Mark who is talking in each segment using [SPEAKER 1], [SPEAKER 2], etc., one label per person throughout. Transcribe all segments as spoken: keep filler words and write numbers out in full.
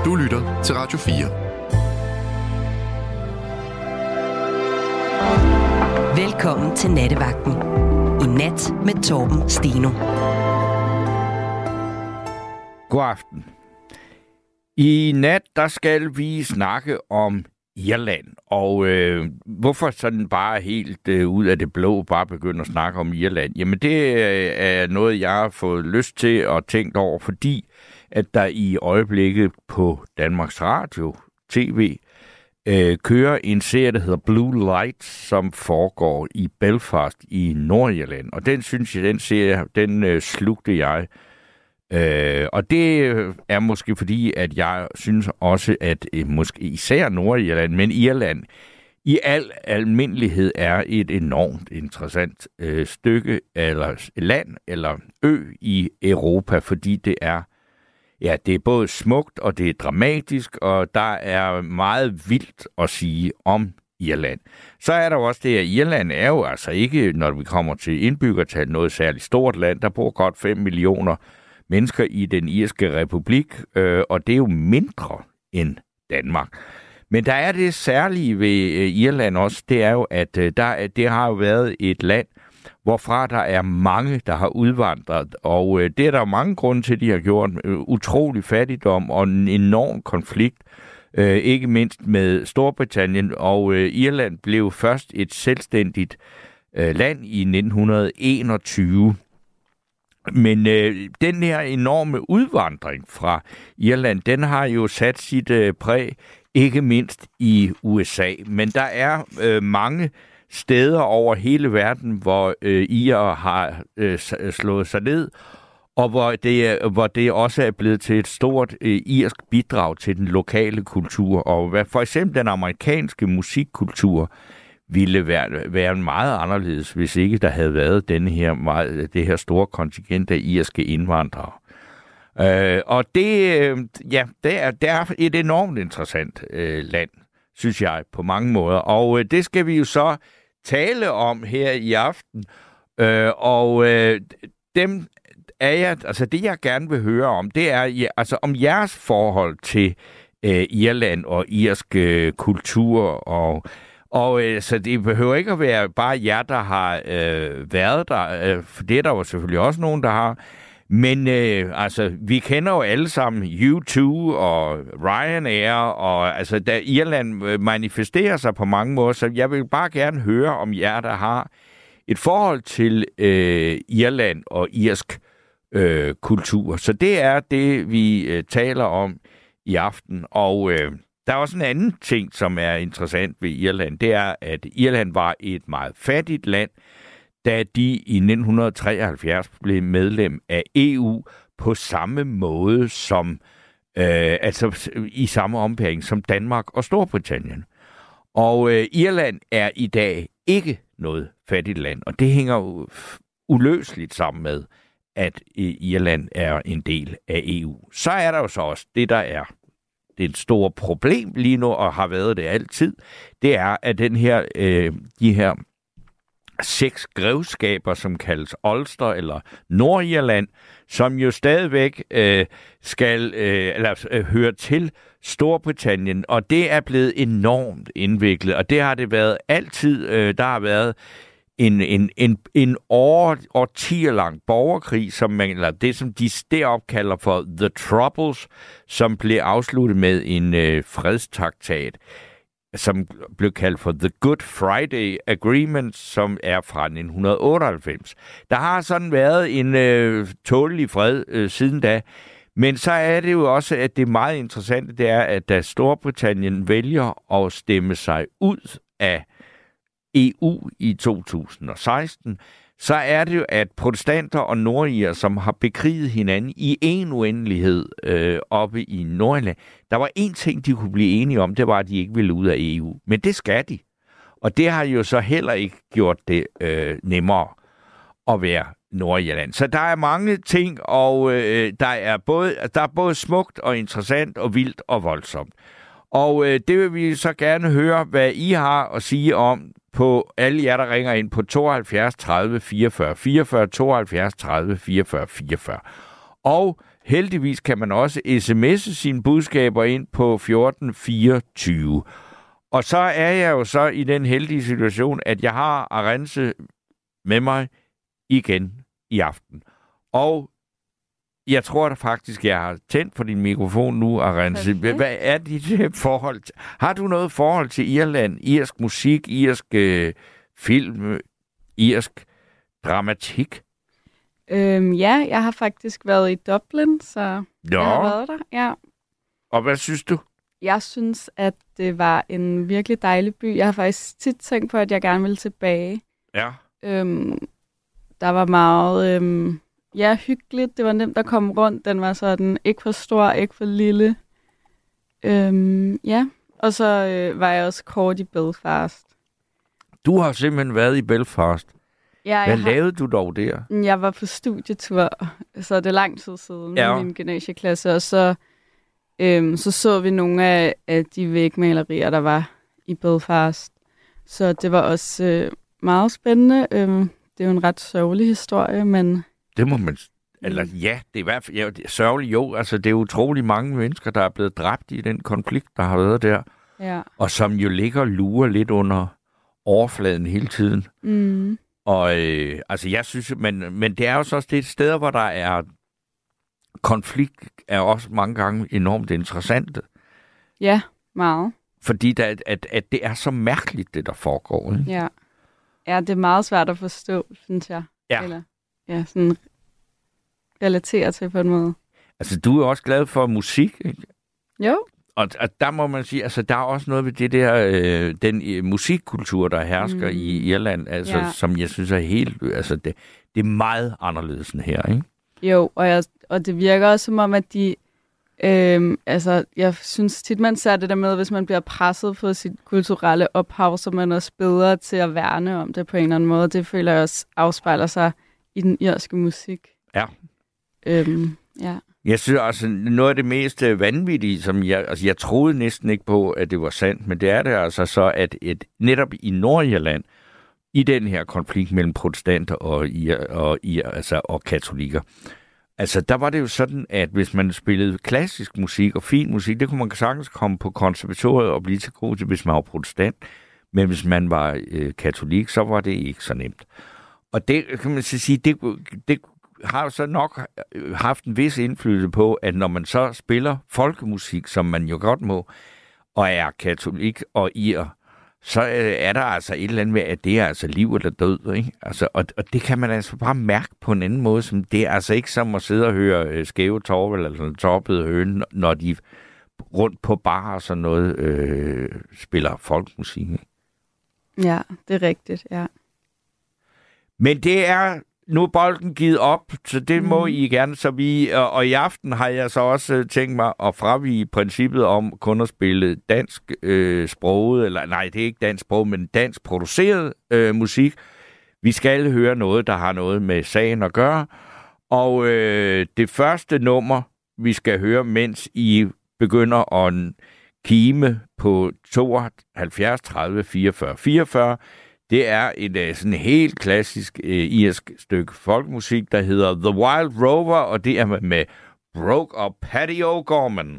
[SPEAKER 1] Du lytter til Radio fire.
[SPEAKER 2] Velkommen til Nattevagten. I nat med Torben Steno.
[SPEAKER 3] God aften. I nat, der skal vi snakke om Irland, og øh, hvorfor sådan bare helt øh, ud af det blå bare begynde at snakke om Irland? Jamen det øh, er noget, jeg har fået lyst til at tænke over, fordi at der i øjeblikket på Danmarks Radio, tv, øh, kører en serie, der hedder Blue Lights, som foregår i Belfast i Nordirland. Og den synes jeg, den serie, den øh, slugte jeg. Øh, og det er måske fordi, at jeg synes også, at øh, måske især Nordirland, men Irland i al almindelighed er et enormt interessant øh, stykke, eller land, eller ø i Europa, fordi det er, ja, det er både smukt, og det er dramatisk, og der er meget vildt at sige om Irland. Så er der også det, at Irland er jo altså ikke, når vi kommer til indbyggertal, noget særligt stort land. Der bor godt fem millioner mennesker i den irske republik, øh, og det er jo mindre end Danmark. Men der er det særlige ved øh, Irland også, det er jo, at øh, der, det har jo været et land, hvorfra der er mange, der har udvandret, og øh, det er der jo mange grunde til, de har gjort. Øh, utrolig fattigdom og en enorm konflikt, øh, ikke mindst med Storbritannien, og øh, Irland blev først et selvstændigt øh, land i nitten enogtyve. Men øh, den her enorme udvandring fra Irland, den har jo sat sit øh, præg, ikke mindst i U S A. Men der er øh, mange steder over hele verden, hvor øh, irer har øh, slået sig ned, og hvor det, hvor det også er blevet til et stort øh, irsk bidrag til den lokale kultur. Og hvad, for eksempel den amerikanske musikkultur ville være, være meget anderledes, hvis ikke der havde været denne her meget, det her store kontingent af irske indvandrere. Øh, og det, ja, det er, det er et enormt interessant øh, land, synes jeg, på mange måder. Og øh, det skal vi jo så tale om her i aften. Øh, og øh, dem er jeg, altså det jeg gerne vil høre om, det er ja, altså om jeres forhold til øh, Irland og irsk øh, kultur og Og øh, så det behøver ikke at være bare jer, der har øh, været der, øh, for det er der jo selvfølgelig også nogen, der har. Men øh, altså, vi kender jo alle sammen U to og Ryanair, og altså, der Irland manifesterer sig på mange måder, så jeg vil bare gerne høre om jer, der har et forhold til øh, Irland og irsk øh, kultur. Så det er det, vi øh, taler om i aften, og øh, der er også en anden ting, som er interessant ved Irland. Det er, at Irland var et meget fattigt land, da de i nitten treoghalvfjerds blev medlem af E U på samme måde som, øh, altså i samme ombæring som Danmark og Storbritannien. Og øh, Irland er i dag ikke noget fattigt land, og det hænger jo uløseligt sammen med, at Irland er en del af E U. Så er der jo så også det, der er det er et stort problem lige nu, og har været det altid, det er, at den her, øh, de her seks grevskaber, som kaldes Ulster eller Nordirland, som jo stadigvæk øh, skal øh, eller, øh, høre til Storbritannien, og det er blevet enormt indviklet, og det har det været altid. Øh, der har været en, en, en, en år, årtier lang borgerkrig, som man, eller det, som de derop kalder for The Troubles, som blev afsluttet med en øh, fredstraktat, som blev kaldt for The Good Friday Agreement, som er fra nitten otteoghalvfems. Der har sådan været en øh, tålelig fred øh, siden da, men så er det jo også, at det meget interessante, det er, at da Storbritannien vælger at stemme sig ud af E U i to tusind og seksten, så er det jo, at protestanter og nordirer, som har bekriget hinanden i en uendelighed øh, oppe i Nordjylland, der var en ting, de kunne blive enige om, det var, at de ikke ville ud af E U. Men det skal de. Og det har jo så heller ikke gjort det øh, nemmere at være Nordjylland. Så der er mange ting, og øh, der, er både, der er både smukt og interessant og vildt og voldsomt. Og øh, det vil vi så gerne høre, hvad I har at sige om på alle jer, der ringer ind på tooghalvfjerds tredive fireogfyrre fireogfyrre, tooghalvfjerds tredive fireogfyrre fireogfyrre. Og heldigvis kan man også sms'e sine budskaber ind på fjorten fireogtyve. Og så er jeg jo så i den heldige situation, at jeg har Arantxa med mig igen i aften. Og jeg tror da faktisk, jeg har tændt på din mikrofon nu, Arantxa. Hvad er dit forhold? Har du noget forhold til Irland? Irsk musik, irsk øh, film, irsk dramatik?
[SPEAKER 1] Øhm, ja, jeg har faktisk været i Dublin, så
[SPEAKER 3] Nå.
[SPEAKER 1] jeg har været der. Ja.
[SPEAKER 3] Og hvad synes du?
[SPEAKER 1] Jeg synes, at det var en virkelig dejlig by. Jeg har faktisk tit tænkt på, at jeg gerne ville tilbage.
[SPEAKER 3] Ja.
[SPEAKER 1] Øhm, der var meget øhm, ja, hyggeligt. Det var nemt at komme rundt. Den var sådan ikke for stor, ikke for lille. Øhm, ja, og så øh, var jeg også kort i Belfast.
[SPEAKER 3] Du har simpelthen været i Belfast.
[SPEAKER 1] Ja,
[SPEAKER 3] Hvad
[SPEAKER 1] jeg
[SPEAKER 3] lavede har... du dog der?
[SPEAKER 1] Jeg var på studietur, så det er lang tid siden
[SPEAKER 3] ja.
[SPEAKER 1] med min gymnasieklasse, og så øhm, så, så vi nogle af, af de vægmalerier, der var i Belfast. Så det var også øh, meget spændende. Øhm, det er jo en ret sørgelig historie, men...
[SPEAKER 3] Det må man... Eller ja, det er i hvert fald ja, det er sørgeligt. Jo, altså det er utrolig mange mennesker, der er blevet dræbt i den konflikt, der har været der.
[SPEAKER 1] Ja.
[SPEAKER 3] Og som jo ligger og lurer lidt under overfladen hele tiden.
[SPEAKER 1] Mm.
[SPEAKER 3] Og øh, altså jeg synes, men, men det er jo så også det steder, hvor der er konflikt, er også mange gange enormt interessante.
[SPEAKER 1] Ja, meget.
[SPEAKER 3] Fordi der, at, at det er så mærkeligt, det der foregår. Ikke?
[SPEAKER 1] Ja. Ja, det er meget svært at forstå, synes jeg.
[SPEAKER 3] Ja.
[SPEAKER 1] Eller, ja, sådan relatere til på en måde.
[SPEAKER 3] Altså, du er også glad for musik, ikke?
[SPEAKER 1] Jo.
[SPEAKER 3] Og, og der må man sige, altså, der er også noget ved det der, øh, den øh, musikkultur, der hersker mm. i Irland, altså, ja. som jeg synes er helt, altså, det, det er meget anderledes end her, ikke?
[SPEAKER 1] Jo, og, jeg, og det virker også som om, at de, øh, altså, jeg synes tit, man ser det der med, hvis man bliver presset på sit kulturelle ophav, så er man også bedre til at værne om det på en eller anden måde. Det føler jeg også afspejler sig i den irske musik.
[SPEAKER 3] Ja.
[SPEAKER 1] Øhm, ja.
[SPEAKER 3] Jeg synes altså, noget af det mest vanvittige, som jeg, altså jeg troede næsten ikke på, at det var sandt, men det er det altså så, at et, netop i Nordirland, i den her konflikt mellem protestanter og, og, altså, og katolikker, altså der var det jo sådan, at hvis man spillede klassisk musik og fin musik, det kunne man sagtens komme på konservatoriet og blive til god til, hvis man var protestant, men hvis man var øh, katolik, så var det ikke så nemt. Og det kan man så sige, det, det har jo så nok haft en vis indflydelse på, at når man så spiller folkemusik, som man jo godt må, og er katolik og ir, så er der altså et eller andet med, at det er altså liv eller død, ikke? Altså, og, og det kan man altså bare mærke på en anden måde, som det er altså ikke som at sidde og høre øh, skæve torvel eller sådan toppede høne, når de rundt på bar og sådan noget øh, spiller folkemusik, ikke?
[SPEAKER 1] Ja, det er rigtigt, ja.
[SPEAKER 3] Men det er nu bolden givet op, så det mm. må I gerne. Så vi, og, og i aften har jeg så også tænkt mig at fravige princippet om kun at spille dansk øh, sproget, eller nej, det er ikke dansk sprog, men dansk produceret øh, musik. Vi skal høre noget, der har noget med sagen at gøre. Og øh, det første nummer, vi skal høre, mens I begynder at kime på tooghalvfjerds tredive fireogfyrre fireogfyrre, det er et sådan helt klassisk øh, irsk stykke folkmusik, der hedder The Wild Rover, og det er med, med Broke og Paddy O'Gorman.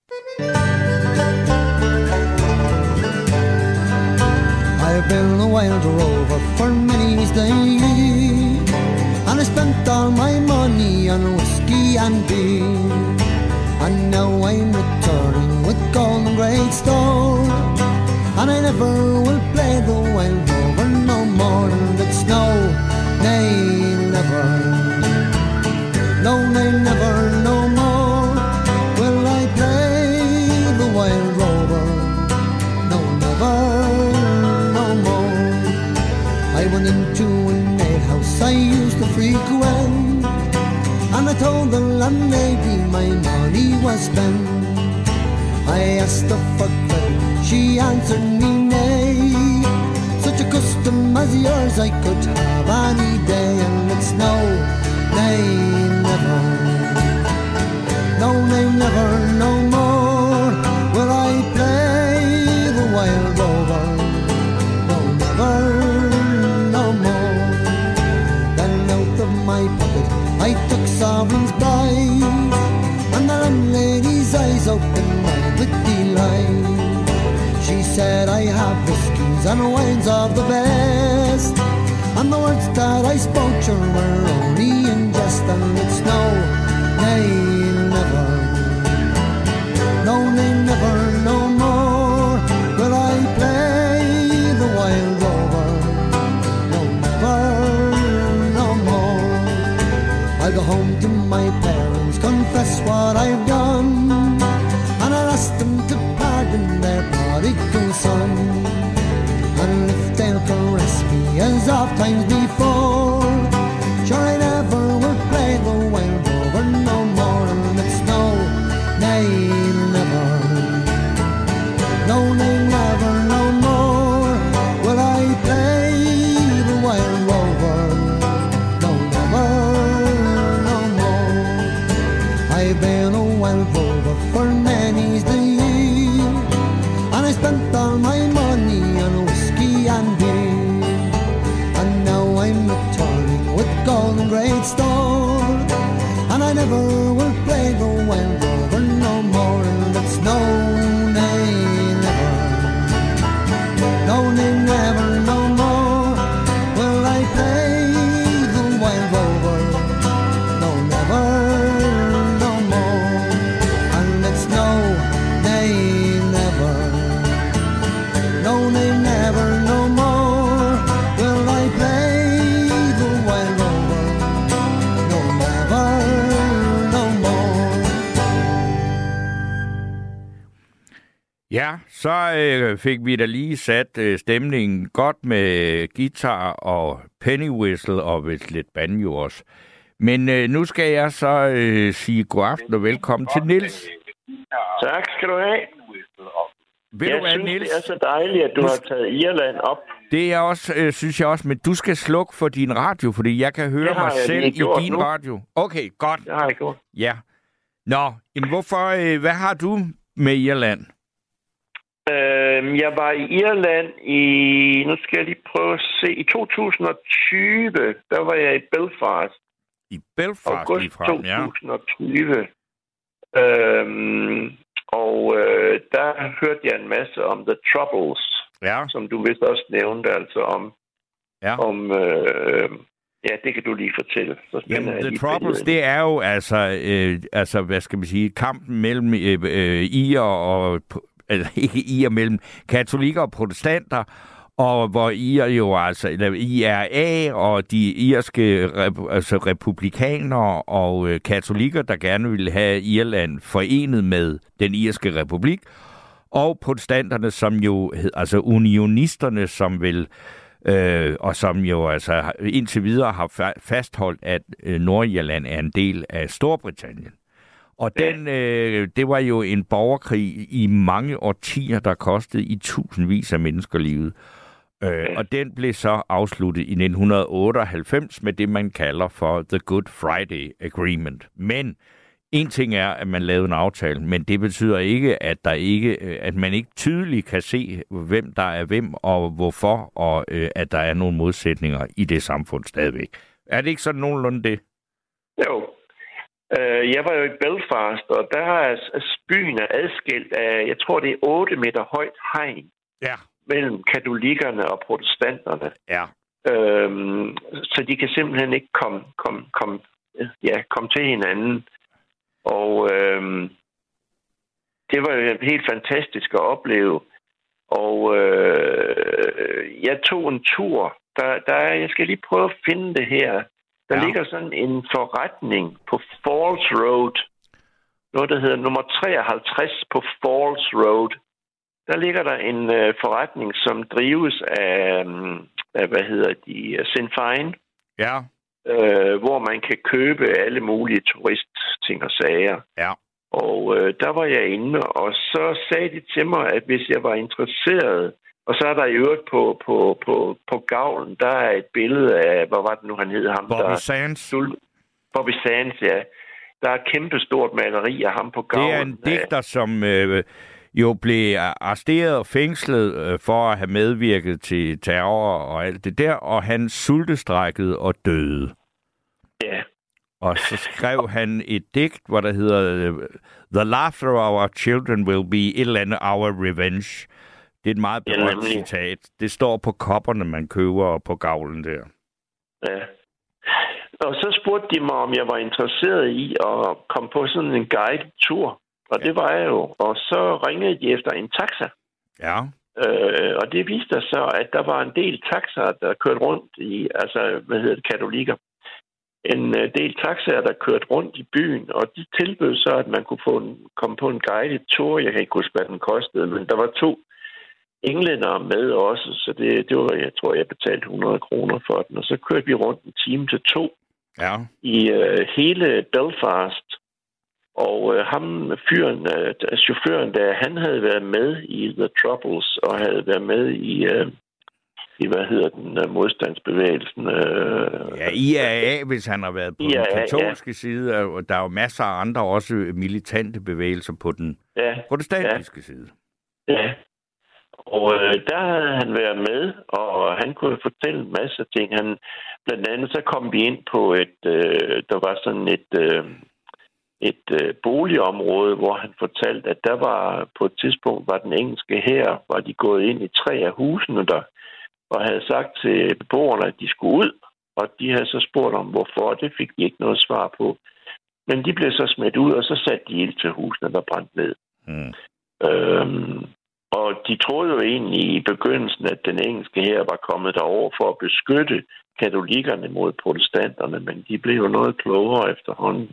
[SPEAKER 4] I've been a wild rover for many days, and I spent all my money on whiskey and beer, and now I'm returning with gold and great stone, and I never will play the wild rover no more. And it's no, nay, never, no, nay, never, no more will I play the wild rover. No, never, no more. I went into an alehouse I used to frequent, and I told the landlady my money was spent. I asked her for credit, she answered me nay. Such a custom as yours I could have any day, and it's no, nay, never, no, nay, never, no more will I play the wild rover. No, never, no more. Then out of my pocket I took sovereigns by, cheese and wines of the best. And the words that I spoke to were only in jest, and it's no, nay, never, no, nay, never, no more will I play the wild rover, no, never, no more. I'll go home to my parents, confess what I've done, and I'll ask them to pardon their prodigal son. And if they'll caress me as oft times before, sure I never will play the wild rover no more. And it's no, nay, never, no, nay, never, no more will I play the wild rover, no, never, no more. I've been a wild rover for many's the year, and I spent all my money on whiskey and beer, and now I'm returning with golden great store, and I never will play the wild rover no more. And it's no, nay, never, no, nay, never, no more will I play the wild rover, no, never, no more. And it's no, nay, never, no, nay, never, no more will I play the wild rover, no, never, no more.
[SPEAKER 3] Ja, så øh, fik vi da lige sat øh, stemningen godt med guitar og penny whistle og vist lidt banjo også. Men øh, nu skal jeg så øh, sige god aften og velkommen til Niels.
[SPEAKER 5] Tak skal du have.
[SPEAKER 3] Ved
[SPEAKER 5] jeg
[SPEAKER 3] du hvad,
[SPEAKER 5] synes,
[SPEAKER 3] Niels?
[SPEAKER 5] det er så dejligt, at du har taget Irland op.
[SPEAKER 3] Det er også, øh, synes jeg også, men du skal slukke for din radio, fordi jeg kan høre
[SPEAKER 5] Det har
[SPEAKER 3] mig
[SPEAKER 5] jeg
[SPEAKER 3] selv
[SPEAKER 5] lige
[SPEAKER 3] i
[SPEAKER 5] gjort
[SPEAKER 3] din
[SPEAKER 5] nu.
[SPEAKER 3] radio. Okay, godt.
[SPEAKER 5] Det har jeg gjort.
[SPEAKER 3] Ja. Nå, jamen hvorfor, øh, hvad har du med Irland?
[SPEAKER 5] Øhm, jeg var i Irland i, nu skal jeg lige prøve at se, i to tusind og tyve, der var jeg i Belfast.
[SPEAKER 3] I Belfast
[SPEAKER 5] August
[SPEAKER 3] ligefrem, ja.
[SPEAKER 5] to tusind og tyve. Øhm, og øh, der hørte jeg en masse om The Troubles,
[SPEAKER 3] Ja,
[SPEAKER 5] som du vist også nævnte, altså om,
[SPEAKER 3] ja.
[SPEAKER 5] om øh, ja, det kan du lige fortælle. Så
[SPEAKER 3] Jamen,
[SPEAKER 5] jeg
[SPEAKER 3] The
[SPEAKER 5] lige
[SPEAKER 3] Troubles,
[SPEAKER 5] billedet.
[SPEAKER 3] det er jo altså, øh, altså, hvad skal man sige, kampen mellem øh, øh, irer og, altså ikke irer, mellem katolikker og protestanter, og hvor I er jo altså, eller I R A og de irske rep, altså republikanere og øh, katolikker, der gerne ville have Irland forenet med den irske republik, og protestanterne, som jo, altså unionisterne, som vil, øh, og som jo altså indtil videre har fa- fastholdt, at øh, Nordirland er en del af Storbritannien. Og den, øh, det var jo en borgerkrig i mange årtier, der kostede i tusindvis af mennesker livet. Øh, og den blev så afsluttet i nitten otteoghalvfems med det, man kalder for The Good Friday Agreement. Men en ting er, at man lavede en aftale, men det betyder ikke, at der ikke, at man ikke tydeligt kan se, hvem der er hvem og hvorfor, og øh, at der er nogle modsætninger i det samfund stadigvæk. Er det ikke sådan nogenlunde det?
[SPEAKER 5] Jo. Uh, jeg var jo i Belfast, og der er byen er adskilt af, jeg tror det er otte meter højt hegn.
[SPEAKER 3] Ja.
[SPEAKER 5] Mellem katolikkerne og protestanterne.
[SPEAKER 3] Ja.
[SPEAKER 5] Øhm, så de kan simpelthen ikke komme kom, kom, ja, kom til hinanden. Og øhm, det var jo helt fantastisk at opleve. Og øh, jeg tog en tur. Der, der, jeg skal lige prøve at finde det her. Der ja. ligger sådan en forretning på Falls Road. Noget, der hedder nummer treoghalvtreds på Falls Road. Der ligger der en øh, forretning, som drives af, af hvad hedder de, Sinn Féin.
[SPEAKER 3] Ja.
[SPEAKER 5] Øh, hvor man kan købe alle mulige turistting og sager.
[SPEAKER 3] Ja.
[SPEAKER 5] Og øh, der var jeg inde, og så sagde de til mig, at hvis jeg var interesseret, og så er der i øvrigt på, på, på, på gavlen, der er et billede af, hvad var det nu, han hed? Ham,
[SPEAKER 3] Bobby
[SPEAKER 5] der,
[SPEAKER 3] Sands.
[SPEAKER 5] Sul- Bobby Sands, ja. Der er et kæmpestort maleri af ham på gavlen.
[SPEAKER 3] Det er en digter, som øh, jo blev arresteret og fængslet øh, for at have medvirket til terror og alt det der, og han sultestrækkede og døde.
[SPEAKER 5] Ja.
[SPEAKER 3] Og så skrev han et digt, hvor der hedder The laughter of our children will be et eller andet our revenge. Det er et meget
[SPEAKER 5] Ja,
[SPEAKER 3] berømt
[SPEAKER 5] nemlig.
[SPEAKER 3] citat. Det står på kopperne, man køber, og på gavlen der.
[SPEAKER 5] Ja. Og så spurgte de mig, om jeg var interesseret i at komme på sådan en guided tur. Og
[SPEAKER 3] Ja.
[SPEAKER 5] det var jeg jo. Og så ringede de efter en taxa.
[SPEAKER 3] Ja.
[SPEAKER 5] Øh, og det viste sig så, at der var en del taxaer, der kørte rundt i, altså, hvad hedder det, katolikker. En uh, del taxaer, der kørte rundt i byen, og de tilbød så, at man kunne få en, komme på en guided tur. Jeg kan ikke huske, hvad den kostede, men der var to englændere med også, så det, det var, jeg tror, jeg betalte hundrede kroner for den. Og så kørte vi rundt en time til to
[SPEAKER 3] Ja.
[SPEAKER 5] i uh, hele Belfast. Og uh, ham, fyren, uh, chaufføren der, han havde været med i The Troubles, og havde været med i, uh, i hvad hedder den, uh, modstandsbevægelsen. Uh,
[SPEAKER 3] Ja, I R A, hvis han har været på
[SPEAKER 5] I R A,
[SPEAKER 3] den katolske ja. side, og der er jo masser af andre også militante bevægelser på den
[SPEAKER 5] ja,
[SPEAKER 3] protestantiske ja. side.
[SPEAKER 5] ja. Og øh, der havde han været med, og han kunne fortælle en masse ting. Han, blandt andet så kom vi ind på et, øh, der var sådan et, øh, et øh, boligområde, hvor han fortalte, at der var på et tidspunkt, var den engelske hær, var de gået ind i tre af husene der, og havde sagt til beboerne, at de skulle ud, og de havde så spurgt om, hvorfor, og det fik de ikke noget svar på. Men de blev så smidt ud, og så satte de ild til husene, der brændte ned.
[SPEAKER 3] Mm.
[SPEAKER 5] Øhm, og de troede jo egentlig i begyndelsen, at den engelske hær var kommet derover for at beskytte katolikkerne mod protestanterne, men de blev jo noget klogere efterhånden.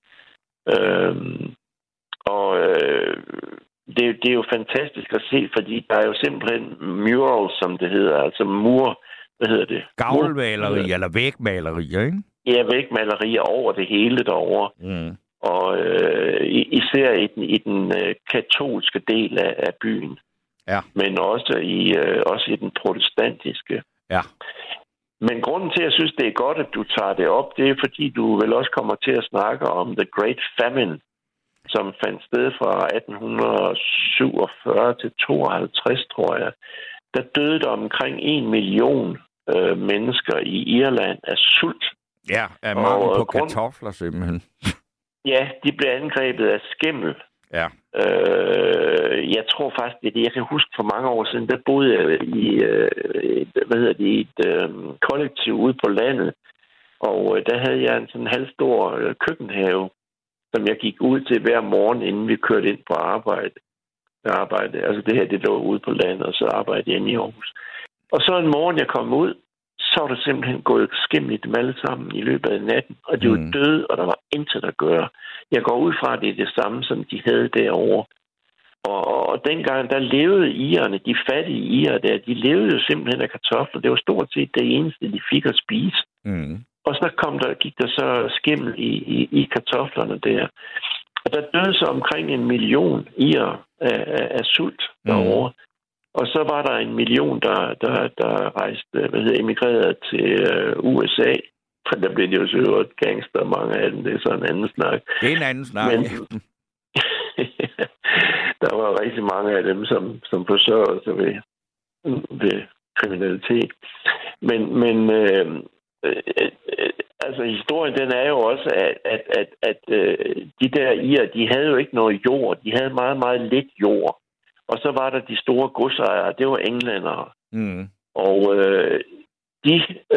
[SPEAKER 5] Øhm, og øh, det, det er jo fantastisk at se, fordi der er jo simpelthen murals, som det hedder, altså mur, hvad hedder det?
[SPEAKER 3] Gavlmaleri eller vægmalerier, ikke?
[SPEAKER 5] Ja, vægmalerier over det hele derovre.
[SPEAKER 3] Mm.
[SPEAKER 5] Og øh, især i den, i den øh, katolske del af, af byen.
[SPEAKER 3] Ja.
[SPEAKER 5] Men også i, øh, også i den protestantiske.
[SPEAKER 3] Ja.
[SPEAKER 5] Men grunden til, at jeg synes, det er godt, at du tager det op, det er, fordi du vel også kommer til at snakke om The Great Famine, som fandt sted fra atten syvogfyrre til tooghalvtreds, tror jeg. Der døde der omkring en million øh, mennesker i Irland af sult.
[SPEAKER 3] Ja, af mangel
[SPEAKER 5] Og,
[SPEAKER 3] på
[SPEAKER 5] grund...
[SPEAKER 3] kartofler simpelthen.
[SPEAKER 5] Ja, de blev angrebet af skimmel.
[SPEAKER 3] Ja.
[SPEAKER 5] Øh, jeg tror faktisk, det er det. Jeg kan huske for mange år siden, der boede jeg i, øh, et, hvad hedder det, i et øh, kollektiv ude på landet. Og øh, der havde jeg en sådan halvstor øh, køkkenhave, som jeg gik ud til hver morgen, inden vi kørte ind på arbejde. arbejde. Altså det her, det lå ude på landet, og så arbejdede jeg inde i Aarhus. Og så en morgen, jeg kom ud, så var der simpelthen gået skimmel i dem alle sammen i løbet af natten. Og de var
[SPEAKER 3] Mm.
[SPEAKER 5] døde, og der var intet at gøre. Jeg går ud fra, at det er det samme, som de havde derovre. Og, og, og dengang, der levede irerne, de fattige irer der, de levede jo simpelthen af kartofler. Det var stort set det eneste, de fik at spise.
[SPEAKER 3] Mm.
[SPEAKER 5] Og så kom der, gik der så skimmel i, i, i kartoflerne der. Og der døde så omkring en million irer af, af, af sult derovre. Mm. Og så var der en million, der, der, der rejste, hvad hedder, emigrerede til uh, U S A. For der blev det jo så et gangster, mange af dem. Det er så en anden snak.
[SPEAKER 3] Det er en anden snak.
[SPEAKER 5] Men, der var rigtig mange af dem, som, som forsørgede sig ved, ved kriminalitet. Men, men øh, øh, øh, altså historien, den er jo også, at, at, at, at øh, de der irer, de havde jo ikke noget jord. De havde meget, meget lidt jord. Og så var der de store godsejere, det var englændere.
[SPEAKER 3] Mm.
[SPEAKER 5] Og øh, de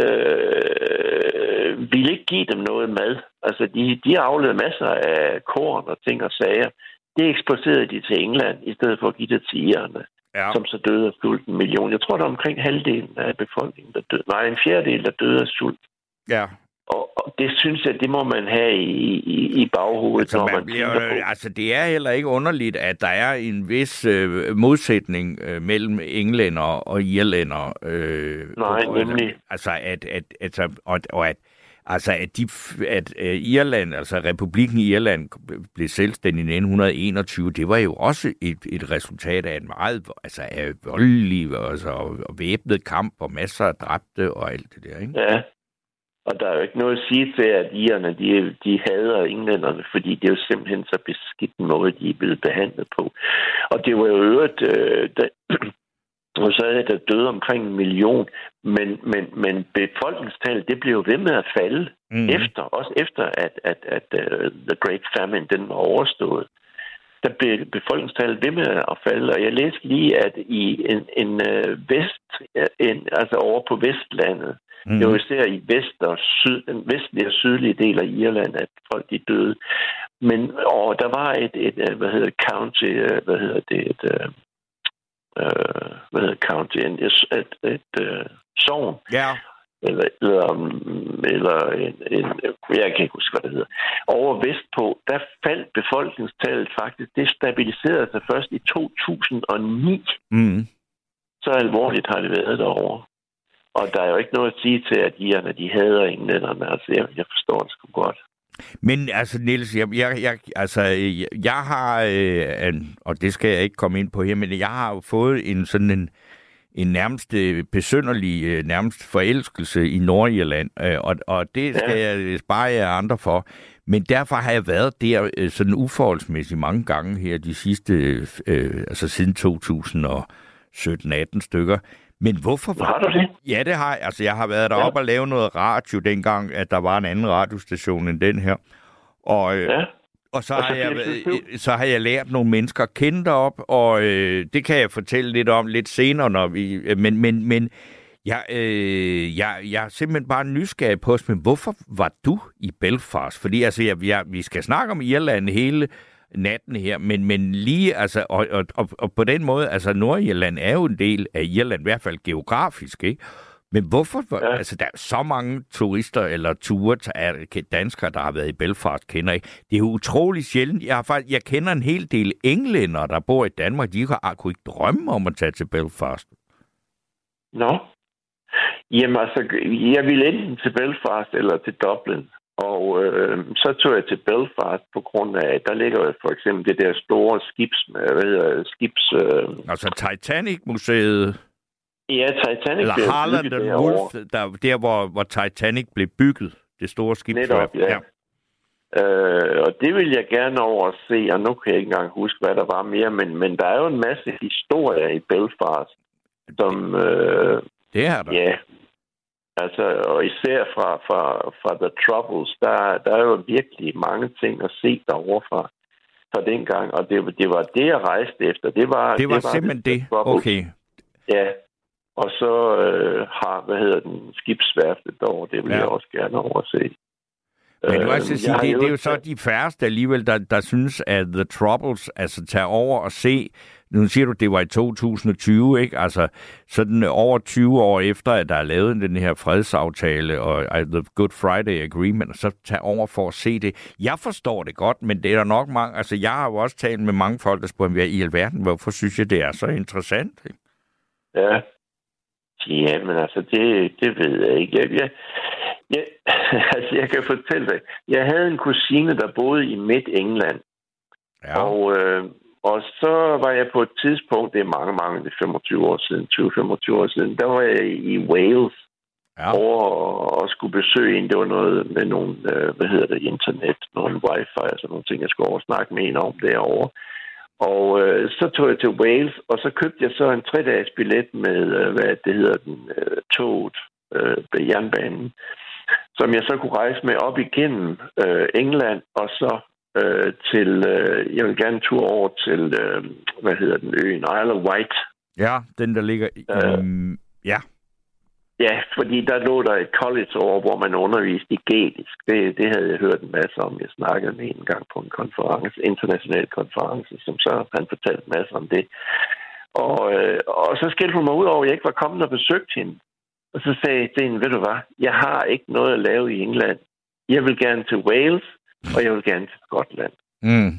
[SPEAKER 5] øh, ville ikke give dem noget mad. Altså, de, de aflede masser af korn og ting og sager. Det eksporterede de til England, i stedet for at give det til irerne,
[SPEAKER 3] Ja.
[SPEAKER 5] som så døde af sult en million. Jeg tror, der er omkring halvdelen af befolkningen, der døde. Nej, en fjerdedel, der døde af sult.
[SPEAKER 3] Ja.
[SPEAKER 5] Og, og det synes jeg, det må man have i, i, i baghovedet,
[SPEAKER 3] Altså,
[SPEAKER 5] når
[SPEAKER 3] man
[SPEAKER 5] man
[SPEAKER 3] bliver,
[SPEAKER 5] tænker på.
[SPEAKER 3] altså, det er heller ikke underligt, at der er en vis øh, modsætning øh, mellem englænder og irlænder. Øh,
[SPEAKER 5] Nej,
[SPEAKER 3] og,
[SPEAKER 5] nemlig.
[SPEAKER 3] Altså, at, at, altså, og, og at, altså, at, de, at øh, Irland, altså Republikken Irland, blev selvstændig i nitten enogtyve, det var jo også et, et resultat af en meget altså, af voldelig altså, og væbnet kamp, og masser af dræbte og alt det der, ikke?
[SPEAKER 5] Ja. Og der er jo ikke noget at sige til, at irerne, de, de hader englænderne, fordi det er jo simpelthen så beskidt en måde, de er blevet behandlet på. Og det var jo øvrigt, øh, der, og så er der døde omkring en million, men, men, men befolkningstallet, det blev ved med at falde, mm. efter, også efter, at, at, at uh, The Great Famine, den var overstået. der blev befolkningstallet ved med at falde. Og jeg læste lige, at i en, en uh, vest, en, altså over på Vestlandet, mm. det var især i vest og syd, den vestlige og sydlige del af Irland, at folk de døde. Men og der var et, et hvad hedder det, county, hvad hedder det, et, uh, hvad hedder county, et, et, et uh, sogn. Ja. Yeah. Eller, eller, eller en, en, jeg kan ikke huske, hvad det hedder. Over vestpå, der faldt befolkningstallet faktisk. Det stabiliserede sig først i to tusind og ni. Mm. Så alvorligt har det været derovre. Og der er jo ikke noget at sige til, at irerne, de hader englænderne. Altså, jeg, jeg forstår det sgu godt.
[SPEAKER 3] Men altså, Niels, jeg, jeg, jeg, altså, jeg, jeg har, øh, og det skal jeg ikke komme ind på her, men jeg har jo fået en sådan en en nærmest besynderlig, nærmest forelskelse i Nordirland, og, og det skal ja. jeg spare jer andre for. Men derfor har jeg været der sådan uforholdsmæssigt mange gange her de sidste, øh, altså siden to tusind og sytten atten stykker. Men hvorfor?
[SPEAKER 5] Har du det?
[SPEAKER 3] Ja, det har jeg. Altså, jeg har været deroppe ja. og lavet noget radio dengang, at der var en anden radiostation end den her. Og øh, ja. Og så, og så, har jeg, så har jeg lært nogle mennesker at kende derop, og øh, det kan jeg fortælle lidt om lidt senere, når vi. Men, men, men jeg, øh, jeg, jeg er simpelthen bare nysgerrig på, men hvorfor var du i Belfast? Fordi altså, jeg, jeg, vi skal snakke om Irland hele natten her, men, men lige, altså, og, og, og, og på den måde, altså Nordirland er jo en del af Irland, i hvert fald geografisk, ikke? Men hvorfor? Ja. Altså, der er så mange turister eller ture til danskere, der har været i Belfast, kender ikke. Det er jo utrolig sjældent. Jeg, har faktisk, jeg kender en hel del englænder, der bor i Danmark. De har, kunne ikke drømme om at tage til Belfast.
[SPEAKER 5] Nå. Jamen altså, jeg ville enten til Belfast eller til Dublin. Og øh, så tog jeg til Belfast på grund af, at der ligger jo for eksempel det der store skibs... Hvad hedder skibs... Øh...
[SPEAKER 3] Altså Titanic-museet...
[SPEAKER 5] Ja, Titanic
[SPEAKER 3] eller Harland and Wolff, der, der hvor, hvor Titanic blev bygget, det store skib.
[SPEAKER 5] Netop, ja. ja. Øh, og det vil jeg gerne over at se, og nu kan jeg ikke engang huske, hvad der var mere, men, men der er jo en masse historier i Belfast, som... Øh,
[SPEAKER 3] det er der.
[SPEAKER 5] Ja, altså, og især fra, fra, fra The Troubles, der, der er jo virkelig mange ting at se derovre fra, fra den gang, og det, det var det, jeg rejste efter. Det var,
[SPEAKER 3] det var, det var simpelthen det? Okay.
[SPEAKER 5] Ja. Og så øh, har, hvad hedder den, skibsværftet derovre, det vil ja. jeg også gerne overse.
[SPEAKER 3] Men du også sige, det, det er jo så de færreste alligevel, der, der synes, at The Troubles altså tager over og se, nu siger du, det var i to tusind og tyve, ikke? Altså sådan over tyve år efter, at der er lavet den her fredsaftale og uh, The Good Friday Agreement, og så tager over for at se det. Jeg forstår det godt, men det er der nok mange, altså jeg har jo også talt med mange folk, der spørger, hvad i alverden, hvorfor synes jeg, det er så interessant? Ikke?
[SPEAKER 5] Ja. Ja, men altså, det, det ved jeg ikke. Jeg, jeg, jeg, altså, jeg kan fortælle dig. Jeg havde en kusine, der boede i Midt-England. Ja. Og, øh, og så var jeg på et tidspunkt, det er mange, mange, det er femogtyve år siden, tyve til femogtyve år siden, der var jeg i Wales ja. over og skulle besøge en. Det var noget med nogle, øh, hvad hedder det, internet, nogle wifi og sådan nogle ting, jeg skulle over snakke med en om derovre. Og øh, så tog jeg til Wales, og så købte jeg så en tre-dages billet med, øh, hvad det hedder, den øh, toget, øh, jernbanen, som jeg så kunne rejse med op igennem øh, England, og så øh, til, øh, jeg vil gerne tur over til, øh, hvad hedder den, øen, Isle of Wight.
[SPEAKER 3] Ja, den der ligger i, øh, ja.
[SPEAKER 5] Ja, fordi der lå der et college over, hvor man underviste i gælisk. Det, det havde jeg hørt en masse om. Jeg snakkede med en gang på en konference, international konference, som så han fortalte en masse om det. Og, øh, og så skældte hun mig ud over, at jeg ikke var kommet og besøgt hende. Og så sagde jeg til hende, ved du hvad, jeg har ikke noget at lave i England. Jeg vil gerne til Wales, og jeg vil gerne til Skotland. Mm.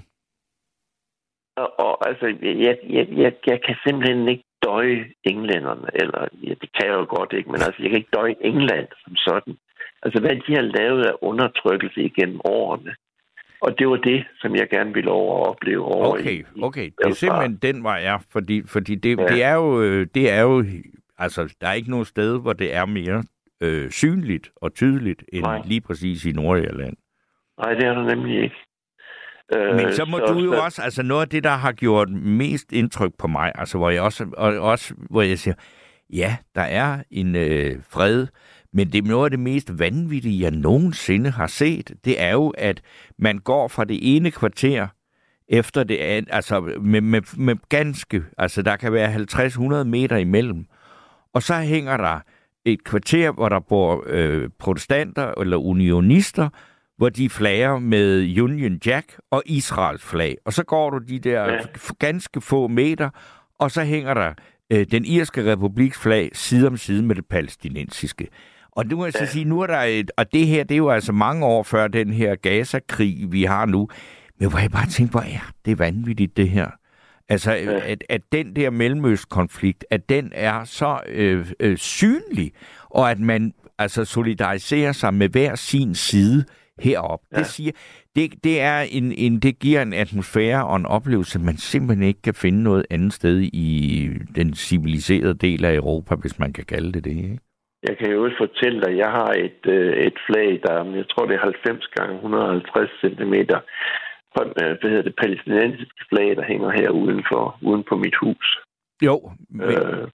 [SPEAKER 5] Og, og altså, jeg, jeg, jeg, jeg kan simpelthen ikke døje englænderne, eller ja, det kan jeg jo godt ikke, men altså, jeg kan ikke døje England som sådan. Altså, hvad de har lavet af undertrykkelse igennem årene. Og det var det, som jeg gerne ville over og opleve over
[SPEAKER 3] okay,
[SPEAKER 5] i, i
[SPEAKER 3] Okay, det er simpelthen den vej, ja, fordi, fordi det, ja. det, er jo, det er jo, altså, der er ikke noget sted, hvor det er mere øh, synligt og tydeligt, end Nej. lige præcis i Nordirland.
[SPEAKER 5] Nej, det er der nemlig ikke.
[SPEAKER 3] Men så må så, du jo så... også, altså noget af det, der har gjort mest indtryk på mig, altså hvor jeg også, og også hvor jeg siger, ja, der er en øh, fred, men det er noget af det mest vanvittige, jeg nogensinde har set, det er jo, at man går fra det ene kvarter efter det andet, altså med, med, med ganske, altså der kan være halvtreds til hundrede meter imellem. Og så hænger der et kvarter, hvor der bor øh, protestanter eller unionister, hvor de flager med Union Jack og Israels flag. Og så går du de der ja. ganske få meter, og så hænger der øh, den irske republiks flag side om side med det palæstinensiske. Og nu må jeg så sige, nu er der et, og det her, det er jo altså mange år før den her Gaza-krig, vi har nu. Men hvor jeg bare tænker, hvor er det vanvittigt, det her. Altså, ja. at, at den der Mellemøst-konflikt, at den er så øh, øh, synlig, og at man altså solidariserer sig med hver sin side heroppe. Ja. Det siger, det, det er en, en, det giver en atmosfære og en oplevelse, man simpelthen ikke kan finde noget andet sted i den civiliserede del af Europa, hvis man kan kalde det det, ikke?
[SPEAKER 5] Jeg kan jo også fortælle dig, at jeg har et, øh, et flag, der, jeg tror det er halvfems gange et hundrede og halvtreds centimeter, hvad hedder det, palæstinensiske flag, der hænger her udenfor, uden på mit hus.
[SPEAKER 3] Jo. Men...
[SPEAKER 5] Øh.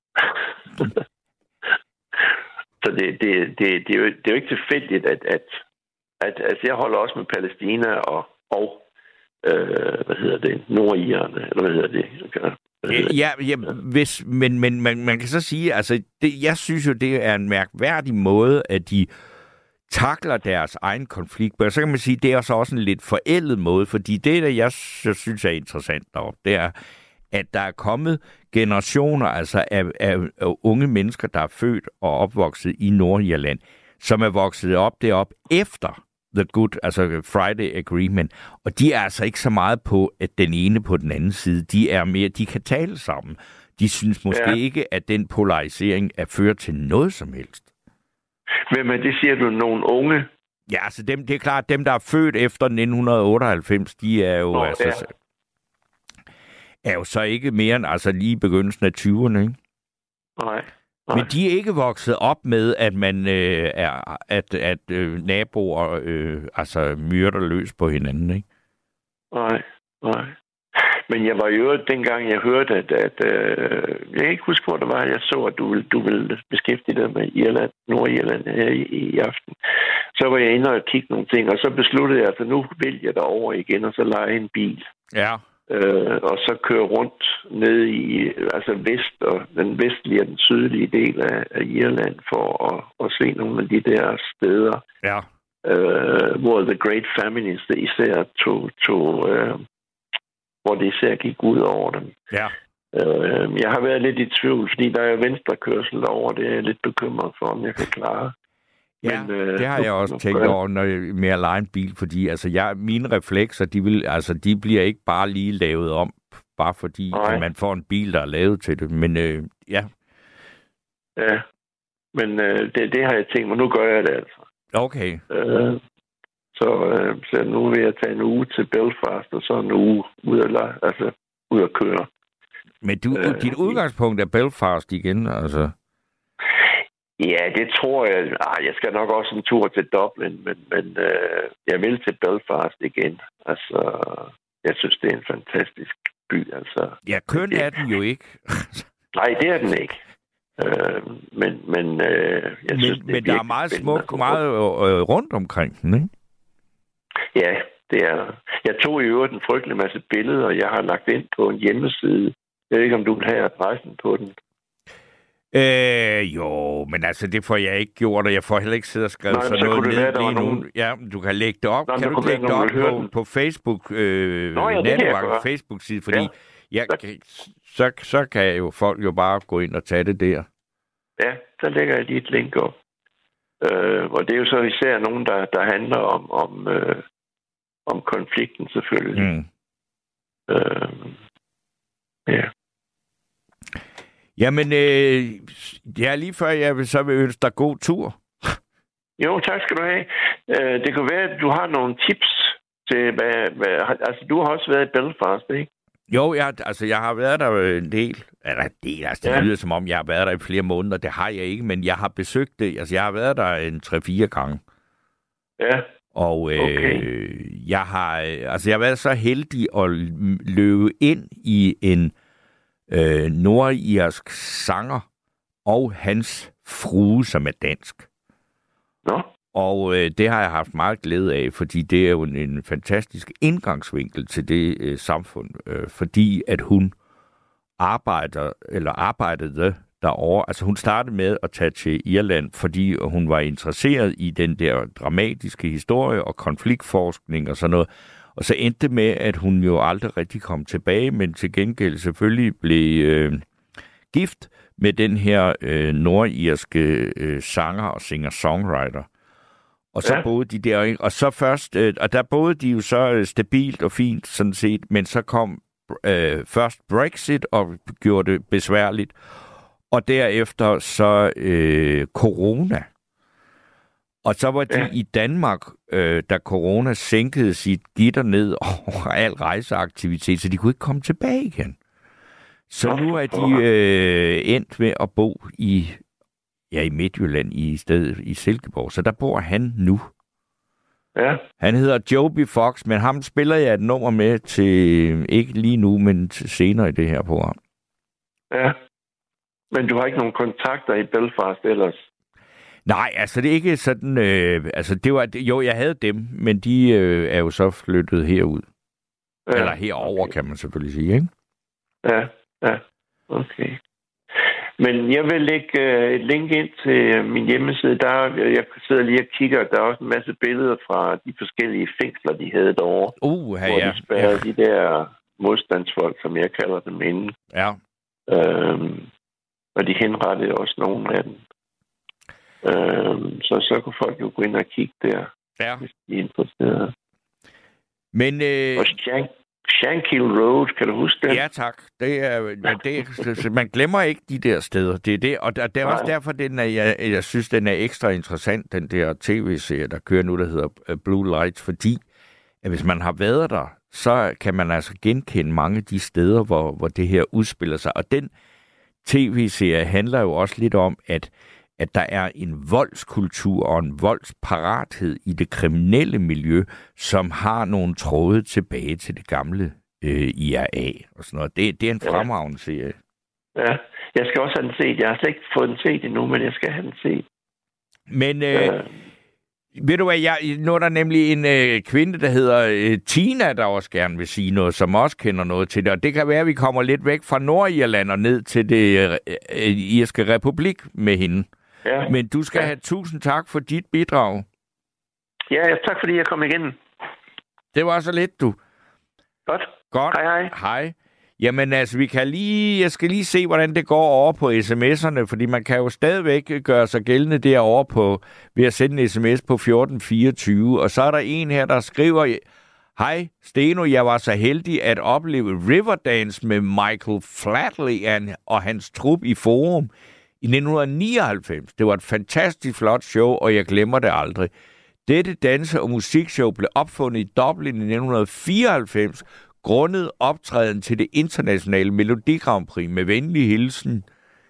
[SPEAKER 5] Så det, det, det, det, er jo, det er jo ikke tilfældigt, at, at, at altså jeg holder også med Palæstina og, og øh, hvad hedder det, nordirerne, eller hvad hedder det? Okay.
[SPEAKER 3] Ja, ja hvis, men, men man, man kan så sige, altså, det, jeg synes jo, det er en mærkværdig måde, at de takler deres egen konflikt. Men så kan man sige, det er så også en lidt forældet måde, fordi det, der jeg, jeg synes er interessant deroppe, det er, at der er kommet generationer altså af, af, af unge mennesker, der er født og opvokset i Nordirland, som er vokset op deroppe efter The Good, altså Friday Agreement. Og de er altså ikke så meget på, at den ene på den anden side, de er mere, de kan tale sammen. De synes måske ja. ikke, at den polarisering er ført til noget som helst.
[SPEAKER 5] Hvem er det, siger du, nogle unge?
[SPEAKER 3] Ja, altså dem, det er klart, dem, der er født efter nitten otteoghalvfems, de er jo, Nå, altså, ja. er jo så ikke mere end altså lige begyndelsen af tyverne, ikke?
[SPEAKER 5] Nej.
[SPEAKER 3] Nej. Men de er ikke vokset op med, at man øh, er, at, at øh, naboer øh, altså myrder løs på hinanden, ikke?
[SPEAKER 5] Nej, nej. Men jeg var jo dengang, jeg hørte, at, at øh, jeg kan ikke huske, hvor det var, jeg så, at du, du ville beskæftige dig med Irland, Nordirland her i, i aften. Så var jeg inde og kigge nogle ting, og så besluttede jeg, at nu vil jeg derover igen, og så leje en bil.
[SPEAKER 3] Ja.
[SPEAKER 5] Øh, og så køre rundt ned i altså vest og den vestlige og den sydlige del af, af Irland for at, at se nogle af de der steder,
[SPEAKER 3] ja.
[SPEAKER 5] øh, hvor The Great Famine især tog, tog øh, hvor det især gik ud over dem.
[SPEAKER 3] Ja.
[SPEAKER 5] Øh, jeg har været lidt i tvivl, fordi der er venstrekørsel over, det er jeg lidt bekymret for, om jeg kan klare.
[SPEAKER 3] Ja,
[SPEAKER 5] Men, øh,
[SPEAKER 3] det har jeg også tænkt over, når jeg med at lege en bil, fordi altså, jeg, mine reflekser, de, vil, altså, de bliver ikke bare lige lavet om, bare fordi at man får en bil, der er lavet til det, men øh, ja.
[SPEAKER 5] Ja, men øh, det, det har jeg tænkt mig, nu gør jeg det altså.
[SPEAKER 3] Okay.
[SPEAKER 5] Øh, så, øh, så nu vil jeg tage en uge til Belfast, og så en uge ud at, altså, ud at køre.
[SPEAKER 3] Men du, øh, dit udgangspunkt er Belfast igen, altså?
[SPEAKER 5] Ja, det tror jeg. Ah, jeg skal nok også en tur til Dublin, men, men øh, jeg vil til Belfast igen. Altså, jeg synes, det er en fantastisk by. Altså,
[SPEAKER 3] ja, køn er den jo ikke.
[SPEAKER 5] Nej, det er den ikke. Øh, men men øh, jeg
[SPEAKER 3] men,
[SPEAKER 5] synes, det
[SPEAKER 3] men der er meget smukt, meget øh, rundt omkring den, ikke? Ja,
[SPEAKER 5] det er. Jeg tog i øvrigt en frygtelig masse billeder, og jeg har lagt ind på en hjemmeside. Jeg ved ikke, om du vil have adressen på den.
[SPEAKER 3] Øh, jo, men altså, det får jeg ikke gjort, og jeg får heller ikke siddet og skrevet sådan noget ned lige nu. Nogen... Ja, du kan lægge det op. Nå, kan du lægge det op på, på Facebook, øh, Nå, ja, Nattevagten Facebook-side, fordi ja. jeg, så, så kan jo folk jo bare gå ind og tage det der.
[SPEAKER 5] Ja, der lægger jeg lige et link op. Øh, og det er jo så især nogen, der, der handler om, om, øh, om konflikten selvfølgelig. Mm. Øh, ja.
[SPEAKER 3] Jamen, øh, det er lige før, jeg vil, så vil ønske dig god tur.
[SPEAKER 5] Jo, tak skal du have. Øh, det kunne være, at du har nogle tips til, hvad, hvad... Altså, du har også været i Belfast, ikke?
[SPEAKER 3] Jo, jeg, altså, jeg har været der en del. Eller en del, altså, det ja. lyder som om, jeg har været der i flere måneder. Det har jeg ikke, men jeg har besøgt det. Altså, jeg har været der en tre-fire gange.
[SPEAKER 5] Ja.
[SPEAKER 3] Og øh, okay. jeg har... Altså, jeg har været så heldig at løbe ind i en... Øh, nordirsk sanger og hans frue, som er dansk.
[SPEAKER 5] Nå.
[SPEAKER 3] Og øh, det har jeg haft meget glæde af, fordi det er jo en, en fantastisk indgangsvinkel til det øh, samfund. Øh, fordi at hun arbejder, eller arbejdede derovre. Altså hun startede med at tage til Irland, fordi hun var interesseret i den der dramatiske historie og konfliktforskning og sådan noget. Og så endte det med, at hun jo aldrig rigtig kom tilbage, men til gengæld selvfølgelig blev øh, gift med den her øh, nordirske øh, sanger og singer-songwriter. Og så ja. boede de der, og så først, øh, og der boede de jo så stabilt og fint sådan set, men så kom øh, først Brexit og gjorde det besværligt, og derefter så øh, corona. Og så var de ja. i Danmark, øh, da corona sænkede sit gitter ned over al rejseaktivitet, så de kunne ikke komme tilbage igen. Så nu er de øh, endt med at bo i, ja, i Midtjylland i stedet i Silkeborg. Så der bor han nu.
[SPEAKER 5] Ja.
[SPEAKER 3] Han hedder Joby Fox, men ham spiller jeg et nummer med til, ikke lige nu, men til senere i det her program.
[SPEAKER 5] Ja. Men du har ikke nogen kontakter i Belfast ellers?
[SPEAKER 3] Nej, altså det er ikke sådan... Øh, altså det var, jo, jeg havde dem, men de øh, er jo så flyttet herud. Ja. Eller herover, okay. Kan man selvfølgelig sige, ikke?
[SPEAKER 5] Ja, ja. Okay. Men jeg vil lægge øh, et link ind til min hjemmeside. Der, jeg sidder lige og kigger, der er også en masse billeder fra de forskellige fængsler, de havde derovre.
[SPEAKER 3] Uh, her,
[SPEAKER 5] hvor
[SPEAKER 3] ja.
[SPEAKER 5] de spærrede
[SPEAKER 3] ja.
[SPEAKER 5] de der modstandsfolk, som jeg kalder dem inden.
[SPEAKER 3] Ja.
[SPEAKER 5] Øhm, og de henrettede også nogle af dem. Øhm, så så kunne folk jo gå ind og kigge der,
[SPEAKER 3] ja.
[SPEAKER 5] hvis de er interesserede.
[SPEAKER 3] Men... Øh...
[SPEAKER 5] Og Shank, Shankill Road, kan du huske det?
[SPEAKER 3] Ja, tak. Det er, det, man glemmer ikke de der steder. Det er det, og det er også derfor, den er, jeg, jeg synes, den er ekstra interessant, den der tv-serie, der kører nu, der hedder Blue Lights, fordi at hvis man har været der, så kan man altså genkende mange af de steder, hvor, hvor det her udspiller sig. Og den tv-serie handler jo også lidt om, at at der er en voldskultur og en voldsparathed i det kriminelle miljø, som har nogle tråde tilbage til det gamle øh, I R A og sådan noget. Det, det er en fremragende serie.
[SPEAKER 5] Ja, jeg skal også have den set. Jeg har slet ikke fået den set endnu, men jeg skal have den set.
[SPEAKER 3] Men øh, øh. ved du hvad, jeg, nu er der nemlig en øh, kvinde, der hedder øh, Tina, der også gerne vil sige noget, som også kender noget til det. Og det kan være, at vi kommer lidt væk fra Nordirland og ned til det øh, øh, irske republik med hende.
[SPEAKER 5] Ja.
[SPEAKER 3] Men du skal ja. have tusind tak for dit bidrag.
[SPEAKER 5] Ja, ja, tak fordi jeg kom igen.
[SPEAKER 3] Det var så lidt, du.
[SPEAKER 5] Godt.
[SPEAKER 3] Godt.
[SPEAKER 5] Hej, hej.
[SPEAKER 3] Hej. Jamen altså, vi kan lige, jeg skal lige se, hvordan det går over på sms'erne, fordi man kan jo stadigvæk gøre sig gældende derovre på, ved at sende en sms på fjorten fireogtyve. Og så er der en her, der skriver, hej Steno, jeg var så heldig at opleve Riverdance med Michael Flatley og hans trup i Forum i nitten nioghalvfems. Det var et fantastisk flot show, og jeg glemmer det aldrig. Dette danse- og musikshow blev opfundet i Dublin i nitten fireoghalvfems, grundet optræden til det internationale Melodi Grand Prix. Med venlig hilsen,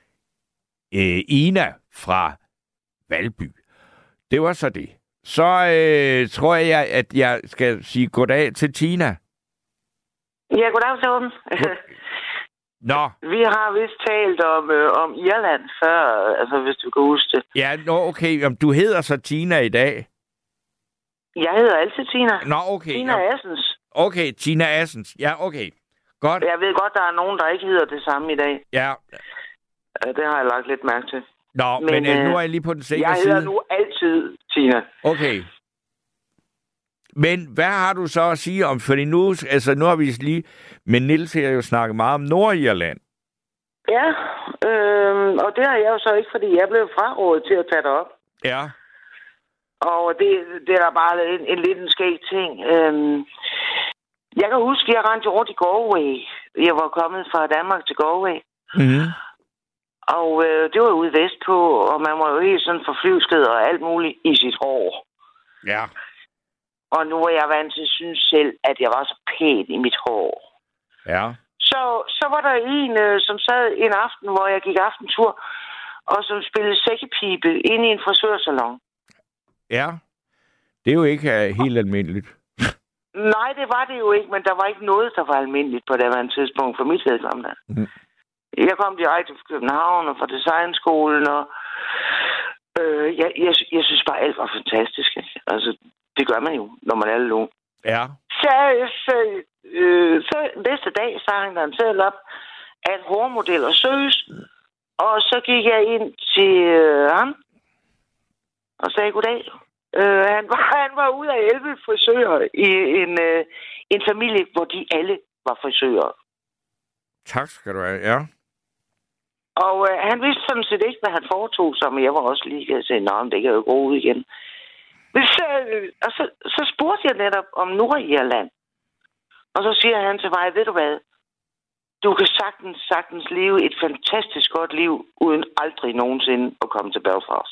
[SPEAKER 3] øh, Ina fra Valby. Det var så det. Så øh, tror jeg, at jeg skal sige goddag til Tina.
[SPEAKER 6] Ja, goddag, Torben.
[SPEAKER 3] Nå.
[SPEAKER 6] Vi har vist talt om, øh, om Irland før, altså hvis du kan huske det.
[SPEAKER 3] Ja, nå, okay. Jamen, du hedder så Tina i dag.
[SPEAKER 6] Jeg hedder altid Tina.
[SPEAKER 3] Nå, okay.
[SPEAKER 6] Tina
[SPEAKER 3] ja.
[SPEAKER 6] Assens.
[SPEAKER 3] Okay, Tina Assens. Ja, okay. Godt.
[SPEAKER 6] Jeg ved godt, der er nogen, der ikke hedder det samme i dag.
[SPEAKER 3] Ja.
[SPEAKER 6] Det har jeg lagt lidt mærke til.
[SPEAKER 3] Nå, men, men øh, nu er jeg lige på den sikre
[SPEAKER 6] jeg
[SPEAKER 3] side.
[SPEAKER 6] Jeg hedder nu altid Tina.
[SPEAKER 3] Okay. Men hvad har du så at sige om, fordi nu, altså nu har vi lige, men Niels har jo snakket meget om Nordirland.
[SPEAKER 6] Ja, øh, og det har jeg jo så ikke, fordi jeg blev frarådet til at tage det op.
[SPEAKER 3] Ja.
[SPEAKER 6] Og det, det er da bare en, en lidt en skæg ting. Øh, jeg kan huske, at jeg rendte rundt i Galway. Jeg var kommet fra Danmark til Galway.
[SPEAKER 3] Mhm.
[SPEAKER 6] Og øh, det var ude vestpå, og man var jo helt sådan forflyvsket og alt muligt i sit hår.
[SPEAKER 3] Ja.
[SPEAKER 6] Og nu er jeg vant til at synes selv, at jeg var så pæn i mit hår.
[SPEAKER 3] Ja.
[SPEAKER 6] Så, så var der en, øh, som sad en aften, hvor jeg gik aftentur, og som spillede sækkepibe inde i en frisørsalon.
[SPEAKER 3] Ja. Det er jo ikke uh, helt almindeligt.
[SPEAKER 6] Nej, det var det jo ikke, men der var ikke noget, der var almindeligt på det her tidspunkt for mit vedkommende. Mm. Jeg kom direkte fra København og fra designskolen, og Øh, jeg, jeg, jeg synes bare, alt var fantastisk. Ikke? Altså, det gør man jo, når man er lidt ung.
[SPEAKER 3] Ja.
[SPEAKER 6] Så, så, øh, så næste dag, så hang der en seddel op, at hårmodeller søges. Og så gik jeg ind til øh, ham og sagde goddag. Øh, han, var, han var ude af elleve frisører i en, øh, en familie, hvor de alle var frisører.
[SPEAKER 3] Tak skal du have, ja.
[SPEAKER 6] Og øh, han vidste sådan set ikke, hvad han foretog sig, men jeg var også lige at sige, nej, det kan jo gå ud igen. Men så, øh, og så, så spurgte jeg netop om Nordirland. Og så siger han til mig, ved du hvad, du kan sagtens, sagtens leve et fantastisk godt liv, uden aldrig nogensinde at komme til Belfast.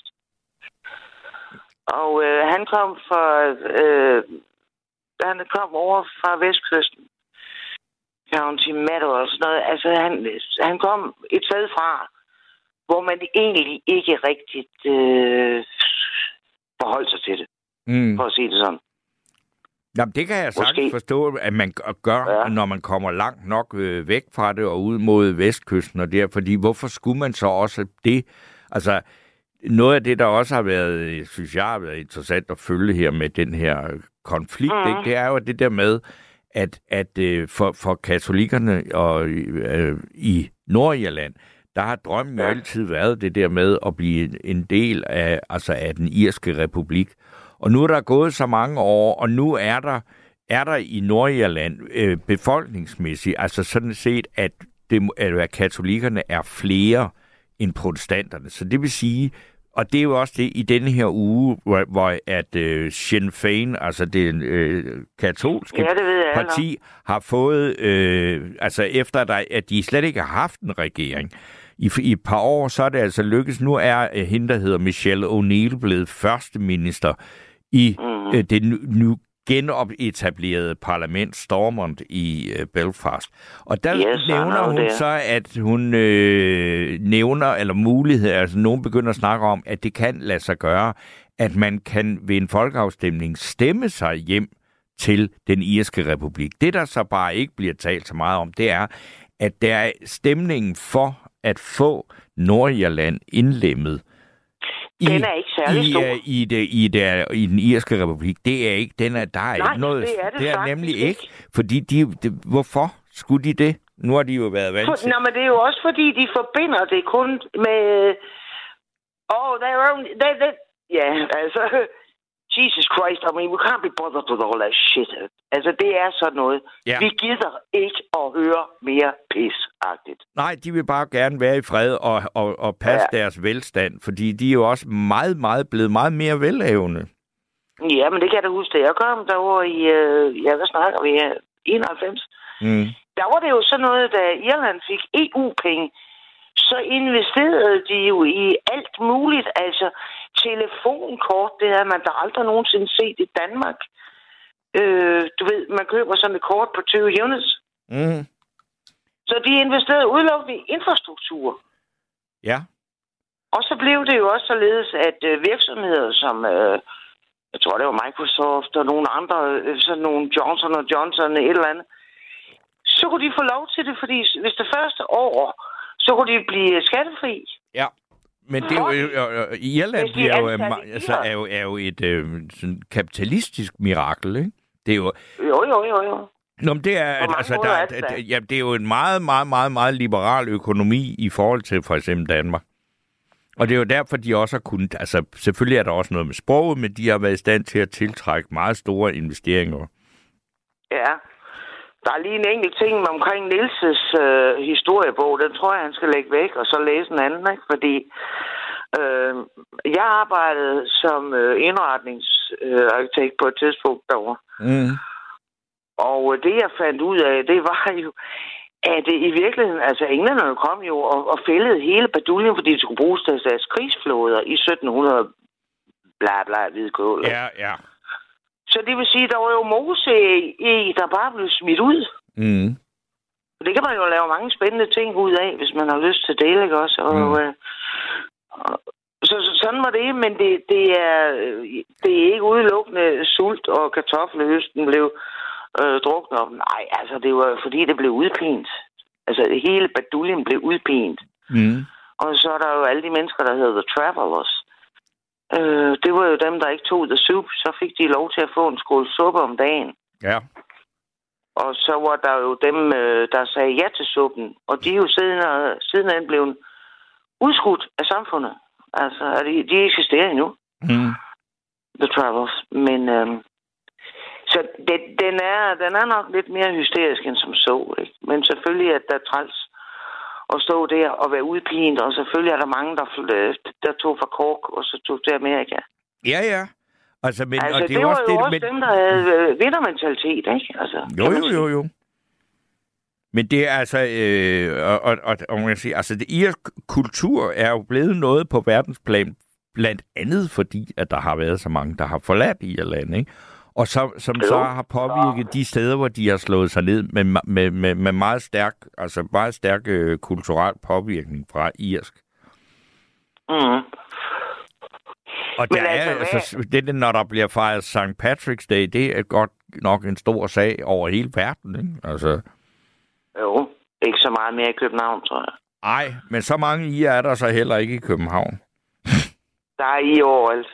[SPEAKER 6] Og øh, han kom fra, øh, han kom over fra vestkysten. County Meadow og sådan noget. Altså, han, han kom et sted fra, hvor man egentlig ikke rigtigt øh, forholdt sig til det. Mm. For at sige det sådan.
[SPEAKER 3] Jamen, det kan jeg sagtens forstå, at man gør, ja. Når man kommer langt nok øh, væk fra det og ud mod vestkysten og der, fordi hvorfor skulle man så også det? Altså, noget af det, der også har været, synes jeg, har været interessant at følge her med den her konflikt, mm. ikke? Det er jo det der med, at, at øh, for, for katolikkerne og, øh, i Nordirland, der har drømmen jo ja. altid været det der med at blive en del af, altså af den irske republik. Og nu er der gået så mange år, og nu er der, er der i Nordirland øh, befolkningsmæssigt, altså sådan set, at, det, at katolikkerne er flere end protestanterne. Så det vil sige, og det er jo også det i denne her uge, hvor, hvor at øh, Sinn Féin, altså det øh, katolske ja, det parti, eller. har fået, øh, altså efter der, at de slet ikke har haft en regering, I, i et par år, så er det altså lykkedes. Nu er øh, hende, der hedder Michelle O'Neill, blevet første minister i mm-hmm. øh, det nu, nu genopetablerede parlament Stormont i øh, Belfast. Og der yes, nævner hun det. så, at hun øh, nævner, eller muligheder, altså nogen begynder at snakke om, at det kan lade sig gøre, at man kan ved en folkeafstemning stemme sig hjem til den irske republik. Det, der så bare ikke bliver talt så meget om, det er, at der er stemningen for at få Nordirland indlemmet I,
[SPEAKER 6] den er ikke særlig stor.
[SPEAKER 3] I, i, det, i, det, i den irske republik. Det er ikke, den er, der er
[SPEAKER 6] Nej,
[SPEAKER 3] ikke noget.
[SPEAKER 6] det er det,
[SPEAKER 3] det er nemlig ikke.
[SPEAKER 6] ikke.
[SPEAKER 3] Fordi de, de, hvorfor skulle de det? Nu har de jo været vant til.
[SPEAKER 6] Nå, men det er jo også fordi, de forbinder det kun med... Oh, they're only... They, they, ja, yeah, altså... Jesus Christ, I mean, we can't be bothered with all that shit. Altså, det er sådan noget. Ja. Vi gider ikke at høre mere pis-agtigt.
[SPEAKER 3] Nej, de vil bare gerne være i fred og, og, og passe ja. deres velstand, fordi de er jo også meget, meget blevet meget mere velhavende.
[SPEAKER 6] Ja, men det kan jeg da huske, da jeg kom derovre i, øh, ja, hvad snakker vi her, enoghalvfems. Mm. Der var det jo sådan noget, da Irland fik E U-penge, så investerede de jo i alt muligt, altså telefonkort, det havde man da aldrig nogensinde set i Danmark. Øh, du ved, man køber sådan et kort på tyve units. Mm. Så de investerede udelukkende i infrastruktur.
[SPEAKER 3] Ja.
[SPEAKER 6] Og så blev det jo også således, at øh, virksomheder som, øh, jeg tror det var Microsoft og nogle andre, øh, sådan nogle Johnson og Johnson, et eller andet, så kunne de få lov til det, fordi hvis det første år, så kunne de blive skattefri. Ja.
[SPEAKER 3] Men det er jo, Irland er jo, altså, er jo, er jo et øh, sådan kapitalistisk mirakel, ikke? Det er jo...
[SPEAKER 6] Jo, jo, jo, jo.
[SPEAKER 3] Nå, men det er, altså, der, er det, der, ja, det er jo en meget, meget, meget, meget liberal økonomi i forhold til for eksempel Danmark. Og det er jo derfor, de også har kunnet... Altså, selvfølgelig er der også noget med sproget, men de har været i stand til at tiltrække meget store investeringer.
[SPEAKER 6] Ja. Der er lige en enkelt ting omkring Nielses øh, historiebog. Den tror jeg, han skal lægge væk og så læse en anden, ikke? Fordi øh, jeg arbejdede som øh, indretningsarkitekt øh, på et tidspunkt derovre. Mm. Og det, jeg fandt ud af, det var jo, at i virkeligheden, altså englænderne kom jo og, og fældede hele baduljen, fordi de skulle bruges til deres krigsflåder i sytten hundrede bla bla hvidkål.
[SPEAKER 3] Ja, ja.
[SPEAKER 6] Så det vil sige, der var jo mose i, der bare blev smidt ud. Mm. Det kan man jo lave mange spændende ting ud af, hvis man har lyst til det, ikke også? Og, mm. øh, og, så, så sådan var det, men det, det, er, det er ikke udelukkende sult, og kartoffelhøsten blev øh, druknet op. Nej, altså det var fordi, det blev udpint. Altså hele baduljen blev udpint. Mm. Og så er der jo alle de mennesker, der hedder The Travelers. Øh, det var jo dem, der ikke tog the soup. Så fik de lov til at få en skål suppe om dagen.
[SPEAKER 3] Ja.
[SPEAKER 6] Og så var der jo dem, øh, der sagde ja til suppen. Og de er jo siden, sidenhen blevet udskudt af samfundet. Altså, de, de eksisterer endnu.
[SPEAKER 3] Mm.
[SPEAKER 6] The Travelers. Men, øh, så det, den, er, den er nok lidt mere hysterisk end som så, ikke? Men selvfølgelig er der træls at stå der og være udpint, og selvfølgelig er der mange, der, der tog fra Cork, og så tog til Amerika.
[SPEAKER 3] Ja, ja. Altså, men,
[SPEAKER 6] altså
[SPEAKER 3] og det,
[SPEAKER 6] det var
[SPEAKER 3] også
[SPEAKER 6] jo
[SPEAKER 3] det,
[SPEAKER 6] også
[SPEAKER 3] men...
[SPEAKER 6] dem, der havde vindermentalitet, ikke? Altså,
[SPEAKER 3] jo, jo, jo, jo. Men det er altså, øh, og, og, og, og man kan sige, altså, det irsk kultur er jo blevet noget på verdensplan, blandt andet fordi, at der har været så mange, der har forladt Irland, ikke? Og så, som jo. så har påvirket de steder, hvor de har slået sig ned med, med, med, med meget stærk, altså meget stærk øh, kulturel påvirkning fra irsk.
[SPEAKER 6] Mm.
[SPEAKER 3] Og der altså, er, altså, det, når der bliver fejret Sankt Patrick's Day, det er godt nok en stor sag over hele verden, ikke? Altså.
[SPEAKER 6] Jo, ikke så meget mere i København, tror jeg.
[SPEAKER 3] Nej, men så mange i er der så heller ikke i København.
[SPEAKER 6] Der er i overalt.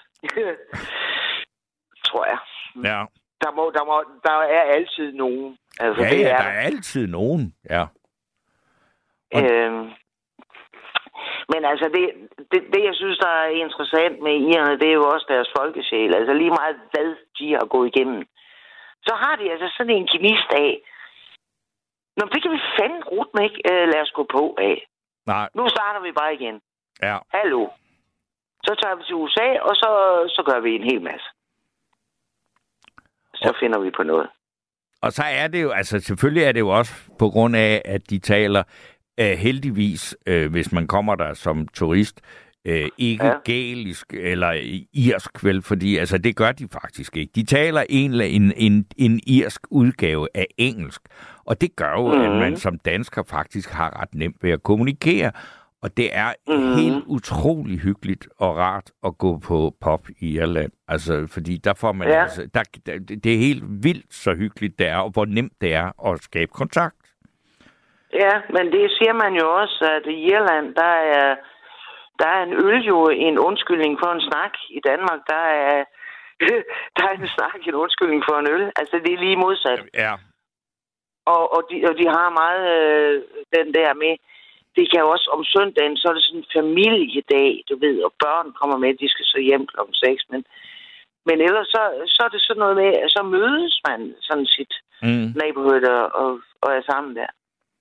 [SPEAKER 6] Tror jeg.
[SPEAKER 3] Ja.
[SPEAKER 6] Der, må, der, må, der er altid nogen. Altså,
[SPEAKER 3] ja,
[SPEAKER 6] det
[SPEAKER 3] ja,
[SPEAKER 6] er
[SPEAKER 3] der er altid nogen, ja.
[SPEAKER 6] Og... Øhm, men altså, det, det, det, jeg synes, der er interessant med irerne, det er jo også deres folkesjæl. Altså lige meget, hvad de har gået igennem. Så har de altså sådan en gnist af. Nå, det kan vi fandme rute med ikke uh, lade os gå på af.
[SPEAKER 3] Nej.
[SPEAKER 6] Nu starter vi bare igen.
[SPEAKER 3] Ja.
[SPEAKER 6] Hallo. Så tager vi til U S A, og så, så gør vi en hel masse. Så og, finder vi på noget. Og
[SPEAKER 3] så er det jo, altså selvfølgelig er det jo også på grund af, at de taler uh, heldigvis, uh, hvis man kommer der som turist, uh, ikke ja. gælisk eller irsk, vel, fordi altså det gør de faktisk ikke. De taler en, en, en, en irsk udgave af engelsk, og det gør jo, mm. at man som dansker faktisk har ret nemt ved at kommunikere. Og det er mm. helt utrolig hyggeligt og rart at gå på pop i Irland. Altså, fordi der får man... Ja. Altså, der, der, det er helt vildt så hyggeligt det er, og hvor nemt det er at skabe kontakt.
[SPEAKER 6] Ja, men det siger man jo også, at i Irland, der er, der er en øl jo en undskyldning for en snak. I Danmark, der er, der er en snak en undskyldning for en øl. Altså, det er lige modsat.
[SPEAKER 3] Ja.
[SPEAKER 6] Og, og, de, og de har meget øh, den der med... Det kan jo også om søndagen, så er det sådan en familiedag, du ved, og børn kommer med, de skal så hjem klokken seks. Men, men ellers så, så er det sådan noget med, at så mødes man sådan sit mm. neighborhood og, og, og er sammen der.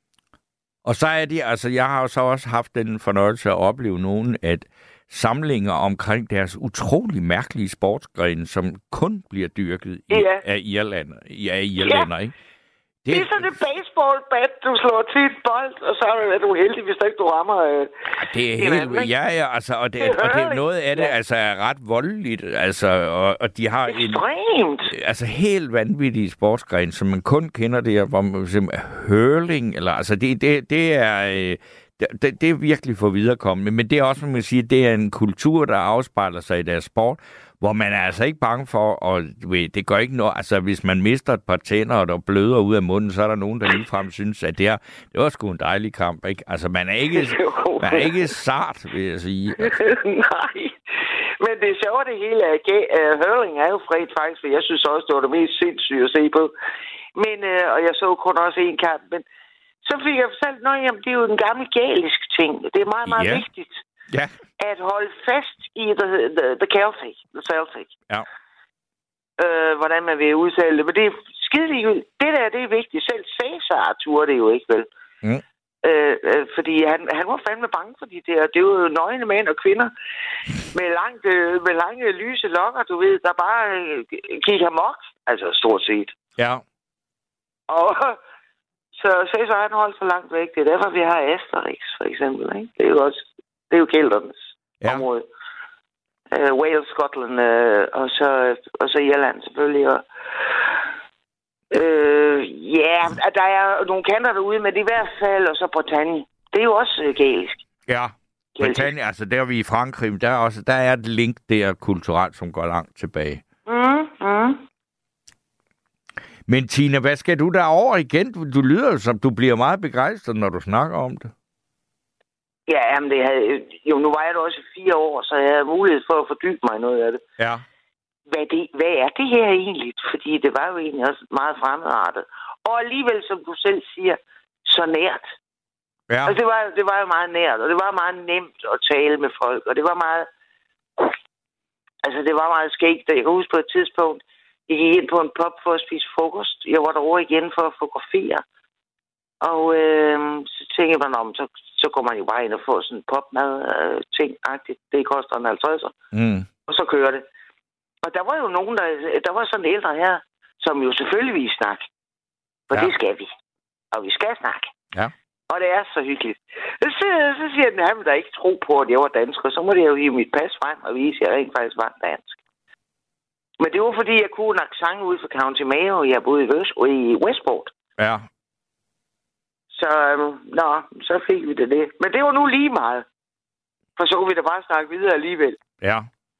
[SPEAKER 3] Og så er de, altså jeg har jo så også haft den fornøjelse at opleve nogle at samlinger omkring deres utrolig mærkelige sportsgrene, som kun bliver dyrket i,
[SPEAKER 6] ja.
[SPEAKER 3] af Irland, ja, irlander, ja. ikke?
[SPEAKER 6] Det, det er sådan et baseballbat, du slår til et bold, og så er du heldig, hvis ikke du rammer... Øh,
[SPEAKER 3] det er helt... Ja, ja, altså, og det, det og det, noget af det ja. altså, er ret voldeligt, altså, og, og de har
[SPEAKER 6] Ekstremt.
[SPEAKER 3] en... Altså, helt vanvittige sportsgren, som man kun kender det, hvor man simpelthen hurling, eller altså, det, det, det er... Øh, det, det er virkelig for viderekommende, men det er også, man kan sige, det er en kultur, der afspejler sig i deres sport, hvor man er altså ikke bange for, og det gør ikke noget, altså hvis man mister et par tænder, og der bløder ud af munden, så er der nogen, der ligefrem synes, at det, er, det var sgu en dejlig kamp, ikke? Altså man er ikke, man er ikke sart, vil jeg sige.
[SPEAKER 6] Nej, men det sjove det hele er, at hurling er jo fredt faktisk, for jeg synes også, det var det mest sindssyge at se på. Men, øh, og jeg så kun også en kamp, men så fik jeg selv, nå jamen, det er jo en gammel gælisk ting. Det er meget, meget yeah. vigtigt.
[SPEAKER 3] Ja.
[SPEAKER 6] At holde fast i the, the, the Celtic. The Celtic.
[SPEAKER 3] Ja.
[SPEAKER 6] Øh, hvordan man vil udtale det. Men det er skide det der, det er vigtigt. Selv Cæsar turde det jo ikke, vel? Mm. Øh, øh, fordi han, han var fandme bange for de der. Det er jo nøgne mænd og kvinder med, langt, øh, med lange lyse lokker, du ved, der bare øh, kigger amok. Altså stort set.
[SPEAKER 3] Ja.
[SPEAKER 6] Og så Cæsar han holdt så langt væk. Det er derfor, vi har Asterix, for eksempel. Ikke? Det er jo også det er jo kelternes ja. område. Uh, Wales, Scotland uh, og, så, og så Irland selvfølgelig. Og, uh, ja, yeah, der er nogle kanter derude, men det er i hvert fald, og så Bretagne. Det er jo også uh, gælisk.
[SPEAKER 3] Ja, Bretagne, altså der er vi i Frankrig, der er, også, der er et link der kulturelt, som går langt tilbage.
[SPEAKER 6] Mm, mm.
[SPEAKER 3] Men Tina, hvad skal du derover igen? Du, du lyder som, du bliver meget begejstret, når du snakker om det.
[SPEAKER 6] Ja, jamen det havde... Jo, nu var jeg der også i fire år, så jeg havde mulighed for at fordybe mig i noget af det.
[SPEAKER 3] Ja.
[SPEAKER 6] Hvad, det, hvad er det her egentlig? Fordi det var jo egentlig også meget fremmedartet. Og alligevel, som du selv siger, så nært.
[SPEAKER 3] Ja.
[SPEAKER 6] Altså, det var, det var jo meget nært, og det var meget nemt at tale med folk, og det var meget... Altså, det var meget skægt. Jeg kan huske på et tidspunkt, jeg gik ind på en pub for at spise frokost. Jeg var derovre igen for at fotografere. Og øh, så tænkte jeg mig, om, så, så går man jo bare ind og får sådan en popmad-ting-agtigt. Øh, det koster en halvtredser.
[SPEAKER 3] Mm.
[SPEAKER 6] Og så kører det. Og der var jo nogen, der, der var sådan ældre her, som jo selvfølgelig ville snakke. For ja. Det skal vi. Og vi skal snakke.
[SPEAKER 3] Ja.
[SPEAKER 6] Og det er så hyggeligt. Så, så siger den, at han vil da ikke tro på, at jeg var dansker. Så må det jo hive mit pas frem og vise, at jeg rent faktisk var dansk. Men det var, fordi jeg kunne en accent ude for County Mayo. Jeg boede i, Vest, i Westport.
[SPEAKER 3] Ja.
[SPEAKER 6] Så, øhm, nå, så fik vi det det. Men det var nu lige meget. For så kunne vi da bare snakke videre alligevel.
[SPEAKER 3] Ja.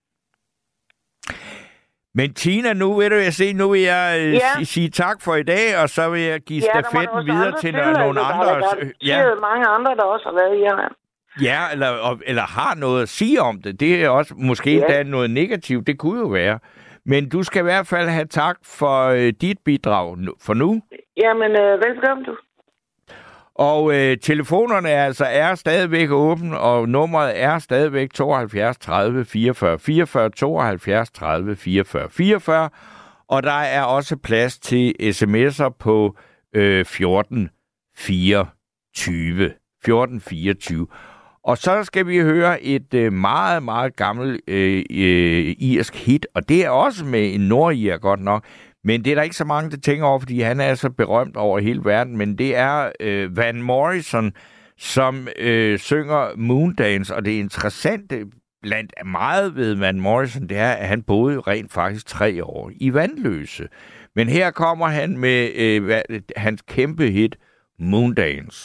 [SPEAKER 3] Men Tina, nu vil du jeg se, nu vil jeg øh,
[SPEAKER 6] ja.
[SPEAKER 3] sige tak for i dag, og så vil jeg give
[SPEAKER 6] ja,
[SPEAKER 3] stafetten videre
[SPEAKER 6] andre
[SPEAKER 3] til
[SPEAKER 6] billeder,
[SPEAKER 3] nogle andre.
[SPEAKER 6] Der er ja. mange andre, der også har været her.
[SPEAKER 3] Ja, eller, eller har noget at sige om det. Det er også måske ja. Der noget negativt. Det kunne jo være. Men du skal i hvert fald have tak for øh, dit bidrag for nu. Jamen,
[SPEAKER 6] øh, velkommen du.
[SPEAKER 3] Og øh, telefonerne altså er stadigvæk åbne, og nummeret er stadigvæk tooghalvfjerds tredive fireogfyrre fireogfyrre, tooghalvfjerds tredive fireogfyrre fireogfyrre, og der er også plads til sms'er på øh, fjorten fireogtyve. fjorten fireogtyve. Og så skal vi høre et øh, meget, meget gammelt øh, øh, irsk hit, og det er også med en nordir godt nok. Men det er der ikke så mange, der tænker over, fordi han er så berømt over hele verden. Men det er øh, Van Morrison, som øh, synger Moondance. Og det interessante blandt meget ved Van Morrison, det er, at han boede rent faktisk tre år i Vandløse. Men her kommer han med øh, hans kæmpe hit, Moondance.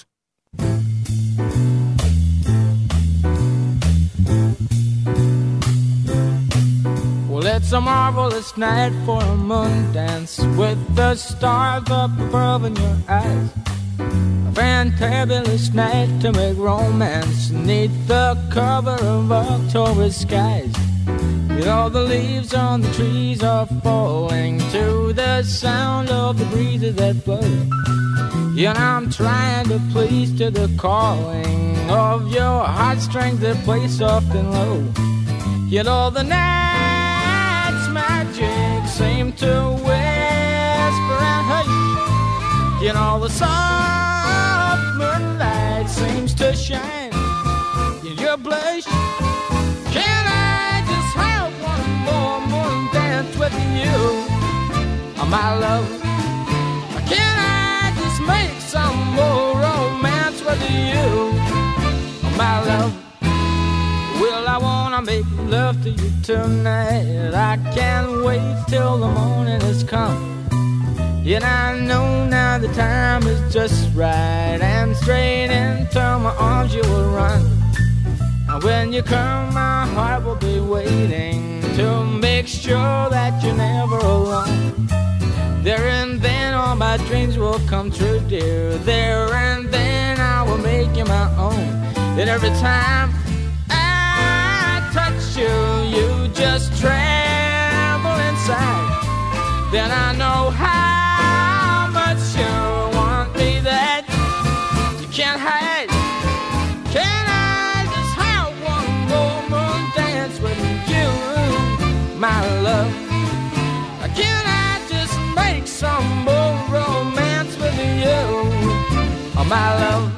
[SPEAKER 7] Well, it's a marvelous night for a moon dance with the stars up above in your eyes. A fantabulous night to make romance neath the cover of October skies. You know the leaves on the trees are falling to the sound of the breezes that blow. You know I'm trying to please to the calling of your heartstrings that play soft and low. You know the night's magic seem to whisper and hush. You know the soft moonlight seems to shine in your blush. Can I just have one more moon dance with you, oh, my love? Can I just make some more romance with you, oh, my love? Well, I wanna make love to you tonight. I can't wait till the morning has come. Yet I know now the time is just right, and straight into my arms you will run. And when you come, my heart will be waiting to make sure that you're never alone. There and then all my dreams will come true, dear. There and then I will make you my own. And every time you, you just tremble inside. Then I know how much you want me that you can't hide. Can I just have one more moon dance with you, my love? Can I just make some more romance with you, oh, my love?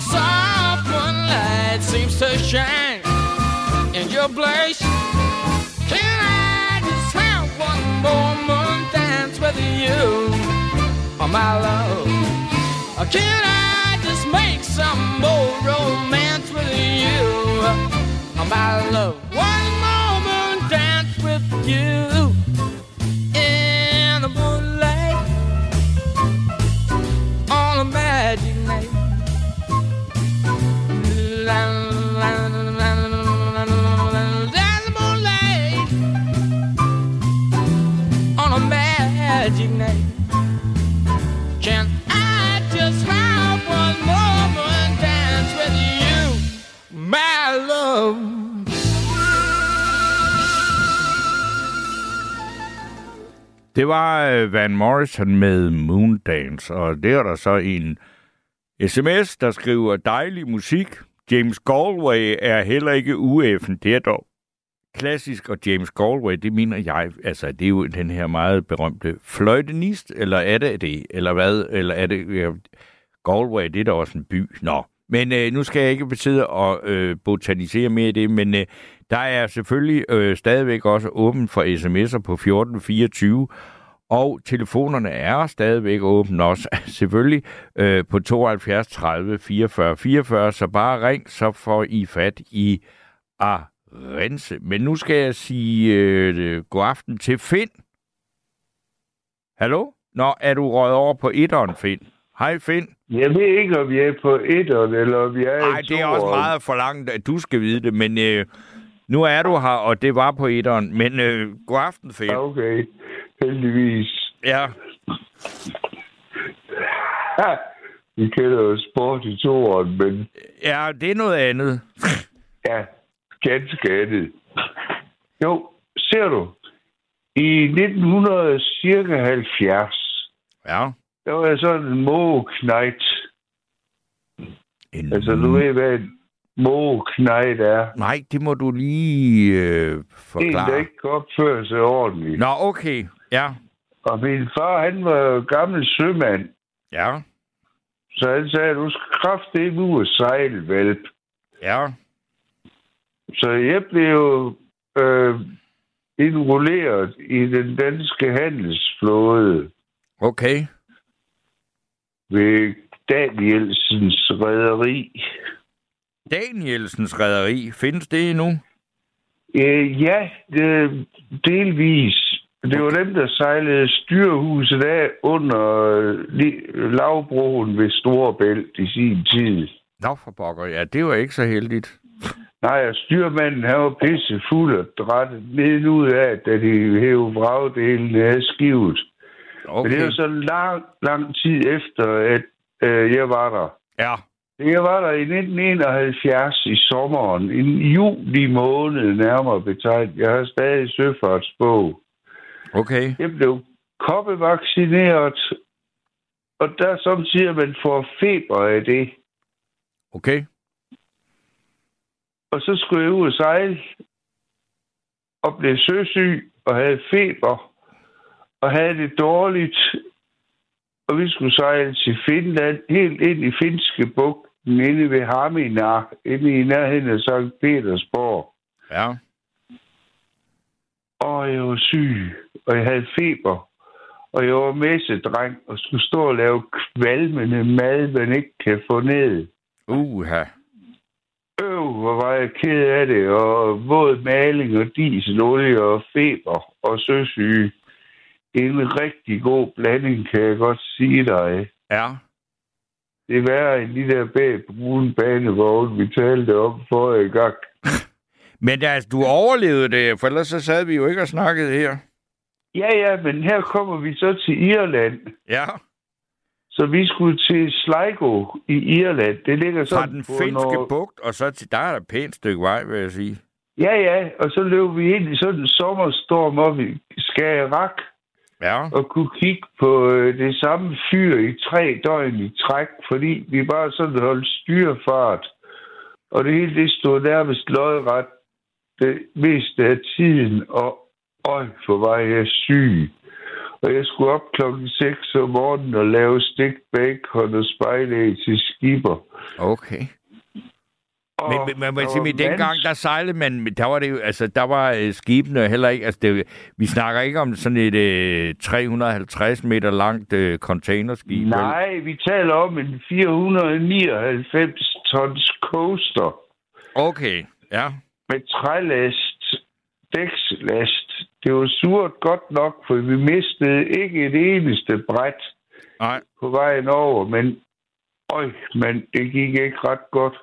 [SPEAKER 7] the soft moonlight seems to shine in your place. Can I just have one more moon dance with you, oh my love? Or can I just make some more romance with you, oh my love? One more moon dance with you in the moonlight on a magic night. Magic night. Can I just have one moment dance with you, my love?
[SPEAKER 3] Det var Van Morrison med Moondance, og det er der så en sms, der skriver dejlig musik. James Galway er heller ikke ueffen, det er dog klassisk, og James Galway, det mener jeg, altså det er jo den her meget berømte fløjtenist, eller er det det, eller hvad, eller er det, ja, Galway, det er da også en by, nå. Men øh, nu skal jeg ikke besidde og øh, botanisere mere i det, men øh, der er selvfølgelig øh, stadigvæk også åben for sms'er på fjorten fireogtyve, og telefonerne er stadigvæk åbne også, selvfølgelig, øh, på tooghalvfjerds tredive fireogfyrre fireogfyrre, så bare ring, så får I fat i A. Rense. Men nu skal jeg sige øh, god aften til Finn. Hallo? Nå, er du røget over på etteren, Finn? Hej, Finn.
[SPEAKER 8] Jeg ved ikke, om jeg er på etteren, eller om jeg er
[SPEAKER 3] Nej,
[SPEAKER 8] i
[SPEAKER 3] det er også meget forlangt, at du skal vide det, men øh, nu er du her, og det var på etteren. Men øh, god aften, Finn.
[SPEAKER 8] Okay, heldigvis.
[SPEAKER 3] Ja.
[SPEAKER 8] Ha, vi kender jo sport i toeren, men...
[SPEAKER 3] Ja, det er noget andet.
[SPEAKER 8] Ja, ganske andet. Jo, ser du, i nitten halvfjerds,
[SPEAKER 3] ja.
[SPEAKER 8] der var jeg sådan en mågeknejt.
[SPEAKER 3] En...
[SPEAKER 8] Altså, du ved, hvad en mågeknejt er.
[SPEAKER 3] Nej, det må du lige øh, forklare.
[SPEAKER 8] En, der ikke kan opføre sig ordentligt.
[SPEAKER 3] Nå, okay, ja.
[SPEAKER 8] Og min far, han var jo gammel sømand.
[SPEAKER 3] Ja.
[SPEAKER 8] Så han sagde, du skal kraftedeme ud og sejle, valp.
[SPEAKER 3] Ja.
[SPEAKER 8] Så jeg blev øh, indrulleret i den danske handelsflåde.
[SPEAKER 3] Okay.
[SPEAKER 8] Ved Danielsens rederi.
[SPEAKER 3] Danielsens rederi, findes det endnu?
[SPEAKER 8] Øh, ja, det, delvis. Det var dem, der sejlede styrhuset af under øh, lavbroen ved Storebælt i sin tid.
[SPEAKER 3] Nå, for pokker, ja, det var ikke så heldigt.
[SPEAKER 8] Nej, og styrmanden, han var pisse fuld og drættet ned ud af, da de hævde vragdelen af skibet. Okay. Men det var så lang, lang tid efter, at øh, jeg var der.
[SPEAKER 3] Ja.
[SPEAKER 8] Jeg var der i nitten enoghalvfjerds i sommeren, i juli måned nærmere betegnet. Jeg har stadig søfartsbog.
[SPEAKER 3] Okay.
[SPEAKER 8] Jeg blev koppevaccineret, og der samtidig, man får feber af det.
[SPEAKER 3] Okay.
[SPEAKER 8] Og så skulle jeg ud og sejle, og blev søsyg, og havde feber, og havde det dårligt. Og vi skulle sejle til Finland, helt ind i Finske bugten, inde ved Hamina, inde i nærheden af Sankt Petersborg.
[SPEAKER 3] Ja.
[SPEAKER 8] Og jeg var syg, og jeg havde feber, og jeg var messedreng, og skulle stå og lave kvalmende mad, man ikke kan få ned.
[SPEAKER 3] Uha.
[SPEAKER 8] Øv, hvor var jeg ked af det, og våd maling og dieselolie og feber og søsyge. En rigtig god blanding, kan jeg godt sige dig.
[SPEAKER 3] Ja.
[SPEAKER 8] Det er værre end de der bag på brune banevogne, vi talte om forrige gang.
[SPEAKER 3] Men altså, du overlevede det, for ellers så sad vi jo ikke og snakkede her.
[SPEAKER 8] Ja, ja, men her kommer vi så til Irland.
[SPEAKER 3] Ja.
[SPEAKER 8] Så vi skulle til Sligo i Irland. Det ligger så
[SPEAKER 3] fra den finske noget... bugt, og så til der er der et pænt stykke vej, vil jeg sige.
[SPEAKER 8] Ja, ja, og så løb vi ind i sådan en sommerstorm op i Skagerrak.
[SPEAKER 3] Ja.
[SPEAKER 8] Og kunne kigge på øh, det samme fyr i tre døgn i træk, fordi vi bare sådan holdt styrefart. Og det hele det stod nærmest lodret det meste af tiden, og øj, for var jeg syg. Og jeg skulle op klokken seks om morgenen og lave stik bacon og spejlæg til skipper.
[SPEAKER 3] Okay. Men, men man må sige, at dengang, der sejlede man, der var det jo, altså, der var øh, skibene heller ikke, altså, det, vi snakker ikke om sådan et øh, tre hundrede og halvtreds meter langt øh, containerskib.
[SPEAKER 8] Nej,
[SPEAKER 3] vel?
[SPEAKER 8] vi taler om en fire hundrede og nioghalvfems tons coaster.
[SPEAKER 3] Okay, ja.
[SPEAKER 8] Med trælast, dækslast. Det var surt godt nok, for vi mistede ikke et eneste bræt
[SPEAKER 3] Nej.
[SPEAKER 8] På vejen over, men øj, men det gik ikke ret godt.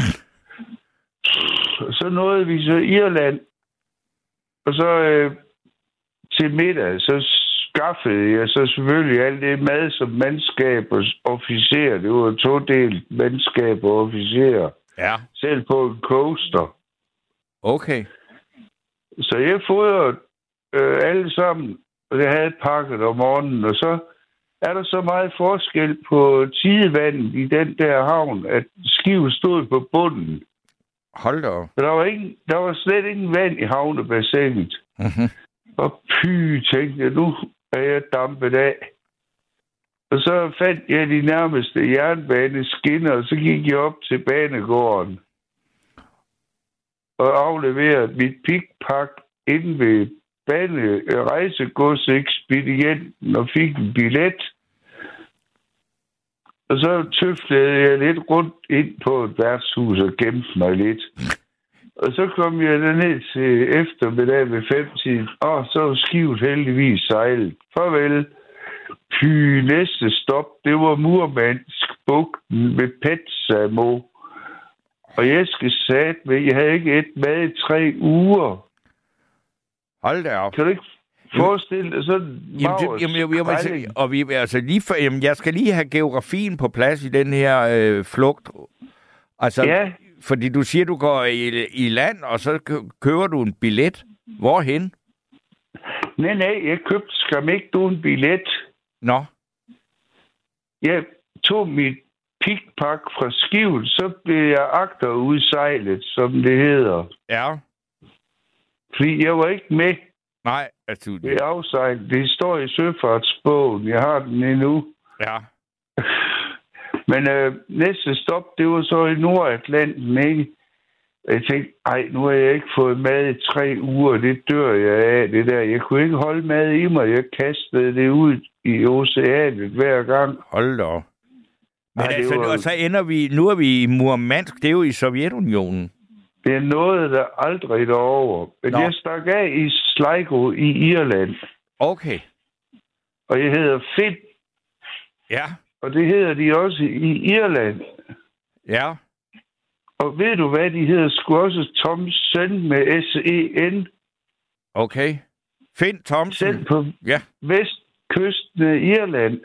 [SPEAKER 8] Så nåede vi så Irland, og så øh, til middag, så skaffede jeg så selvfølgelig alt det mad som mandskab og officer. Det var todelt mandskab og officer.
[SPEAKER 3] Ja.
[SPEAKER 8] Selv på en coaster.
[SPEAKER 3] Okay.
[SPEAKER 8] Så jeg fodrede øh, alle sammen, og det havde pakket om morgenen, og så er der så meget forskel på tidevandet i den der havn, at skibet stod på bunden.
[SPEAKER 3] Hold da op.
[SPEAKER 8] Der var, ingen, der var slet ingen vand i havnebassinet.
[SPEAKER 3] Mm-hmm.
[SPEAKER 8] Og py, tænkte jeg, nu er jeg dampet af. Og så fandt jeg de nærmeste jernbaneskinner, og så gik jeg op til banegården og afleverede mit pikpak inde ved bane rejsegodsekspedienten og fik en billet. Og så tøflede jeg lidt rundt ind på et værtshus og gemte mig lidt. Og så kom jeg derned til eftermiddag ved femtiden, og så var skibet heldigvis sejlet. Farvel. Py, næste stop, det var Murmansk bugten ved Petsamo. Og jeg skal sige, at jeg havde ikke et mad i tre uger.
[SPEAKER 3] Hold da op.
[SPEAKER 8] Kan du ikke forestille dig sådan
[SPEAKER 3] jamen, det, jamen, jeg, jeg, må sige, og vi, altså lige for, jamen, jeg skal lige have geografien på plads i den her øh, flugt. Altså,
[SPEAKER 8] ja.
[SPEAKER 3] Fordi du siger, du går i, i land, og så køber du en billet. Hvorhen?
[SPEAKER 8] Nej, nej, jeg købte skam ikke nogen billet.
[SPEAKER 3] Nå.
[SPEAKER 8] Jeg tog mit pikpak fra skibet, så blev jeg agterudsejlet, som det hedder.
[SPEAKER 3] Ja.
[SPEAKER 8] Fordi jeg var ikke med.
[SPEAKER 3] Nej, altså...
[SPEAKER 8] Det er afsejlet. Det står i søfartsbogen. Jeg har den endnu.
[SPEAKER 3] Ja.
[SPEAKER 8] Men øh, næste stop, det var så i Nordatlanten, ikke? Jeg tænkte, ej, nu har jeg ikke fået mad i tre uger. Det dør jeg af, det der. Jeg kunne ikke holde mad i mig. Jeg kastede det ud i oceanet hver gang.
[SPEAKER 3] Hold da. Men
[SPEAKER 8] ej,
[SPEAKER 3] altså,
[SPEAKER 8] var...
[SPEAKER 3] og så ender vi... Nu er vi i Murmansk. Det er jo i Sovjetunionen.
[SPEAKER 8] Det er noget, der aldrig derover. Men Nå. Jeg stak af i Sligo i Irland.
[SPEAKER 3] Okay.
[SPEAKER 8] Og jeg hedder Finn.
[SPEAKER 3] Ja.
[SPEAKER 8] Og det hedder de også i Irland.
[SPEAKER 3] Ja.
[SPEAKER 8] Og ved du hvad, de hedder sgu også Thomsen med S E N.
[SPEAKER 3] Okay. Finn Thomsen.
[SPEAKER 8] Selv på
[SPEAKER 3] ja.
[SPEAKER 8] vestkysten af Irland.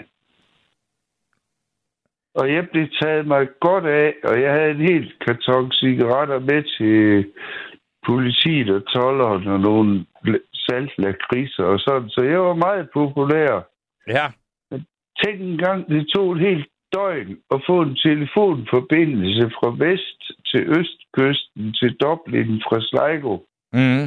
[SPEAKER 8] Og jeg blev taget mig godt af, og jeg havde en helt karton cigaretter med til politiet og tolderen og nogle saltlakridser og sådan. Så jeg var meget populær.
[SPEAKER 3] Ja.
[SPEAKER 8] Men tænk en gang, det tog et helt døgn at få en telefonforbindelse fra vest til østkysten til Dublin fra Sligo.
[SPEAKER 3] Mhm.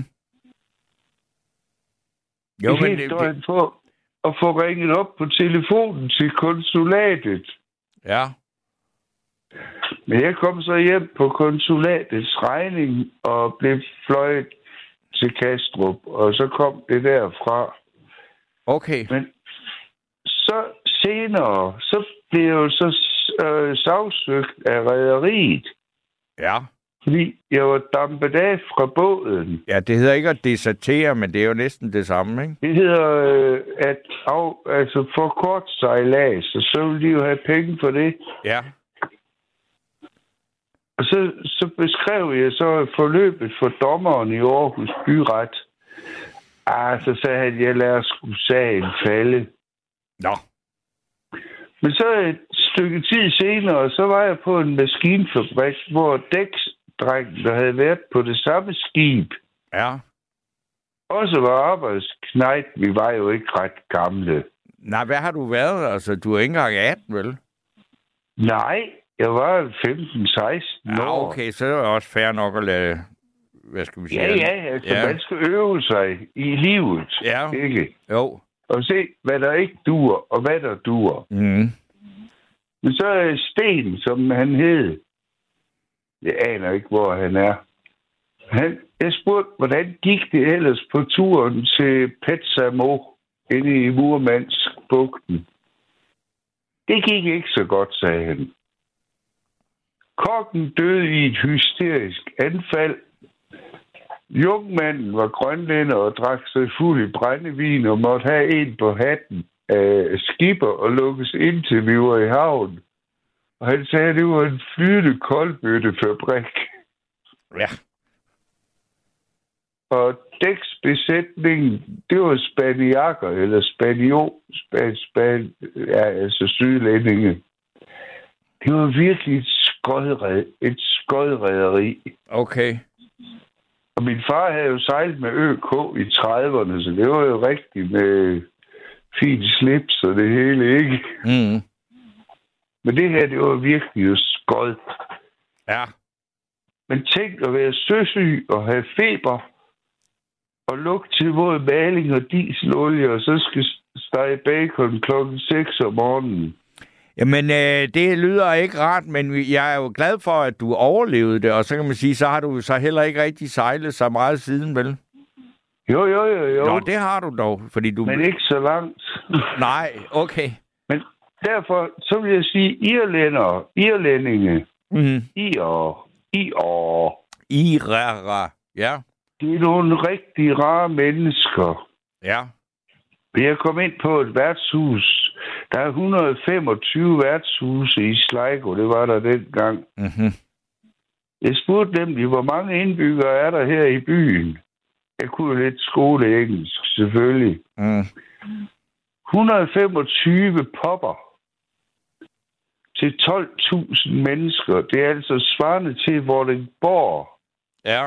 [SPEAKER 8] Jo, et men helt det, døgn for at få ringet op på telefonen til konsulatet.
[SPEAKER 3] Ja.
[SPEAKER 8] Men jeg kom så hjem på konsulatets regning og blev fløjet til Kastrup, og så kom det derfra.
[SPEAKER 3] Okay.
[SPEAKER 8] Men så senere, så blev jeg jo så øh, sagsøgt af rederiet.
[SPEAKER 3] Ja.
[SPEAKER 8] Fordi jeg var dampet af fra båden.
[SPEAKER 3] Ja, det hedder ikke at desertere, men det er jo næsten det samme, ikke?
[SPEAKER 8] Det hedder øh, at af, altså for kort sejlads, og så vil de jo have penge for det.
[SPEAKER 3] Ja.
[SPEAKER 8] Og så, så beskrev jeg så forløbet for dommeren i Aarhus Byret. Ah, så sagde han, at jeg lader sgu sagen falde.
[SPEAKER 3] Nå.
[SPEAKER 8] Men så et stykke tid senere, så var jeg på en maskinfabrik, hvor dæksdrengen, der havde været på det samme skib,
[SPEAKER 3] ja.
[SPEAKER 8] også var arbejdsknejt. Vi var jo ikke ret gamle.
[SPEAKER 3] Nej, hvad har du været? Altså, du er ikke engang atten, vel?
[SPEAKER 8] Nej, jeg var femten seksten år.
[SPEAKER 3] Ja, okay, så er det også fair nok at lade... Hvad skal vi sige?
[SPEAKER 8] Ja, ja, altså, ja. Man skal øve sig i livet,
[SPEAKER 3] ja.
[SPEAKER 8] ikke?
[SPEAKER 3] Jo.
[SPEAKER 8] og se, hvad der ikke dur, og hvad der dur.
[SPEAKER 3] Mm.
[SPEAKER 8] Men så er Sten, som han hed, jeg aner ikke, hvor han er. Han, jeg spurgte, hvordan gik det ellers på turen til Petsamo inde i Murmansk-bugten? Det gik ikke så godt, sagde han. Kokken døde i et hysterisk anfald. Jungmanden var grønlænder og drak sig fuld i brændevin og måtte have en på hatten af skipper og lukkes ind til vi var i havn. Og han sagde, at det var en flydende koldbøttefabrik.
[SPEAKER 3] Ja.
[SPEAKER 8] Og dæksbesætningen, det var spaniakker, eller spanio, span, span, ja, altså sydlændinge. Det var virkelig et skodred, et skodrederi.
[SPEAKER 3] Okay.
[SPEAKER 8] Og min far havde jo sejlet med Ø K i trediverne, så det var jo rigtigt med fint slips og det hele, ikke?
[SPEAKER 3] Mm.
[SPEAKER 8] Men det her, det var virkelig jo skod.
[SPEAKER 3] Ja.
[SPEAKER 8] Men tænk at være søsyg og have feber og lugte til våd maling og dieselolie, og så skal stege bacon klokken seks om morgenen.
[SPEAKER 3] Jamen, øh, det lyder ikke rart, men jeg er jo glad for, at du overlevede det, og så kan man sige, så har du så heller ikke rigtig sejlet så meget siden, vel?
[SPEAKER 8] Jo, jo, jo, jo.
[SPEAKER 3] Nå, det har du dog, fordi du...
[SPEAKER 8] Men ikke så langt.
[SPEAKER 3] Nej, okay.
[SPEAKER 8] Men derfor, så vil jeg sige, irlænder, irlændinge,
[SPEAKER 3] Mm.
[SPEAKER 8] irer, irer,
[SPEAKER 3] Irara, ja.
[SPEAKER 8] det er nogle rigtig rare mennesker.
[SPEAKER 3] Ja.
[SPEAKER 8] Jeg kom ind på et værtshus. Der er et hundrede og femogtyve værtshuse i Sligo. Det var der dengang.
[SPEAKER 3] Mm-hmm.
[SPEAKER 8] Jeg spurgte dem, hvor mange indbyggere er der her i byen? Jeg kunne lidt skoleengelsk, selvfølgelig.
[SPEAKER 3] Mm.
[SPEAKER 8] et hundrede og femogtyve popper til tolv tusind mennesker. Det er altså svarende til Vordingborg.
[SPEAKER 3] Ja.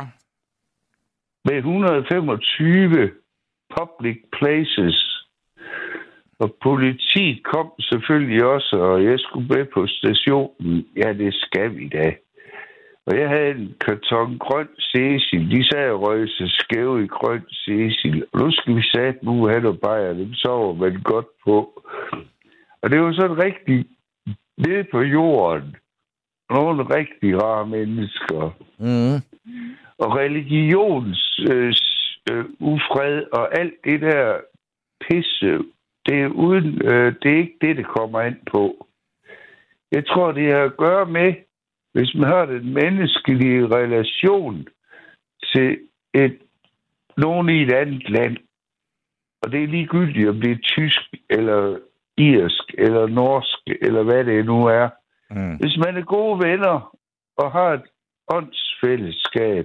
[SPEAKER 8] Med et hundrede og femogtyve public places. Og politiet kom selvfølgelig også, og jeg skulle med på stationen. Ja, det skal vi da. Og jeg havde en karton grøn Cecil. De sagde, at røg så skæve i grøn Cecil. Og nu skal vi sætte nu have noget bajer. Dem sover man godt på. Og det var sådan rigtig nede på jorden. Nogle rigtig rare mennesker.
[SPEAKER 3] Mm.
[SPEAKER 8] Og religions øh, øh, ufred og alt det der pisse, det er, uden, øh, det er ikke det, det kommer ind på. Jeg tror, det har at gøre med, hvis man har den menneskelige relation til et, nogen i et andet land, og det er ligegyldigt, om det er tysk, eller irsk, eller norsk, eller hvad det nu er.
[SPEAKER 3] Mm.
[SPEAKER 8] Hvis man er gode venner, og har et åndsfællesskab,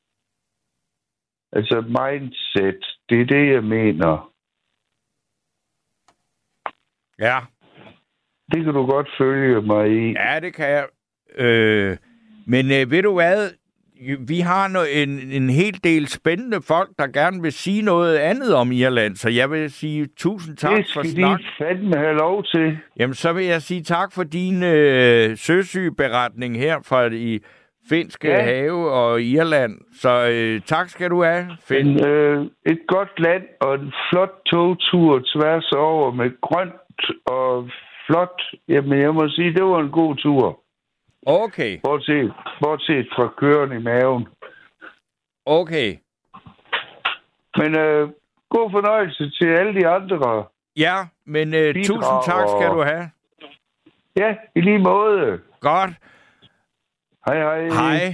[SPEAKER 8] altså mindset, det er det, jeg mener.
[SPEAKER 3] Ja.
[SPEAKER 8] Det kan du godt følge mig i.
[SPEAKER 3] Ja, det kan jeg. Øh, men øh, ved du hvad? Vi har no- en, en hel del spændende folk, der gerne vil sige noget andet om Irland, så jeg vil sige tusind tak for snak.
[SPEAKER 8] Det skal de fandme have lov til.
[SPEAKER 3] Jamen, så vil jeg sige tak for din øh, søsygeberetning her fra de finske ja. have og Irland. Så øh, tak skal du have, Finn.
[SPEAKER 8] En, øh, et godt land og en flot togtur tværs over med grønt og flot. Jamen, jeg må sige, det var en god tur.
[SPEAKER 3] Okay.
[SPEAKER 8] Bortset, bortset fra køren i maven.
[SPEAKER 3] Okay.
[SPEAKER 8] Men øh, god fornøjelse til alle de andre.
[SPEAKER 3] Ja, men øh, tusind tak skal du have.
[SPEAKER 8] Ja, i lige måde.
[SPEAKER 3] Godt.
[SPEAKER 8] Hej, hej.
[SPEAKER 3] Hej.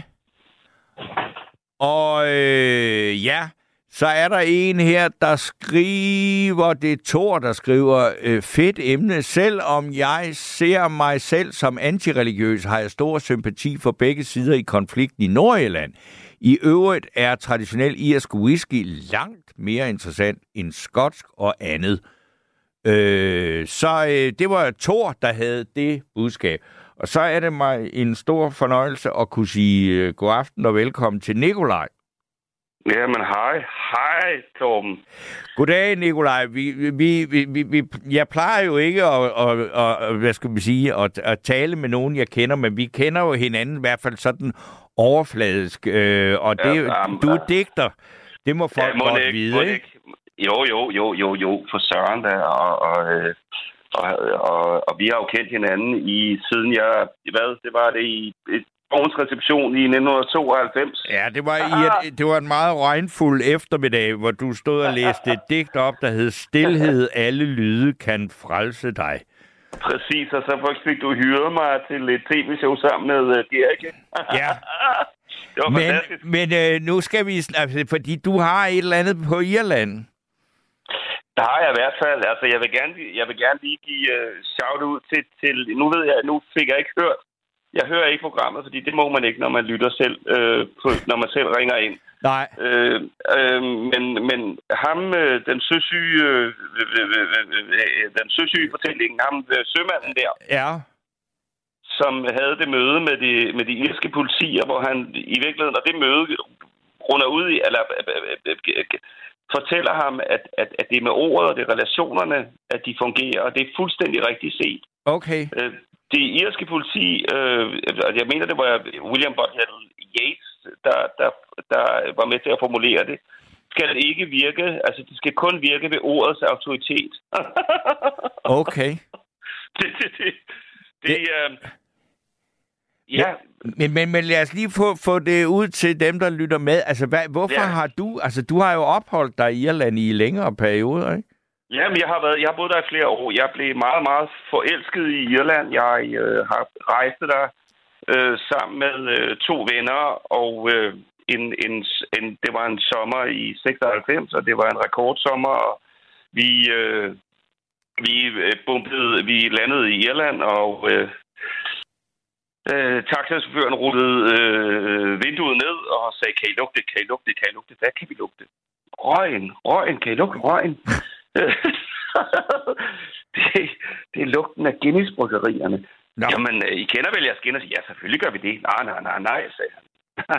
[SPEAKER 3] Og øh, ja, så er der en her, der skriver, det er Thor, der skriver, øh, fedt emne. Selvom jeg ser mig selv som antireligiøs, har jeg stor sympati for begge sider i konflikten i Nordirland. I øvrigt er traditionel irsk whisky langt mere interessant end skotsk og andet. Øh, så øh, det var Thor, der havde det budskab. Og så er det mig en stor fornøjelse at kunne sige øh, god aften og velkommen til Nikolaj.
[SPEAKER 9] Jamen, hej. Hej, Torben.
[SPEAKER 3] Goddag, Nikolaj. Vi, vi, vi, vi, jeg plejer jo ikke at, at, at, hvad skal man sige, at, at tale med nogen, jeg kender, men vi kender jo hinanden i hvert fald sådan overfladisk. Øh, og det,
[SPEAKER 9] ja, jamen,
[SPEAKER 3] du er digter. Det må folk
[SPEAKER 9] ja, må
[SPEAKER 3] godt
[SPEAKER 9] ikke,
[SPEAKER 3] vide,
[SPEAKER 9] må
[SPEAKER 3] ikke?
[SPEAKER 9] ikke? Jo, jo, jo, jo, jo, for søren da, og, og, og, og, og vi har jo kendt hinanden i, siden jeg, hvad, det var det i et årens reception i nitten tooghalvfems.
[SPEAKER 3] Ja, det var, i et, det var en meget regnfuld eftermiddag, hvor du stod og læste et digt op, der hed Stilhed, alle lyde kan frelse dig.
[SPEAKER 9] Præcis, og så fik du hyret mig til et tv-show sammen med uh, Dirk.
[SPEAKER 3] Ja.
[SPEAKER 9] Det var
[SPEAKER 3] men
[SPEAKER 9] fantastisk.
[SPEAKER 3] men øh, nu skal vi... Altså, fordi du har et eller andet på Irland.
[SPEAKER 9] Der har jeg i hvert fald. Altså, jeg vil gerne, jeg vil gerne lige give uh, shout ud til, til... Nu ved jeg, nu fik jeg ikke hørt. Jeg hører ikke programmet, fordi det må man ikke, når man lytter selv, øh, på, når man selv ringer ind.
[SPEAKER 3] Nej.
[SPEAKER 9] Øh, øh, men, men ham, øh, den søsyge, øh, øh, den søsyge fortælling, ham øh, sømanden der,
[SPEAKER 3] ja,
[SPEAKER 9] som havde det møde med de, med de irske politier, hvor han i virkeligheden, og det møde runder ud i, eller øh, øh, øh, fortæller ham, at, at, at det er med ordet og det er relationerne, at de fungerer, og det er fuldstændig rigtigt set.
[SPEAKER 3] Okay.
[SPEAKER 9] Øh, Det irske politi, øh, jeg mener, det var William Butler Yeats, der, der, der var med til at formulere det, skal ikke virke, altså det skal kun virke ved ordets autoritet.
[SPEAKER 3] Okay.
[SPEAKER 9] det, det, det, det, det øh, ja.
[SPEAKER 3] Men, men, men lad os lige få, få det ud til dem, der lytter med. Altså, hvad, hvorfor ja. har du, altså du har jo opholdt dig i Irland i længere perioder, ikke?
[SPEAKER 9] Jamen, jeg har været, jeg har boet der i flere år. Jeg blev meget, meget forelsket i Irland. Jeg øh, har rejst der øh, sammen med øh, to venner, og øh, en, en, en, det var en sommer i seksoghalvfems, og det var en rekordsommer. Og vi, øh, vi bumpede, vi landede i Irland, og øh, øh, taxachaufføren rullede øh, vinduet ned og sagde, kan I lugte, kan I lugte, kan I lugte, hvad kan vi lugte? Røgen, røgen, kan I lugte røgen? det, det er lugten af Guinness-bryggerierne. No. Jamen, I kender vel jeres Guinness? Ja, selvfølgelig gør vi det. Nej, nej, nej, nej, sagde han.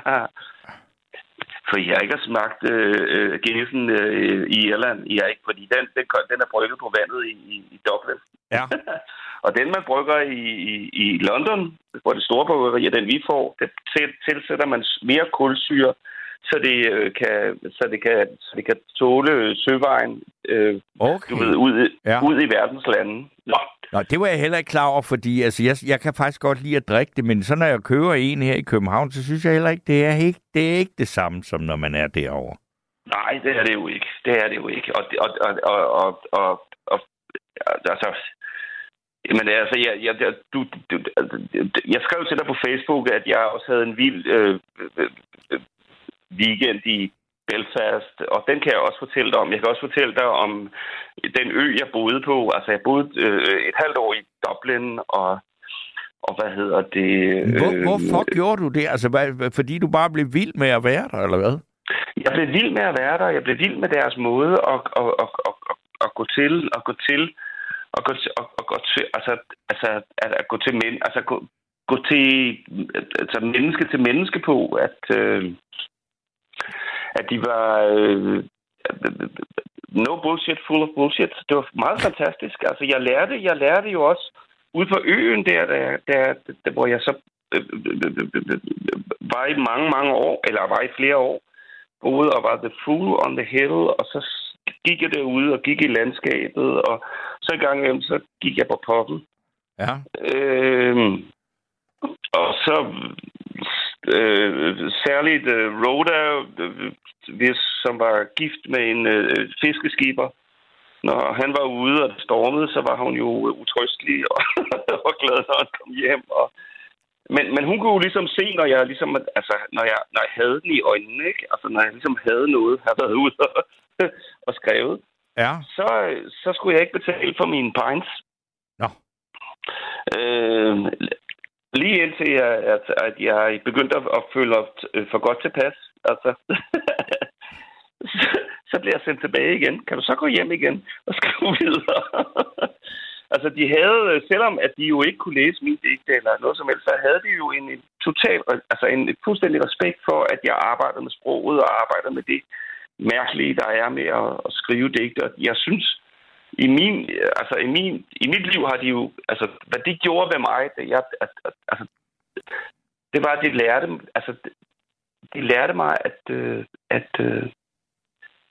[SPEAKER 9] For jeg ikke har smagt øh, Guinnessen øh, i Irland. I er ikke, fordi den, den, den er brygget på vandet i, i, i Dublin. Ja. Og den, man brygger i, i, i London, hvor det store bryggeri, den vi får, det tilsætter man mere kulsyre, så det øh, kan så det kan så det kan tåle søvejen øh, okay. Du ved, ud, ja. ud i verdens lande. Nå.
[SPEAKER 3] Nå, det var jeg heller ikke klar over, fordi altså, jeg, jeg kan faktisk godt lide at drikke det, men så når jeg køber en her i København, så synes jeg heller ikke, det er ikke det, er ikke det samme, som når man er derovre.
[SPEAKER 9] Nej, det er det jo ikke. Det er det jo ikke. Og, og, og, og, og, og, og altså... Men altså, jeg, jeg, du, du, jeg skrev til dig på Facebook, at jeg også havde en vild øh, øh, weekend i Belfast, og den kan jeg også fortælle dig om. Jeg kan også fortælle dig om den ø, jeg boede på. Altså, jeg boede øh, et halvt år i Dublin, og, og hvad hedder det...
[SPEAKER 3] Hvor, øh, hvorfor gjorde du det? Altså, hvad, fordi du bare blev vild med at være der, eller hvad?
[SPEAKER 9] Jeg blev vild med at være der. Jeg blev vild med deres måde at, at, at, at, at, at gå til, at gå til, at gå til, at, at gå til, altså, altså, at, at gå til, men, altså, gå, gå til, altså, menneske til menneske på, at... Øh, at de var øh, no bullshit, full of bullshit. Det var meget fantastisk. Altså, jeg lærte, jeg lærte jo også ude på øen der, der, der, der hvor jeg så øh, øh, var i mange, mange år, eller var i flere år, boede og var the fool on the hill, og så gik jeg derude og gik i landskabet, og så en gang imellem, så gik jeg på poppen.
[SPEAKER 3] Ja.
[SPEAKER 9] Øh, og så øh, særligt øh, Rhoda, øh, hvis, som var gift med en øh, fiskeskipper. Når han var ude, og det stormede, så var hun jo utrøstelig og, og glad, når han kom hjem. Og, men, men hun kunne jo ligesom se, når jeg ligesom, altså, når jeg, når jeg havde den i øjnene, ikke? Altså, når jeg ligesom havde noget, havde været ude og, og skrevet,
[SPEAKER 3] ja.
[SPEAKER 9] så, så skulle jeg ikke betale for mine pints.
[SPEAKER 3] Nå.
[SPEAKER 9] Øh, lige indtil jeg, at, at jeg begyndte at føle for godt tilpas, altså, så, så blev jeg sendt tilbage igen. Kan du så gå hjem igen og skrive videre? Altså, de havde, selvom at de jo ikke kunne læse min digte eller noget som helst, så havde de jo en, en total, altså en fuldstændig respekt for, at jeg arbejdede med sproget og arbejdede med det mærkelige, der er med at, at skrive digte. Jeg synes, i min, altså i min, i mit liv har de jo, altså hvad de gjorde ved mig, det, jeg, at, at, altså, det var, at de lærte, altså de lærte mig, at, at, at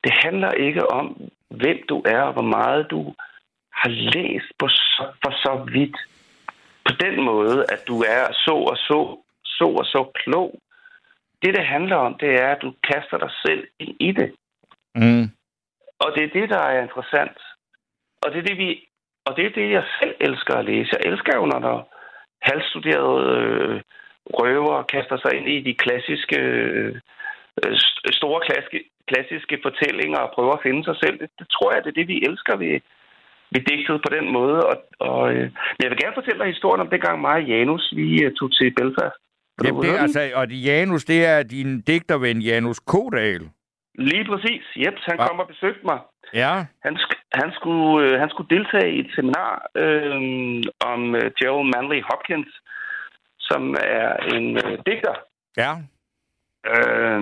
[SPEAKER 9] det handler ikke om, hvem du er, og hvor meget du har læst på så, for så vidt. På den måde, at du er så og så, så og så klog. Det, det handler om, det er, at du kaster dig selv ind i det.
[SPEAKER 3] Mm.
[SPEAKER 9] Og det er det, der er interessant. Og det er det, vi, og det, er det jeg selv elsker at læse. Jeg elsker jo, når der halvstuderede øh, røver kaster sig ind i de klassiske, øh, store klassiske, klassiske fortællinger og prøver at finde sig selv. Det, det tror jeg, det er det, vi elsker ved, ved digtet på den måde. Og, og, øh, men jeg vil gerne fortælle dig historien om dengang mig og Janus, vi øh, tog til Belfast.
[SPEAKER 3] Jamen, det, altså, og Janus, det er din digterven Janus Kodal.
[SPEAKER 9] Lige præcis. Jeps, han ja. kom og besøgte mig.
[SPEAKER 3] Ja.
[SPEAKER 9] Han, sk- han, skulle, øh, han skulle deltage i et seminar øh, om øh, Gerald Manley Hopkins, som er en øh, digter.
[SPEAKER 3] Ja.
[SPEAKER 9] Øh,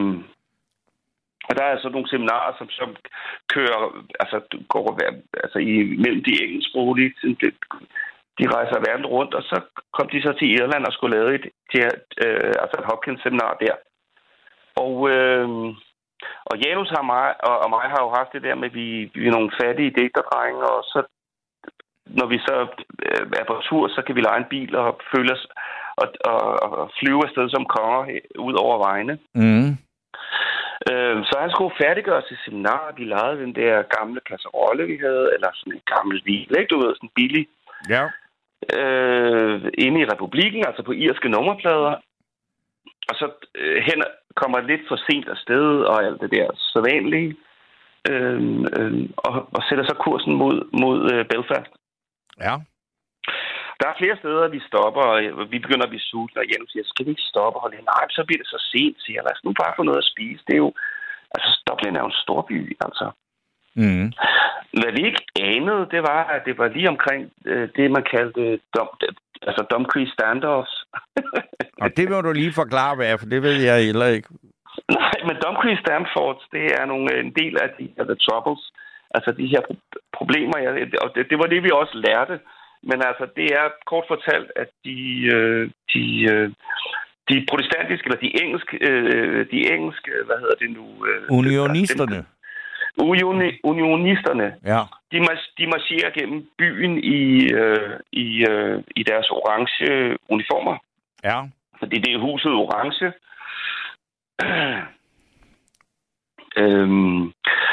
[SPEAKER 9] og der er så nogle seminarer, som, som kører, altså, går altså, i, mellem de engelsksproglige. De rejser verden rundt, og så kom de så til Irland og skulle lave et, et, øh, altså et Hopkins-seminar der. Og... Øh, Og Janus har mig, og, og mig har jo haft det der med, at vi, vi er nogle fattige digterdrenge, og så, når vi så øh, er på tur, så kan vi lege en bil og føle os, og, og, og flyve afsted som konger ud over vejene.
[SPEAKER 3] Mm.
[SPEAKER 9] Øh, så han skulle færdiggøre sit seminar, de legede den der gamle kasserolle, vi havde, eller sådan en gammel bil, ikke? Du ved, sådan billig.
[SPEAKER 3] Ja.
[SPEAKER 9] Øh, inde i Republikken, altså på irske nummerplader. Og så øh, hen kommer lidt for sent afsted, og alt det der sædvanlige, øh, øh, og, og sætter så kursen mod, mod øh, Belfast.
[SPEAKER 3] Ja.
[SPEAKER 9] Der er flere steder, vi stopper, og vi begynder at blive sultne, og Janus siger, skal vi ikke stoppe? Og nej, så bliver det så sent, siger jeg. Lad os nu bare få noget at spise. Det er jo, altså Dublin er jo en storby, altså.
[SPEAKER 3] Mm.
[SPEAKER 9] Hvad vi ikke anede, det var, at det var lige omkring øh, det, man kaldte dom, altså Dumfries standoffs.
[SPEAKER 3] Og det må du lige forklare, hvad er, for det ved jeg heller ikke.
[SPEAKER 9] Nej, men Dumfries standoffs, det er nogle, en del af de af the troubles, altså de her pro- problemer, ja, og det, det var det, vi også lærte. Men altså, det er kort fortalt, at de, øh, de, øh, de protestantiske, eller de engelske, øh, de engelske, hvad hedder det nu? Øh,
[SPEAKER 3] Unionisterne.
[SPEAKER 9] Unioni- unionisterne,
[SPEAKER 3] ja.
[SPEAKER 9] de, mas- de marcherer gennem byen i, øh, i, øh, i deres orange uniformer.
[SPEAKER 3] Ja.
[SPEAKER 9] Fordi det er huset orange. øhm,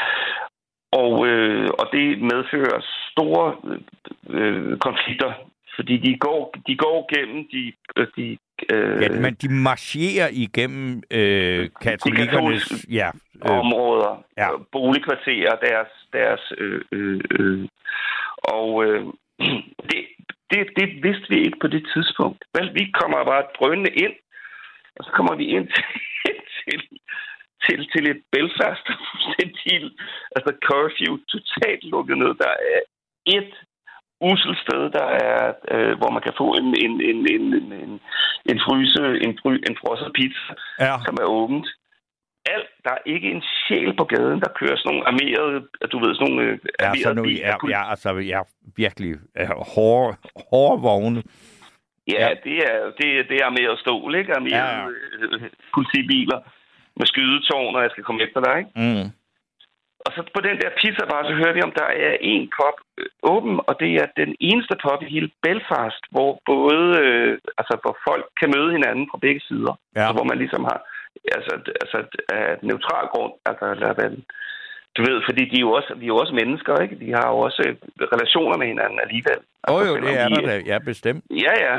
[SPEAKER 9] og, øh, og det medfører store øh, konflikter, fordi de går, de går gennem de... de øh,
[SPEAKER 3] ja, men de marcherer igennem øh, katolikernes ja,
[SPEAKER 9] øh, områder,
[SPEAKER 3] ja.
[SPEAKER 9] boligkvarterer, deres... deres øh, øh, øh. Og øh, det, det, det vidste vi ikke på det tidspunkt. Vel, vi kommer bare drønende ind, og så kommer vi ind til, til, til, til et Belfast, til, altså curfew, totalt lukket ned. Der er et usselt sted, der er, øh, hvor man kan få en, en, en, en, en, en fryse, en, fry, en frosset pizza, ja. Som er åbent. Alt, der er ikke en sjæl på gaden, der kører sådan nogle armerede, du ved, sådan nogle
[SPEAKER 3] ja,
[SPEAKER 9] armerede
[SPEAKER 3] så nu, ja, ja, altså, ja, virkelig ja, hårde, hårde vogne.
[SPEAKER 9] Ja, ja. Det, er, det, det er armeret stål, ikke? Armerede ja, ja. politibiler med skydetårn, og jeg skal komme efter dig, ikke?
[SPEAKER 3] Mm.
[SPEAKER 9] Og så på den der pizzabar, så hører vi, om der er en pub øh, åben, og det er den eneste pub i hele Belfast, hvor både, øh, altså, hvor folk kan møde hinanden fra begge sider. Ja. Så hvor man ligesom har, altså, altså et neutral grund, altså, eller hvad, du ved, fordi de er jo også, vi er jo også mennesker, ikke? De har jo også relationer med hinanden alligevel.
[SPEAKER 3] Åh
[SPEAKER 9] altså,
[SPEAKER 3] jo, det er der da, ja, bestemt.
[SPEAKER 9] Ja, ja.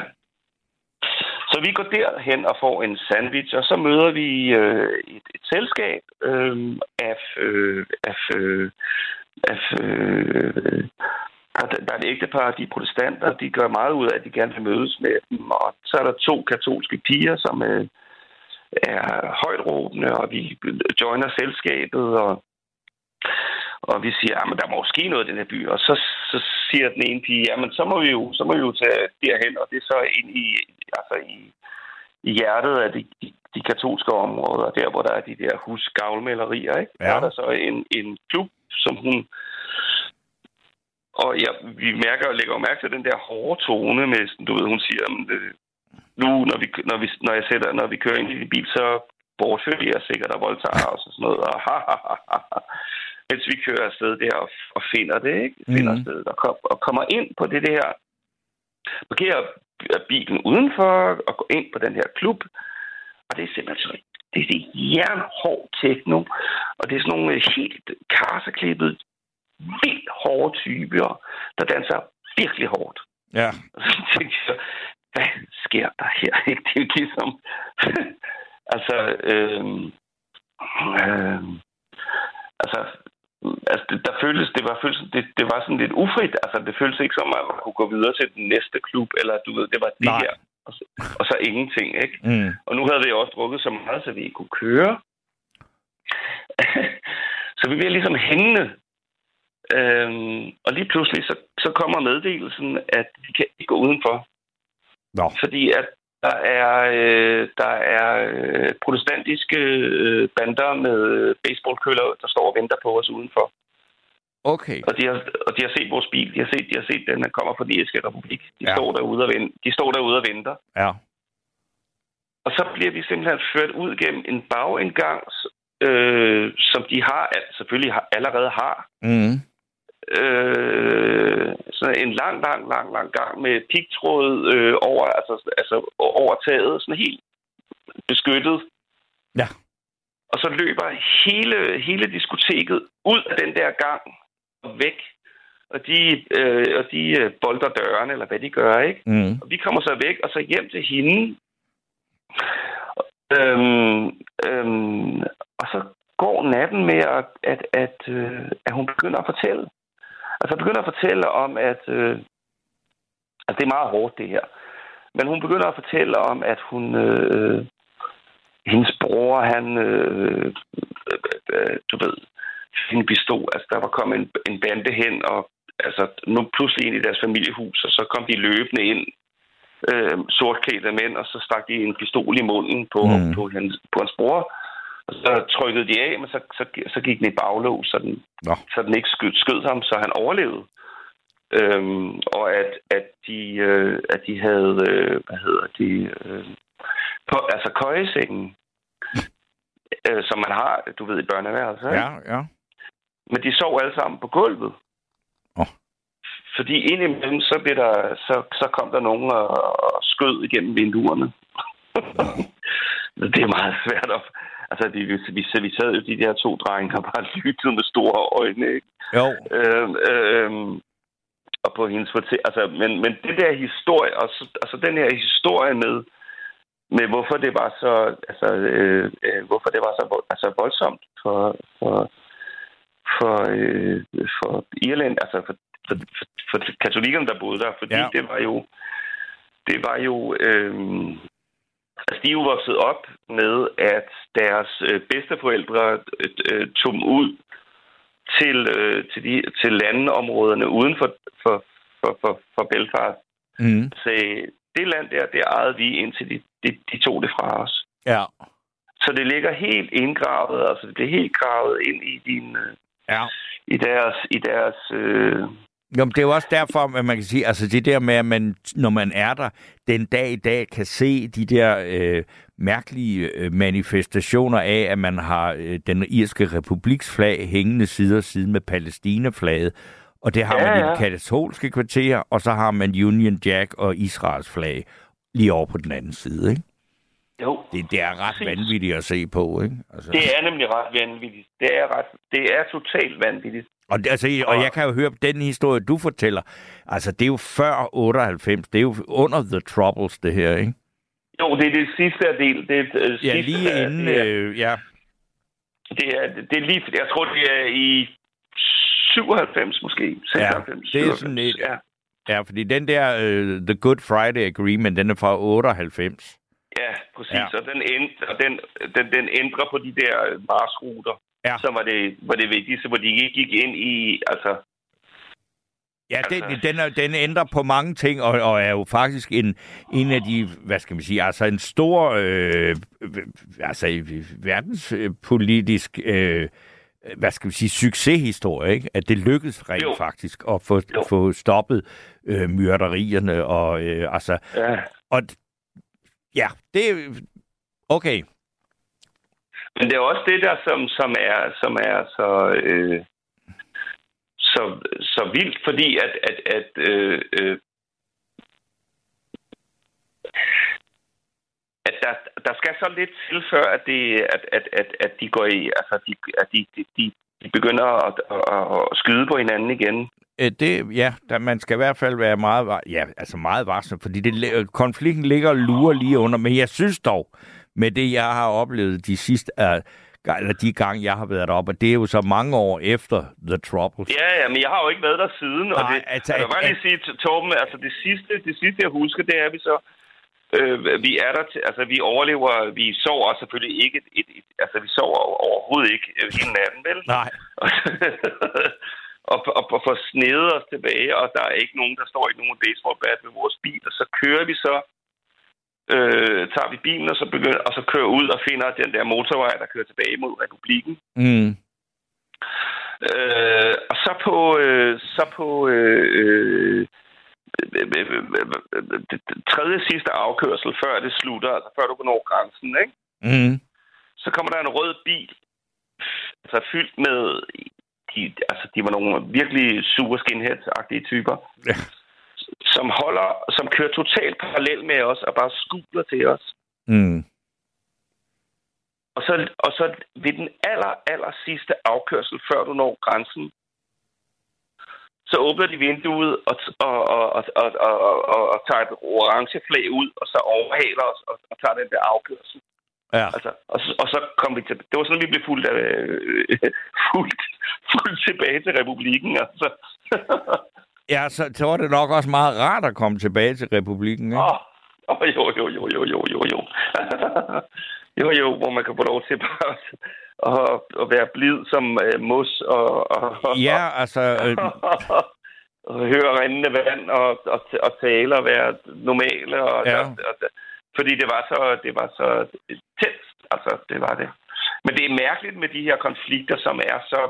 [SPEAKER 9] Så vi går derhen og får en sandwich, og så møder vi øh, et, et selskab øh, af, øh, af, øh, af øh, der er et ægtepar, de protestanter, de gør meget ud af, at de gerne vil mødes med dem, og så er der to katolske piger, som øh, er højtråbende, og vi joiner selskabet, og Og vi siger, at der må jo ske noget i den her by. Og så, så siger den ene pige, jamen så må vi jo, så må vi jo tage derhen, og det er så ind i, altså i, i hjertet af de, de, de katolske områder, der hvor der er de der husgavlmalerier, ikke? Ja. Der er der så en, en klub, som hun... Og ja, vi mærker og lægger mærke til den der hårde tone med, du ved, hun siger, nu når vi, når vi, når jeg sætter, når vi kører ind i din bil, så bortfører jeg sikkert, der voldtager os og sådan noget. Og ha, ha, ha, ha. mens vi kører afsted der og, og finder det, ikke? Finder
[SPEAKER 3] Mhm.
[SPEAKER 9] afsted og, kom, og kommer ind på det der, parkerer bilen udenfor og går ind på den her klub. Og det er simpelthen så, det er det jernhård techno, og det er sådan nogle helt karseklippede, vildt hårde typer, der danser virkelig hårdt.
[SPEAKER 3] Ja.
[SPEAKER 9] Og så tænkte jeg, hvad sker der her? Det er jo ligesom... altså, øh, øh, altså, altså det, der føltes, det var, føltes, det, det var sådan lidt ufrit. Altså, det føltes ikke som, at man kunne gå videre til den næste klub, eller du ved, det var det
[SPEAKER 3] Nej.
[SPEAKER 9] her. Og så, og så ingenting, ikke?
[SPEAKER 3] Mm.
[SPEAKER 9] Og nu havde vi også drukket så meget, så vi ikke kunne køre. Så vi blev ligesom hængende. Øhm, og lige pludselig, så, så kommer meddelelsen, at vi kan ikke gå udenfor.
[SPEAKER 3] Nå.
[SPEAKER 9] Fordi at der er, øh, der er øh, protestantiske øh, bander med baseballkøller, der står og venter på os udenfor.
[SPEAKER 3] Okay.
[SPEAKER 9] Og de har, og de har set vores bil. De har set, de har set den, der kommer fra den irske republik. De,
[SPEAKER 3] Ja.
[SPEAKER 9] står derude og venter. De står derude og venter.
[SPEAKER 3] Ja.
[SPEAKER 9] Og så bliver vi simpelthen ført ud gennem en bagindgang, øh, som de har, selvfølgelig har, allerede har.
[SPEAKER 3] Mm.
[SPEAKER 9] Øh, sådan en lang, lang, lang, lang gang med pigtråd øh, over, altså, altså over taget, sådan helt beskyttet.
[SPEAKER 3] Ja.
[SPEAKER 9] Og så løber hele, hele diskoteket ud af den der gang og væk. Og de, øh, og de bolter dørene, eller hvad de gør, ikke?
[SPEAKER 3] Mm.
[SPEAKER 9] Og vi kommer så væk, og så hjem til hende. Øhm, øhm, og så går natten med, at, at, at, øh, at hun begynder at fortælle. Altså begynder at fortælle om, at... Øh, altså det er meget hårdt, det her. Men hun begynder at fortælle om, at hun... Øh, hendes bror, han... Øh, øh, du ved... En pistol. Altså der var kommet en, en bande hen, og altså nu pludselig ind i deres familiehus, og så kom de løbende ind, øh, sortklædte mænd, og så stak de en pistol i munden på, mm. på, hans, på hans bror. Og så trykkede de af, men så, så, så gik den i baglås, så den, så den ikke skød, skød ham, så han overlevede. Øhm, og at, at, de, øh, at de havde, øh, hvad hedder de, øh, på, altså køjesengen, øh, som man har, du ved, i børneværelset.
[SPEAKER 3] Ja, ja.
[SPEAKER 9] Men de sov alle sammen på gulvet.
[SPEAKER 3] Oh.
[SPEAKER 9] Fordi indimellem, så, blev der, så, så kom der nogen og, og skød igennem vinduerne. Det er meget svært at... Altså, vi, vi, vi sad jo de der to drenge og bare lyttede med store øjne, ikke?
[SPEAKER 3] Jo.
[SPEAKER 9] Øhm, øhm, og på hendes fortæl... Altså, men, men det der historie, altså, altså den her historie med, med hvorfor det var så... Altså, øh, øh, hvorfor det var så altså, voldsomt for... for for, øh, for Irland, altså for, for, for, for katolikkerne, der boede der, fordi ja. det var jo, det var jo, øh, altså de er jo vokset op med, at deres øh, bedsteforældre øh, tog dem ud til, øh, til, de, til landområderne uden for, for, for, for, for Belfast. Mm. Så det land der, det ejede vi, indtil de, de, de tog det fra os.
[SPEAKER 3] Ja.
[SPEAKER 9] Så det ligger helt indgravet, altså det bliver helt gravet ind i din... Øh,
[SPEAKER 3] Ja.
[SPEAKER 9] I deres... I deres øh...
[SPEAKER 3] Jo, det er jo også derfor, at man kan sige, altså det der med, at man, når man er der, den dag i dag kan se de der øh, mærkelige øh, manifestationer af, at man har øh, den irske republiks flag hængende side og side med Palæstina-flaget, og det har ja, man ja. i det katolske kvarter, og så har man Union Jack og Israels flag lige over på den anden side, ikke?
[SPEAKER 9] Jo.
[SPEAKER 3] Det, det er ret Præcis. vanvittigt at se på, ikke? Altså.
[SPEAKER 9] Det er nemlig ret vanvittigt. Det er, ret, det er totalt vanvittigt.
[SPEAKER 3] Og, altså, og jeg kan jo høre den historie, du fortæller. Altså, det er jo før otteoghalvfems. Det er jo under The Troubles, det her, ikke?
[SPEAKER 9] Jo, det er det sidste del. Det er, uh,
[SPEAKER 3] ja,
[SPEAKER 9] sidste,
[SPEAKER 3] lige inden, det er, øh, ja.
[SPEAKER 9] Det er, det er lige, jeg tror, det er i syvoghalvfems måske. seksoghalvfems,
[SPEAKER 3] ja, det er sådan et, ja. ja, fordi den der uh, The Good Friday Agreement, den er fra otteoghalvfems.
[SPEAKER 9] Ja, præcis. Ja. Og, den, end, og den, den, den ændrer på de der marsruter. Ja. Så var det, var det vigtigste, hvor de ikke gik ind i... Altså,
[SPEAKER 3] ja, den, altså, den, er, den ændrer på mange ting, og, og er jo faktisk en, en af de, hvad skal man sige, altså en stor øh, altså verdenspolitisk, øh, hvad skal man sige, succeshistorie, ikke? At det lykkedes rent jo. faktisk at få, få stoppet øh, myrderierne, og øh, altså... Ja. Og, ja, det er... Okay.
[SPEAKER 9] Men det er også det der, som, som, er, som er så... Øh, så, så vildt, fordi at, at, at øh, øh, at der, der skal så lidt til, før at, det, at, at, at, at de går i, altså de, at de, de, de begynder at, at, at skyde på hinanden igen.
[SPEAKER 3] Det, ja, der, man skal i hvert fald være meget, ja, altså meget varsom, fordi det, konflikten ligger og lurer lige under. Men jeg synes dog, med det, jeg har oplevet de sidste, uh, eller de gange, jeg har været deroppe, og det er jo så mange år efter The Troubles.
[SPEAKER 9] Ja, ja, men jeg har jo ikke været der siden.
[SPEAKER 3] Nej,
[SPEAKER 9] og det,
[SPEAKER 3] altså,
[SPEAKER 9] jeg vil bare lige sige til Torben, altså det sidste, det sidste, jeg husker, det er, at vi så, øh, vi er der til, altså vi overlever, vi sover selvfølgelig ikke, et, et, et, altså vi sover overhovedet ikke hele natten, vel?
[SPEAKER 3] Nej.
[SPEAKER 9] og, og, og får snedet os tilbage, og der er ikke nogen, der står ikke nogen baseballbat ved vores bil, og så kører vi så, øh, tager vi bilen, og så, begynder, og så kører ud og finder den der motorvej, der kører tilbage mod Republikken.
[SPEAKER 3] Mm.
[SPEAKER 9] Øh, og så på, øh, så på øh, øh, tredje sidste afkørsel, før det slutter, altså før du går over grænsen, ikke?
[SPEAKER 3] Mm.
[SPEAKER 9] Så kommer der en rød bil, altså fyldt med, de, altså de var nogle virkelig super skinheads-agtige typer,
[SPEAKER 3] ja.
[SPEAKER 9] som holder, som kører totalt parallelt med os og bare skuler til os.
[SPEAKER 3] Mm.
[SPEAKER 9] Og så, og så ved den aller, aller sidste afkørsel, før du når grænsen, så åbner de vinduet og, og, og, og, og, og, og, og tager et orange flag ud, og så overhaler os og, og tager den der afkørsel.
[SPEAKER 3] Ja.
[SPEAKER 9] Altså, og, og så kom vi til... Det var sådan, vi blev fuldt, øh, fuldt, fuldt tilbage til Republikken. Altså.
[SPEAKER 3] Ja, så, så var det nok også meget rart at komme tilbage til Republikken, ikke?
[SPEAKER 9] Åh, oh, oh, jo, jo, jo, jo, jo, jo, jo. jo, jo, hvor man kan få lov til bare at, at være blid som uh, mos og... og
[SPEAKER 3] ja, altså... Øh...
[SPEAKER 9] og høre rindende vand og, og, og tale og være normale. Og,
[SPEAKER 3] ja.
[SPEAKER 9] og, og, fordi det var så, det var så tæt. Altså, det var det. Men det er mærkeligt med de her konflikter, som er så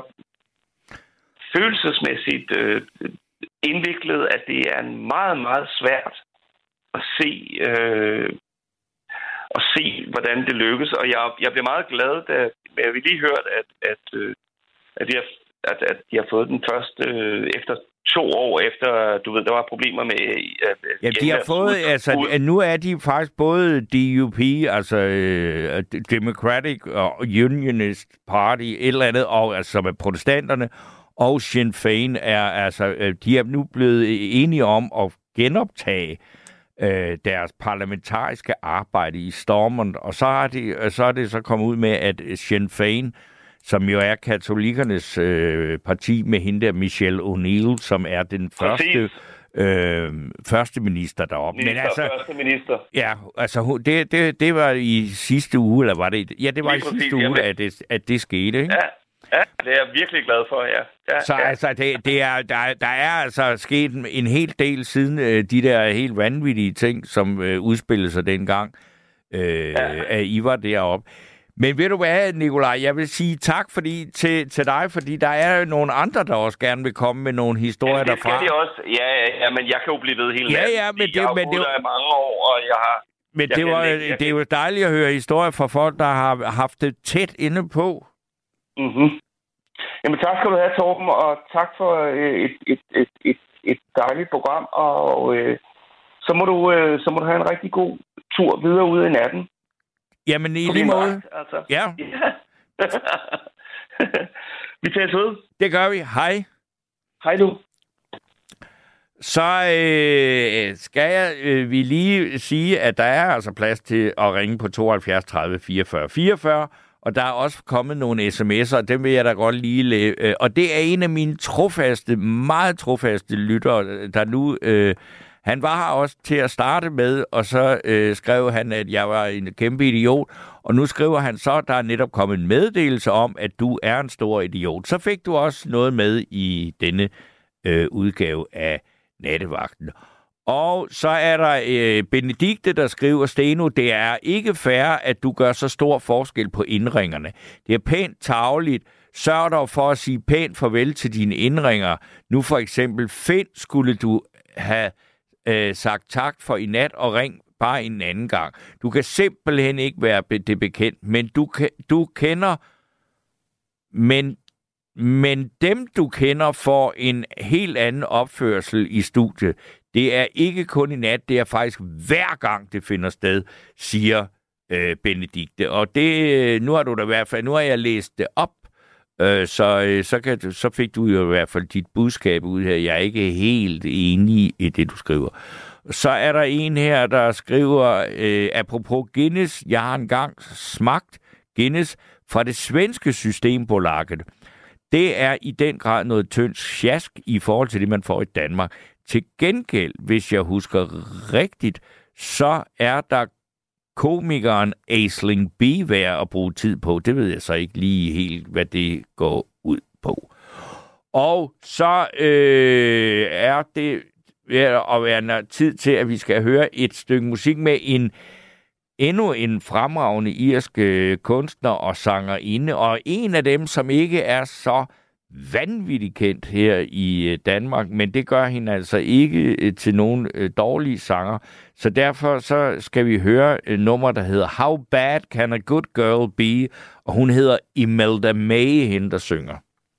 [SPEAKER 9] følelsesmæssigt øh, indviklet, at det er meget, meget svært at se, øh, at se hvordan det lykkes. Og jeg, jeg blev meget glad, da jeg vi lige hørt, at, at, øh, at, de har, at, at de har fået den første øh, efter to år efter, du ved, der var problemer med... Uh,
[SPEAKER 3] ja, de har fået, ud, altså, ud. Nu er de faktisk både D U P, altså uh, Democratic og Unionist Party, et eller andet, og, altså med protestanterne, og Sinn Féin er, altså, de er nu blevet enige om at genoptage uh, deres parlamentariske arbejde i Stormont, og så er, de, så er det så kommet ud med, at Sinn Féin, som jo er katolikernes øh, parti med hende der Michelle O'Neill, som er den første, øh, første minister deroppe.
[SPEAKER 9] Minister,
[SPEAKER 3] Men altså,
[SPEAKER 9] første minister.
[SPEAKER 3] Ja, altså det, det, det var i sidste uge, eller var det? Ja, det var Lige i sidste præcis, uge, at det, at det skete, ikke?
[SPEAKER 9] Ja, ja, det er jeg virkelig glad for, ja. ja
[SPEAKER 3] Så
[SPEAKER 9] ja.
[SPEAKER 3] altså, det, det er, der, der er altså sket en hel del siden øh, de der helt vanvittige ting, som øh, udspillede sig dengang, øh, ja. at I var deroppe. Men ved du hvad, Nikolaj, jeg vil sige tak fordi, til, til dig, fordi der er nogle andre, der også gerne vil komme med nogle historier
[SPEAKER 9] ja, det
[SPEAKER 3] derfra.
[SPEAKER 9] Det de også. Ja, ja, ja, men jeg kan jo blive ved hele
[SPEAKER 3] ja,
[SPEAKER 9] natten.
[SPEAKER 3] Ja, men det,
[SPEAKER 9] jeg har
[SPEAKER 3] men det
[SPEAKER 9] boet der i mange år, og jeg har...
[SPEAKER 3] Men
[SPEAKER 9] jeg
[SPEAKER 3] det, var,
[SPEAKER 9] ikke, jeg
[SPEAKER 3] det er jo dejligt at høre historier fra folk, der har haft det tæt inde på.
[SPEAKER 9] Mhm. Jamen tak skal du have, Torben, og tak for et, et, et, et, et dejligt program, og øh, så, må du, øh, så må du have en rigtig god tur videre ude i natten.
[SPEAKER 3] Jamen, i lige måde.
[SPEAKER 9] Magt, altså.
[SPEAKER 3] Ja.
[SPEAKER 9] ja. Vi tager ud.
[SPEAKER 3] Det gør vi. Hej.
[SPEAKER 9] Hej du.
[SPEAKER 3] Så øh, skal jeg øh, vi lige sige, at der er altså plads til at ringe på tooghalvfjerds tredive fireogfyrre fireogfyrre, og der er også kommet nogle sms'er, og dem vil jeg da godt lige læse. Og det er en af mine trofaste, meget trofaste lyttere, der nu... Øh, Han var her også til at starte med, og så øh, skrev han, at jeg var en kæmpe idiot. Og nu skriver han så, at der er netop kommet en meddelelse om, at du er en stor idiot. Så fik du også noget med i denne øh, udgave af Nattevagten. Og så er der øh, Benedikte, der skriver, Steno, det er ikke fair, at du gør så stor forskel på indringerne. Det er pænt tarveligt. Sørg dog for at sige pænt farvel til dine indringer. Nu for eksempel, Finn, skulle du have... Øh, sagt tak for i nat og ring bare en anden gang. Du kan simpelthen ikke være be- det bekendt, men du, du kender, men Men dem, du kender, får en helt anden opførsel i studiet. Det er ikke kun i nat, det er faktisk hver gang, det finder sted, siger øh, Benedikte. Og det, nu har du da i hvert fald, nu har jeg læst det op, øh, så, øh, så, kan, så fik du jo i hvert fald dit budskab ud her. Jeg er ikke helt enig i det, du skriver. Så er der en her, der skriver, øh, apropos Guinness, jeg har engang smagt Guinness fra det svenske Systembolaget. Det er i den grad noget tyndt sjask i forhold til det, man får i Danmark. Til gengæld, hvis jeg husker rigtigt, så er der komikeren Aisling B. værd at bruge tid på. Det ved jeg så ikke lige helt, hvad det går ud på. Og så øh, er det ved at være tid til, at vi skal høre et stykke musik med en endnu en fremragende irsk kunstner og sangerinde, og en af dem, som ikke er så vanvittigt kendt her i Danmark, men det gør hende altså ikke til nogen dårlige sanger. Så derfor så skal vi høre et nummer, der hedder How Bad Can a Good Girl Be? Og hun hedder Imelda May, hende der synger.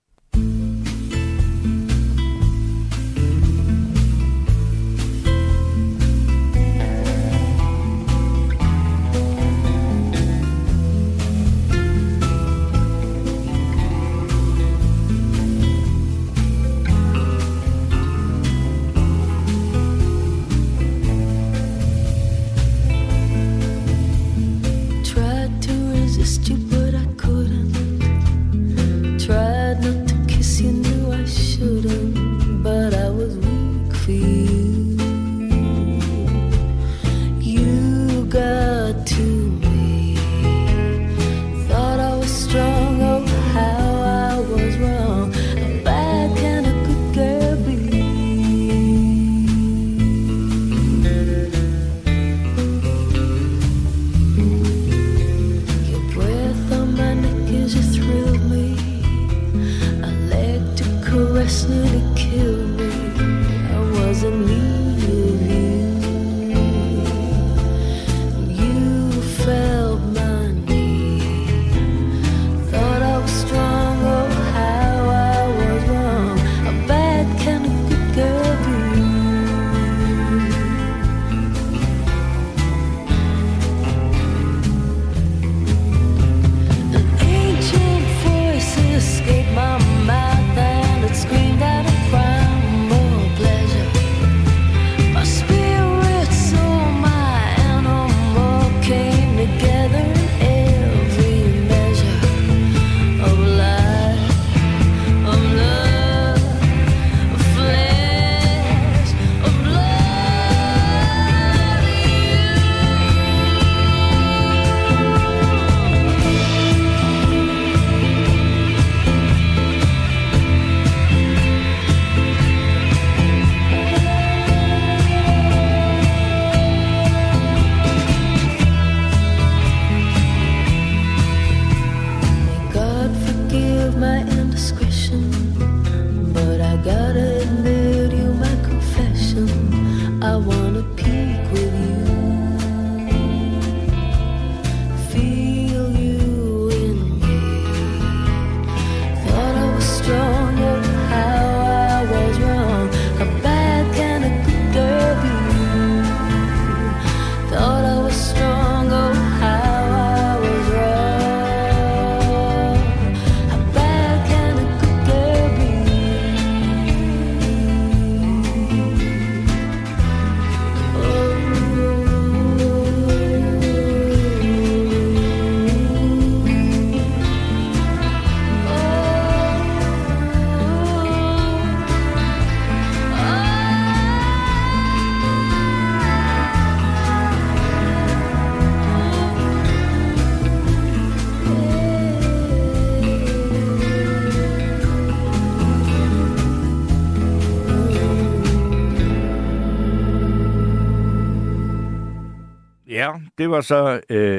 [SPEAKER 3] Det var så øh,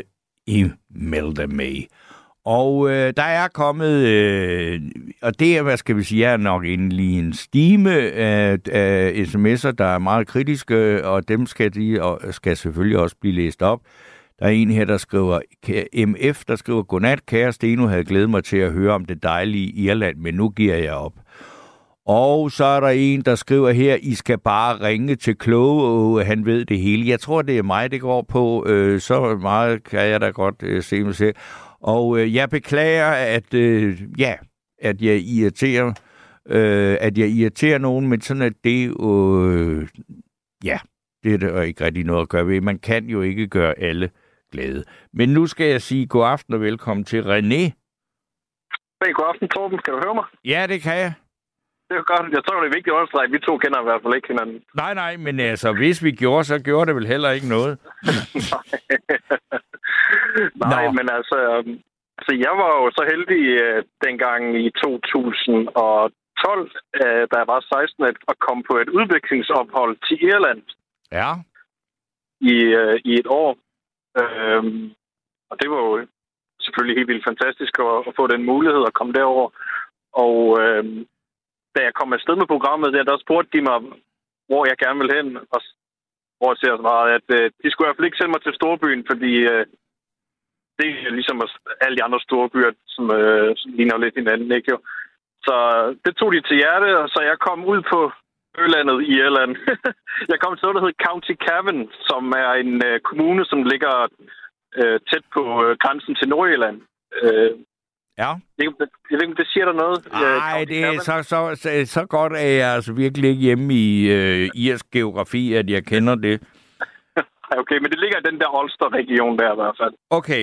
[SPEAKER 3] Imelda May. Og øh, der er kommet, øh, og det er, hvad skal vi sige, er nok egentlig en stime af, af sms'er, der er meget kritiske, og dem skal, de, og skal selvfølgelig også blive læst op. Der er en her, der skriver, M F, der skriver, godnat, kære Steno, havde glædet mig til at høre om det dejlige Irland, men nu giver jeg op. Og så er der en, der skriver her, I skal bare ringe til Kloge, og han ved det hele. Jeg tror, det er mig, det går på. Øh, så meget kan jeg da godt øh, se mig selv. Og øh, jeg beklager, at, øh, ja, at jeg irriterer, øh, at jeg irriterer nogen, men sådan at det, øh, ja, det er der ikke rigtig noget at gøre ved. Man kan jo ikke gøre alle glade. Men nu skal jeg sige god aften og velkommen til René.
[SPEAKER 10] Hey, god aften, Torben. Kan du høre mig?
[SPEAKER 3] Ja, det kan jeg.
[SPEAKER 10] Det er godt. Jeg tror, det er vigtigt at understrege, at vi to kender i hvert fald ikke hinanden.
[SPEAKER 3] Nej, nej, men altså, hvis vi gjorde, så gjorde det vel heller ikke noget.
[SPEAKER 10] nej, Nå. men altså, altså, jeg var jo så heldig uh, dengang i to tusind og tolv, uh, da jeg var seksten, at komme på et udviklingsophold til Irland.
[SPEAKER 3] Ja.
[SPEAKER 10] I, uh, i et år. Uh, og det var jo selvfølgelig helt vildt fantastisk at, at få den mulighed at komme derover. Og uh, da jeg kom afsted med programmet, der, der spurgte de mig, hvor jeg gerne ville hen. Og hvor jeg siger svaret, at uh, de skulle i hvert fald ikke sende mig til storbyen, fordi uh, det er ligesom alle de andre store byer, som, uh, som ligner lidt hinanden, ikke jo? Så det tog de til hjerte, og så jeg kom ud på Ølandet i Irland. Jeg kom til noget, der hedder County Cavan, som er en uh, kommune, som ligger uh, tæt på uh, grænsen til Nordirland. Uh,
[SPEAKER 3] ja.
[SPEAKER 10] Jeg ved ikke, om det siger der noget.
[SPEAKER 3] Nej, det er så, så, så, så godt, at jeg altså virkelig ikke hjemme i uh, irsk geografi, at jeg kender det.
[SPEAKER 10] Okay, men det ligger i den der Ulster-region der i hvert fald.
[SPEAKER 3] Okay.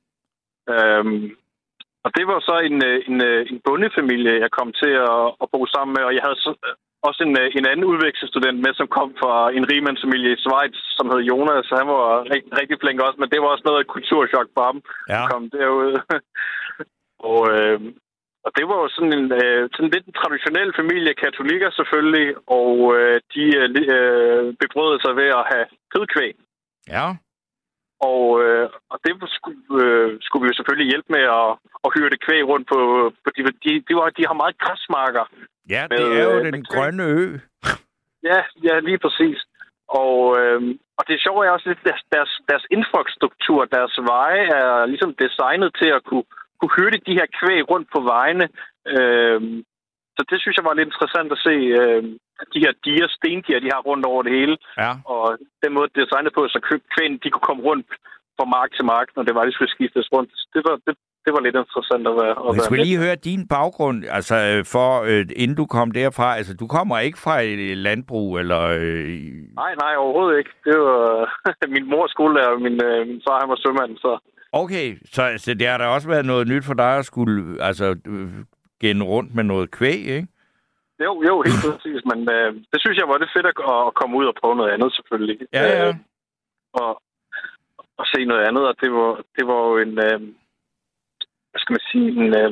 [SPEAKER 10] Um, og det var så en, en, en bondefamilie, jeg kom til at, at bo sammen med, og jeg havde så, også en, en anden udvekslingsstudent med, som kom fra en rigmandsfamilie i Schweiz, som hed Jonas, så han var rigtig, rigtig flink også, men det var også noget af et kulturschok for ham, ja. At komme derud. og, øh, og det var jo sådan en øh, sådan lidt en traditionel familie, katolikker selvfølgelig, og øh, de øh, bebrødede sig ved at have kødkvæg.
[SPEAKER 3] Ja.
[SPEAKER 10] Og, øh, og det skulle, øh, skulle vi jo selvfølgelig hjælpe med at, at hyre det kvæg rundt på, på de, de, de, var, de har meget græsmarker.
[SPEAKER 3] Ja, det med, er jo den grønne ø.
[SPEAKER 10] Ja, ja, lige præcis. Og, øh, og det sjove er også lidt, deres, deres, deres infrastruktur, deres veje er ligesom designet til at kunne, kunne hyrde de her kvæg rundt på vejene. Øh, så det synes jeg var lidt interessant at se, øh, de her diger, stendiger, de har rundt over det hele.
[SPEAKER 3] Ja.
[SPEAKER 10] Og den måde, det er designet på, så kvægene, de kunne komme rundt fra mark til mark, når det var, de skulle skiftes rundt. Det var, det, det var lidt interessant at være. At
[SPEAKER 3] jeg skulle
[SPEAKER 10] være
[SPEAKER 3] lige høre din baggrund, altså for øh, inden du kom derfra. Altså, du kommer ikke fra et landbrug, eller... Øh...
[SPEAKER 10] Nej, nej, overhovedet ikke. Det var min mors skolelærer, og min, øh, min far, han var sømand, så...
[SPEAKER 3] Okay, så altså, det har da også været noget nyt for dig at skulle altså, øh, gænde rundt med noget kvæg, ikke?
[SPEAKER 10] Jo, jo, helt præcis, men øh, det synes jeg var det fedt at, at komme ud og prøve noget andet, selvfølgelig.
[SPEAKER 3] Ja, ja.
[SPEAKER 10] Øh, og, og se noget andet, og det var, det var jo en... Øh, hvad skal man sige, en, øh,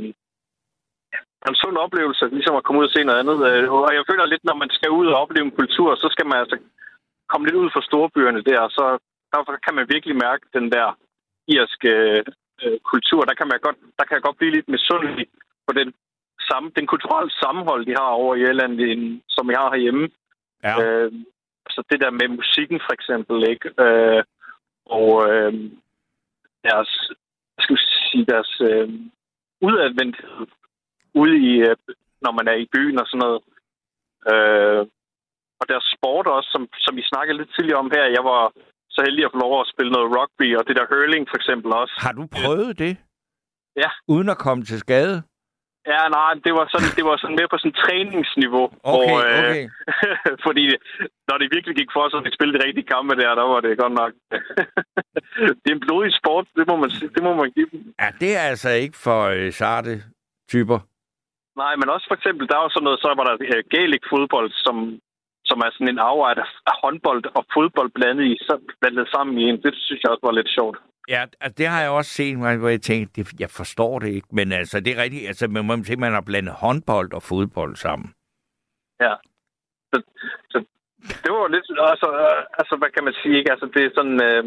[SPEAKER 10] en sund oplevelse, ligesom at komme ud og se noget andet. Og jeg føler lidt, når man skal ud og opleve en kultur, så skal man altså komme lidt ud fra storbyerne der, og så derfor kan man virkelig mærke den der irske øh, kultur. Der kan, man godt, der kan jeg godt blive lidt misundelig på den, samme, den kulturelle sammenhold, de har over i Irland, som jeg har herhjemme.
[SPEAKER 3] Ja.
[SPEAKER 10] Øh, så det der med musikken, for eksempel, ikke? Øh, og øh, deres... skal sige, deres øh, udadvendthed ude i, øh, når man er i byen og sådan noget. Øh, og deres sport også, som, som vi snakkede lidt tidligere om her. Jeg var så heldig at få lov at spille noget rugby, og det der hurling for eksempel også.
[SPEAKER 3] Har du prøvet det?
[SPEAKER 10] Ja.
[SPEAKER 3] Uden at komme til skade?
[SPEAKER 10] Ja, nej, det var sådan, det var sådan mere på sådan træningsniveau.
[SPEAKER 3] Okay,
[SPEAKER 10] og, øh,
[SPEAKER 3] okay.
[SPEAKER 10] fordi når det virkelig gik for sig, at de spillede de rigtige kampe der, der var det godt nok. Det er en blodig sport, det må man, det må man give dem.
[SPEAKER 3] Ja, det er altså ikke for øh, sarte typer.
[SPEAKER 10] Nej, men også for eksempel, der var sådan noget, så var der uh, Gaelic fodbold, som, som er sådan en afvej af håndbold og fodbold blandet, i, blandet sammen i en. Det synes jeg også var lidt sjovt.
[SPEAKER 3] Ja, altså, det har jeg også set, hvor jeg tænkte, det, jeg forstår det ikke, men altså, det er rigtigt, altså, man må tænke, man har blandet håndbold og fodbold sammen.
[SPEAKER 10] Ja, så, så det var lidt, altså, altså, hvad kan man sige, ikke? Altså, det er sådan, øh,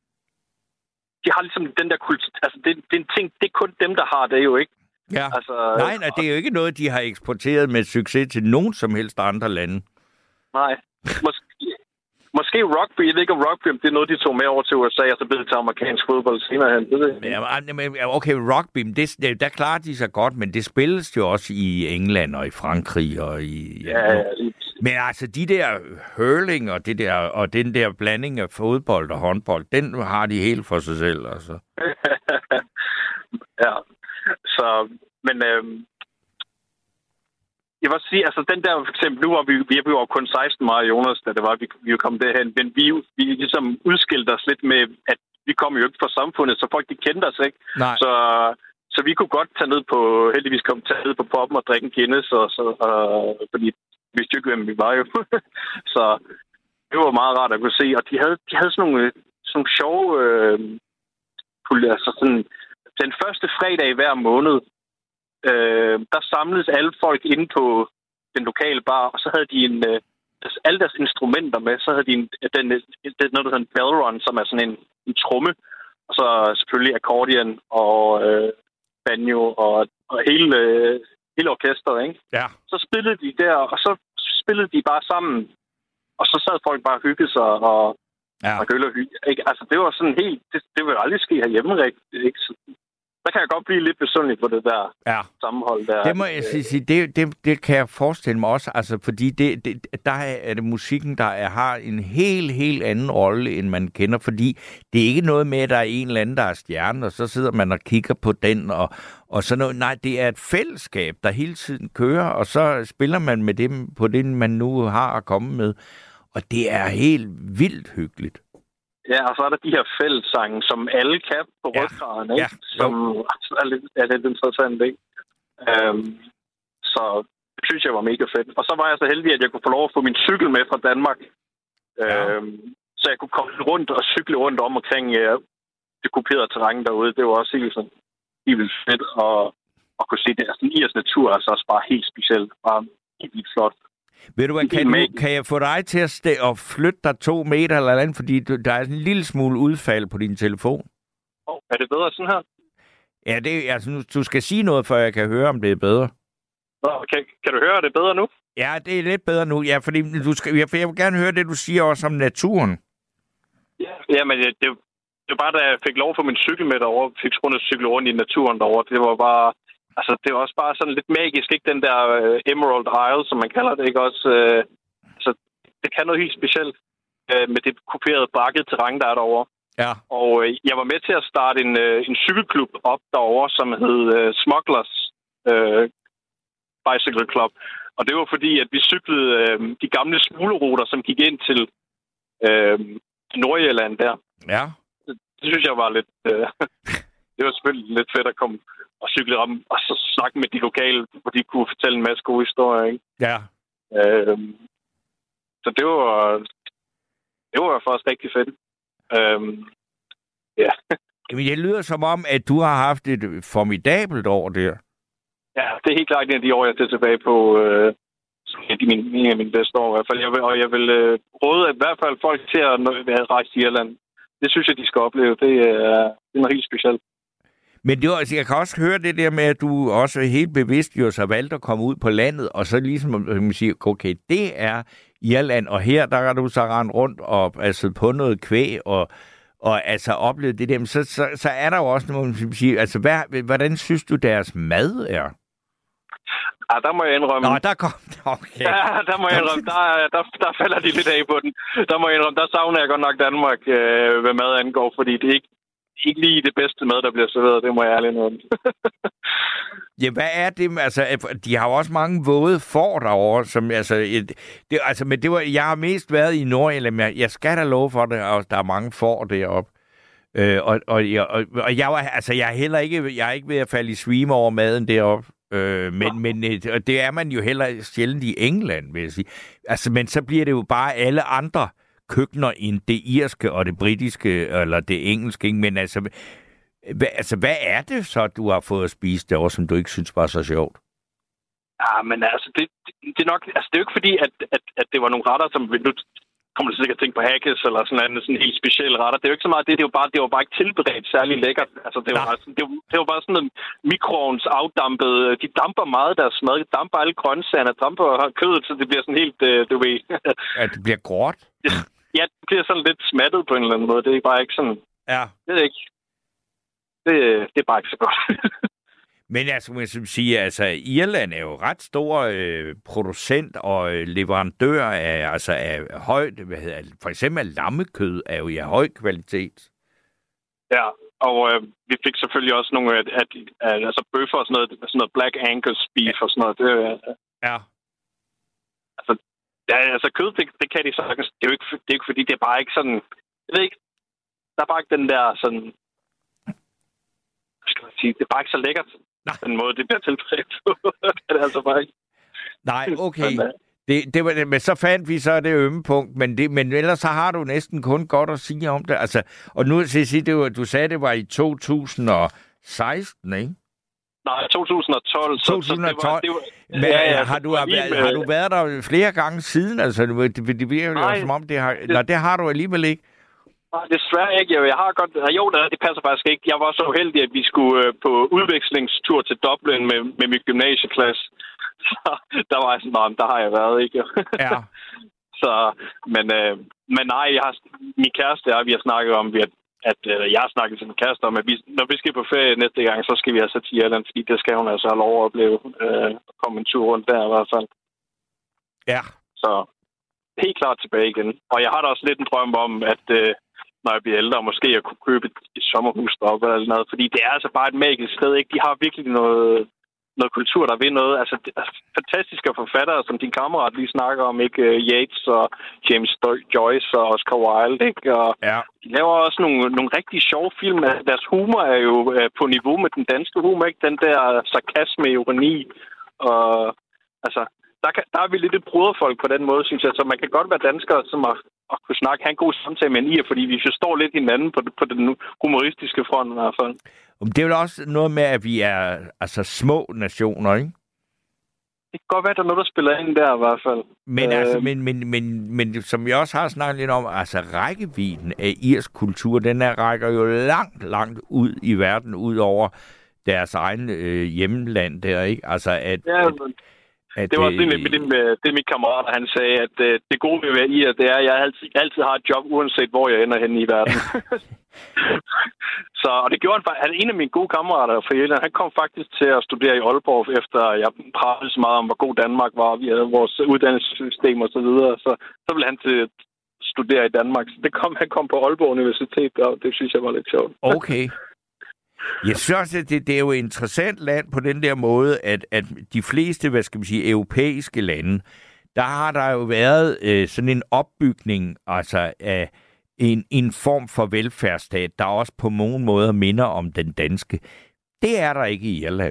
[SPEAKER 10] de har ligesom den der kultur, altså, det, det er en ting, det er kun dem, der har det jo, ikke?
[SPEAKER 3] Ja,
[SPEAKER 10] altså,
[SPEAKER 3] nej, nej, det er jo ikke noget, de har eksporteret med succes til nogen som helst andre lande.
[SPEAKER 10] Nej, måske, måske rugby. Jeg ved ikke, om rugby det er noget, de tog med over til U S A, og så blev det til amerikansk fodbold senere hen. Det det.
[SPEAKER 3] Ja, okay, rugby, det, der klarer de sig godt, men det spilles jo også i England og i Frankrig og i... Ja, ja, ja. Men altså, de der hurling og, det der, og den der blanding af fodbold og håndbold, den har de helt for sig selv, altså.
[SPEAKER 10] Ja, så... Men... Øhm, jeg vil sige, altså den der, for eksempel, nu var vi, vi var jo kun seksten meget, Jonas, da det var, vi, vi kom derhen, men vi, vi ligesom udskilte os lidt med, at vi kom jo ikke fra samfundet, så folk, de kendte os, ikke?
[SPEAKER 3] Nej.
[SPEAKER 10] Så, så vi kunne godt tage ned på, heldigvis kom tage ned på poppen og drikke en Guinness, og så, og, fordi vi vidste jo ikke, hvem vi var jo. Så det var meget rart at kunne se, og de havde, de havde sådan nogle, sådan nogle sjove, øh, altså sådan, den første fredag i hver måned, Øh, der samledes alle folk inde på den lokale bar, og så havde de en, øh, alle deres instrumenter med. Så havde de en, den, den, noget, der hedder en bellrun, som er sådan en, en tromme, og så selvfølgelig accordion og øh, banjo og, og hele, øh, hele orkestret, ikke?
[SPEAKER 3] Ja.
[SPEAKER 10] Så spillede de der, og så spillede de bare sammen, og så sad folk bare og hyggede sig og,
[SPEAKER 3] ja.
[SPEAKER 10] og gølle og hygge. Ikke? Altså, det var sådan helt... Det, det ville aldrig ske herhjemme, ikke? Der kan jeg godt blive lidt besundelig på det der
[SPEAKER 3] ja.
[SPEAKER 10] sammenhold der.
[SPEAKER 3] Det må jeg sige, det, det, det kan jeg forestille mig også, altså fordi det, det, der er det musikken, der er, har en helt, helt anden rolle, end man kender, fordi det er ikke noget med, at der er en eller anden, der er stjerne, og så sidder man og kigger på den, og, og sådan noget. Nej, det er et fællesskab, der hele tiden kører, og så spiller man med dem på det, man nu har at komme med, og det er helt vildt hyggeligt.
[SPEAKER 10] Ja, og så er der de her fællessange, som alle kan på
[SPEAKER 3] ja.
[SPEAKER 10] ryggraden, ikke?
[SPEAKER 3] Ja.
[SPEAKER 10] Som er lidt, er lidt interessant, ikke? Um, så det synes jeg var mega fedt. Og så var jeg så heldig, at jeg kunne få lov at få min cykel med fra Danmark. Ja. Um, så jeg kunne komme rundt og cykle rundt om omkring uh, det kuperede terræn derude. Det var også helt, sådan, helt vildt fedt at, at kunne se det. Altså, den irs natur er altså også bare helt specielt. Bare helt vildt flot.
[SPEAKER 3] Ved du hvad, kan, du, kan jeg få dig til at, stæ- at flytte dig to meter eller andet, fordi du, der er en lille smule udfald på din telefon?
[SPEAKER 10] Oh, er det bedre sådan her?
[SPEAKER 3] Ja, det, altså, nu, du skal sige noget, før jeg kan høre, om det er bedre.
[SPEAKER 10] Okay. Kan du høre, er det bedre nu?
[SPEAKER 3] Ja, det er lidt bedre nu. Ja, fordi du skal, jeg, jeg vil gerne høre det, du siger også om naturen.
[SPEAKER 10] Ja, ja men det, det, det var bare, da jeg fik lov for min cykel med derovre, fik rundt at cykle rundt i naturen derovre. Det var bare... Altså, det er også bare sådan lidt magisk, ikke? Den der uh, Emerald Isle, som man kalder det, ikke også? Uh, altså, det kan noget helt specielt uh, med det kuperede bakket terræn, der er derovre.
[SPEAKER 3] Ja.
[SPEAKER 10] Og uh, jeg var med til at starte en, uh, en cykelklub op derovre, som hed uh, Smugglers uh, Bicycle Club. Og det var fordi, at vi cyklede uh, de gamle smugleruter, som gik ind til uh, Nordjylland der.
[SPEAKER 3] Ja.
[SPEAKER 10] Det, det synes jeg var lidt... Uh, det var selvfølgelig lidt fedt at komme... og cykle om, og så snakke med de lokale, hvor de kunne fortælle en masse gode historier, ikke?
[SPEAKER 3] Ja.
[SPEAKER 10] Øhm, så det var, det var faktisk rigtig fedt. Øhm, ja.
[SPEAKER 3] Jamen, det lyder som om, at du har haft et formidabelt år der.
[SPEAKER 10] Ja, det er helt klart en af de år, jeg er tilbage på, øh, de min, en af mine bedste år i hvert fald. Jeg vil, og jeg vil øh, råde i hvert fald folk til at rejse til Irland. Det synes jeg, de skal opleve. Det er, det er noget helt specielt.
[SPEAKER 3] Men det var, altså, jeg kan også høre det der med, at du også helt bevidst jo så valgt at komme ud på landet, og så ligesom man siger, okay, det er Irland, og her der er du så rendt rundt og altså på noget kvæg, og, og altså oplevet det der, men så, så, så er der jo også noget, man siger, altså hvad, hvordan synes du deres mad er?
[SPEAKER 10] Ja, der må jeg indrømme.
[SPEAKER 3] Nå, der kom okay.
[SPEAKER 10] Ja, der må jeg indrømme. Der, der, der falder de lidt af på den. Der må jeg indrømme, der savner jeg godt nok Danmark, øh, hvad mad angår, fordi det er ikke ikke lige det bedste mad, der bliver serveret. Det må jeg ærligt indrømme.
[SPEAKER 3] Ja, hvad er det? Altså, de har jo også mange våde får derovre, som altså, et, det, altså, men det var, jeg har mest været i Nordjylland, men jeg skal da love for det, og der er mange får deroppe. Øh, og, og, jeg, og, og jeg var, altså, jeg er heller ikke, jeg er ikke ved at falde i svime over maden deroppe. Øh, men, ja. men og det er man jo heller sjældent i England, vil jeg sige. Altså, men så bliver det jo bare alle andre køkkener end det irske og det britiske, eller det engelske, ikke? Men altså hvad, altså, hvad er det så, du har fået at spise derovre, som du ikke synes var så sjovt?
[SPEAKER 10] Ja, men altså, det, det er nok, altså, det er jo ikke fordi, at, at, at det var nogle retter, som nu kommer du sikkert at tænke på haggis, eller sådan en sådan helt specielle retter. Det er jo ikke så meget det, det er jo bare, det var bare ikke tilberedt særlig lækkert. Altså, det var, bare, det, var, det var bare sådan en mikroovns afdampet. De damper meget deres mad. De damper alle grøntsagerne, damper kødet, så det bliver sådan helt, du ved.
[SPEAKER 3] Ja, det bliver gråt.
[SPEAKER 10] ja, det bliver sådan lidt smattet på en eller anden måde. Det er bare ikke sådan...
[SPEAKER 3] Ja.
[SPEAKER 10] Det er ikke... Det, det er bare ikke så godt.
[SPEAKER 3] Men altså, må jeg sige, altså, Irland er jo ret stor øh, producent og øh, leverandør af, altså, af højt, hvad hedder det, for eksempel lammekød er jo i høj kvalitet.
[SPEAKER 10] Ja, og øh, vi fik selvfølgelig også nogle, at, at, at altså bøffer og sådan noget, sådan noget Black Angus beef ja. og sådan noget. Det, øh,
[SPEAKER 3] ja.
[SPEAKER 10] Altså, ja, altså kød, det, det kan de sagtens. Det er jo ikke, det er ikke fordi, det er bare ikke sådan, jeg ved ikke, der er bare ikke den der sådan, hvad skal man sige, det er bare ikke så lækkert. Nej. Den måde, det bliver tilberedt på. Det er det altså bare ikke.
[SPEAKER 3] Nej, okay. Men, det, det var det, men så fandt vi så det ømme punkt, men, det, men ellers så har du næsten kun godt at sige om det. Altså, og nu skal jeg sige, det var, du sagde, det var i to tusind og seksten, ikke?
[SPEAKER 10] Nej, to tusind og tolv.
[SPEAKER 3] to tusind og tolv.
[SPEAKER 10] Så, så det var, det var,
[SPEAKER 3] men
[SPEAKER 10] ja, ja,
[SPEAKER 3] har, du,
[SPEAKER 10] har,
[SPEAKER 3] med... har du været der flere gange siden? Altså, det, det virker jo som om, det har... Det... Nå, det har du alligevel ikke.
[SPEAKER 10] Nej, desværre ikke. Jeg har godt... Jo, det passer faktisk ikke. Jeg var så uheldig, at vi skulle på udvekslingstur til Dublin med, med min gymnasieklasse. Så der var jeg sådan, nej, der har jeg været, ikke?
[SPEAKER 3] Ja.
[SPEAKER 10] så, men, øh, men nej, jeg har, min kæreste og vi har snakket om, at, at øh, jeg har snakket til min kæreste om, at vi, når vi skal på ferie næste gang, så skal vi altså til Irland, fordi det skal hun altså have lov at opleve. Øh, komme en tur rundt der i hvert fald.
[SPEAKER 3] Ja.
[SPEAKER 10] Så helt klart tilbage igen. Og jeg har da også lidt en drøm om, at... Øh, når jeg bliver ældre, måske jeg kunne købe et sommerhus deroppe eller noget, fordi det er altså bare et magisk sted, ikke? De har virkelig noget, noget kultur, der vil noget. Altså, det er fantastiske forfattere, som din kammerat lige snakker om, ikke? Yates og James Joyce og Oscar Wilde, ikke? Og
[SPEAKER 3] ja.
[SPEAKER 10] De laver også nogle, nogle rigtig sjove film. Deres humor er jo på niveau med den danske humor, ikke? Den der sarkasme, ironi, og altså... Der, kan, der er vi lidt et broderfolk på den måde, synes jeg. Så man kan godt være danskere, som har, at kunne snakke, have en god samtale med en ir, fordi vi forstår lidt hinanden på, på den humoristiske front i hvert fald.
[SPEAKER 3] Det er vel også noget med, at vi er altså små nationer, ikke?
[SPEAKER 10] Det kan godt være, at der er noget, der spiller ind der i hvert fald.
[SPEAKER 3] Men, øh... altså, men, men, men, men som jeg også har snakket lidt om, altså rækkevidden af irsk kultur, den er, rækker jo langt, langt ud i verden, ud over deres egen øh, hjemland der, ikke? Altså, at...
[SPEAKER 10] Ja,
[SPEAKER 3] at
[SPEAKER 10] At, det var også det, det, med, det min kammerat, han sagde, at uh, det gode ved at være i, at det er, at jeg altid, altid har et job, uanset hvor jeg ender henne i verden. så, og det gjorde han faktisk. En af mine gode kammerater fra Irland, han kom faktisk til at studere i Aalborg, efter jeg pralede så meget om, hvor god Danmark var, vi havde vores uddannelsessystem og så videre. Så, så ville han til at studere i Danmark. Så det kom, han kom på Aalborg Universitet, og det synes jeg var lidt sjovt.
[SPEAKER 3] Okay. Jeg synes, at det, det er jo et interessant land på den der måde, at, at de fleste, hvad skal man sige, europæiske lande, der har der jo været øh, sådan en opbygning altså af en, en form for velfærdsstat, der også på nogle måder minder om den danske. Det er der ikke i Irland.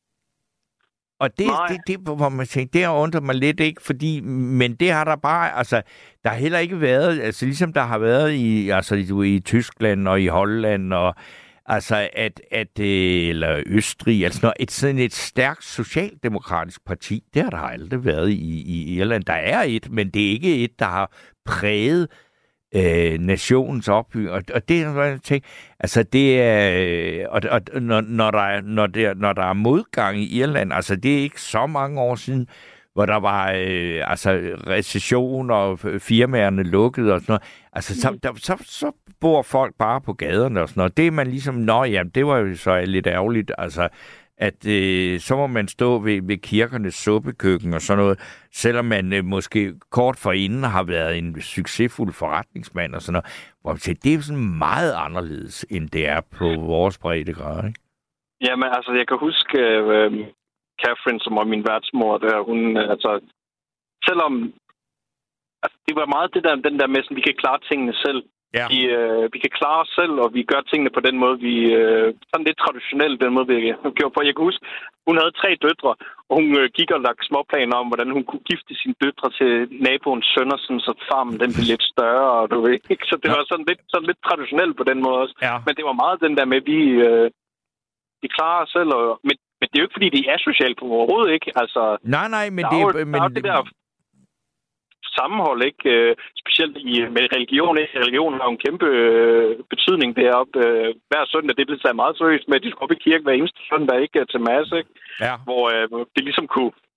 [SPEAKER 3] Og det, det, det, hvor man tænker, det har undret mig lidt, ikke? Fordi, men det har der bare, altså, der har heller ikke været, altså ligesom der har været i, altså, i, i Tyskland og i Holland og altså, at, at eller Østrig, altså noget, et, sådan et stærkt socialdemokratisk parti, det har der aldrig været i, i Irland. Der er et, men det er ikke et, der har præget øh, nationens opbygning. Og, og det er noget, jeg tænker, altså det er, og, og når, når, der er, når, der, når der er modgang i Irland, altså det er ikke så mange år siden, hvor der var øh, altså recession og firmaerne lukkede og sådan noget. Altså, så, der, så, så bor folk bare på gaderne og sådan noget. Det er man ligesom, nå jamen, det var jo så lidt ærgerligt, altså, at øh, så må man stå ved, ved kirkernes suppekøkken og sådan noget, selvom man øh, måske kort forinden har været en succesfuld forretningsmand og sådan noget. Hvor man siger, det er jo sådan meget anderledes, end det er på vores breddegrad, ikke?
[SPEAKER 10] Jamen, altså, jeg kan huske... Øh... Catherine, som var min værtsmor der, hun, altså, selvom, altså, det var meget det der, den der med, at vi kan klare tingene selv.
[SPEAKER 3] Ja.
[SPEAKER 10] Vi, øh, vi kan klare os selv, og vi gør tingene på den måde, vi, øh, sådan lidt traditionelt, den måde, vi gjorde på. Jeg kan huske, hun havde tre døtre, og hun øh, gik og lagde småplaner om, hvordan hun kunne gifte sine døtre til naboens sønner, sådan, så farmen den blev lidt større, og du ved ikke. Så det ja. var sådan lidt, sådan lidt traditionelt på den måde også.
[SPEAKER 3] Ja.
[SPEAKER 10] Men det var meget den der med, at vi, øh, vi klarer os selv, og med Men det er jo ikke, fordi det er socialt på overhovedet, ikke? Altså,
[SPEAKER 3] nej, nej, men
[SPEAKER 10] det
[SPEAKER 3] er
[SPEAKER 10] jo,
[SPEAKER 3] men
[SPEAKER 10] der er det der sammenhold, ikke? Uh, specielt i, med religion, ikke? Religion har jo en kæmpe uh, betydning deroppe. Uh, hver søndag, det blev taget meget seriøst med, at de skulle op i kirke hver eneste søndag, ikke? Til masse, ikke?
[SPEAKER 3] Ja.
[SPEAKER 10] Hvor uh, det ligesom kunne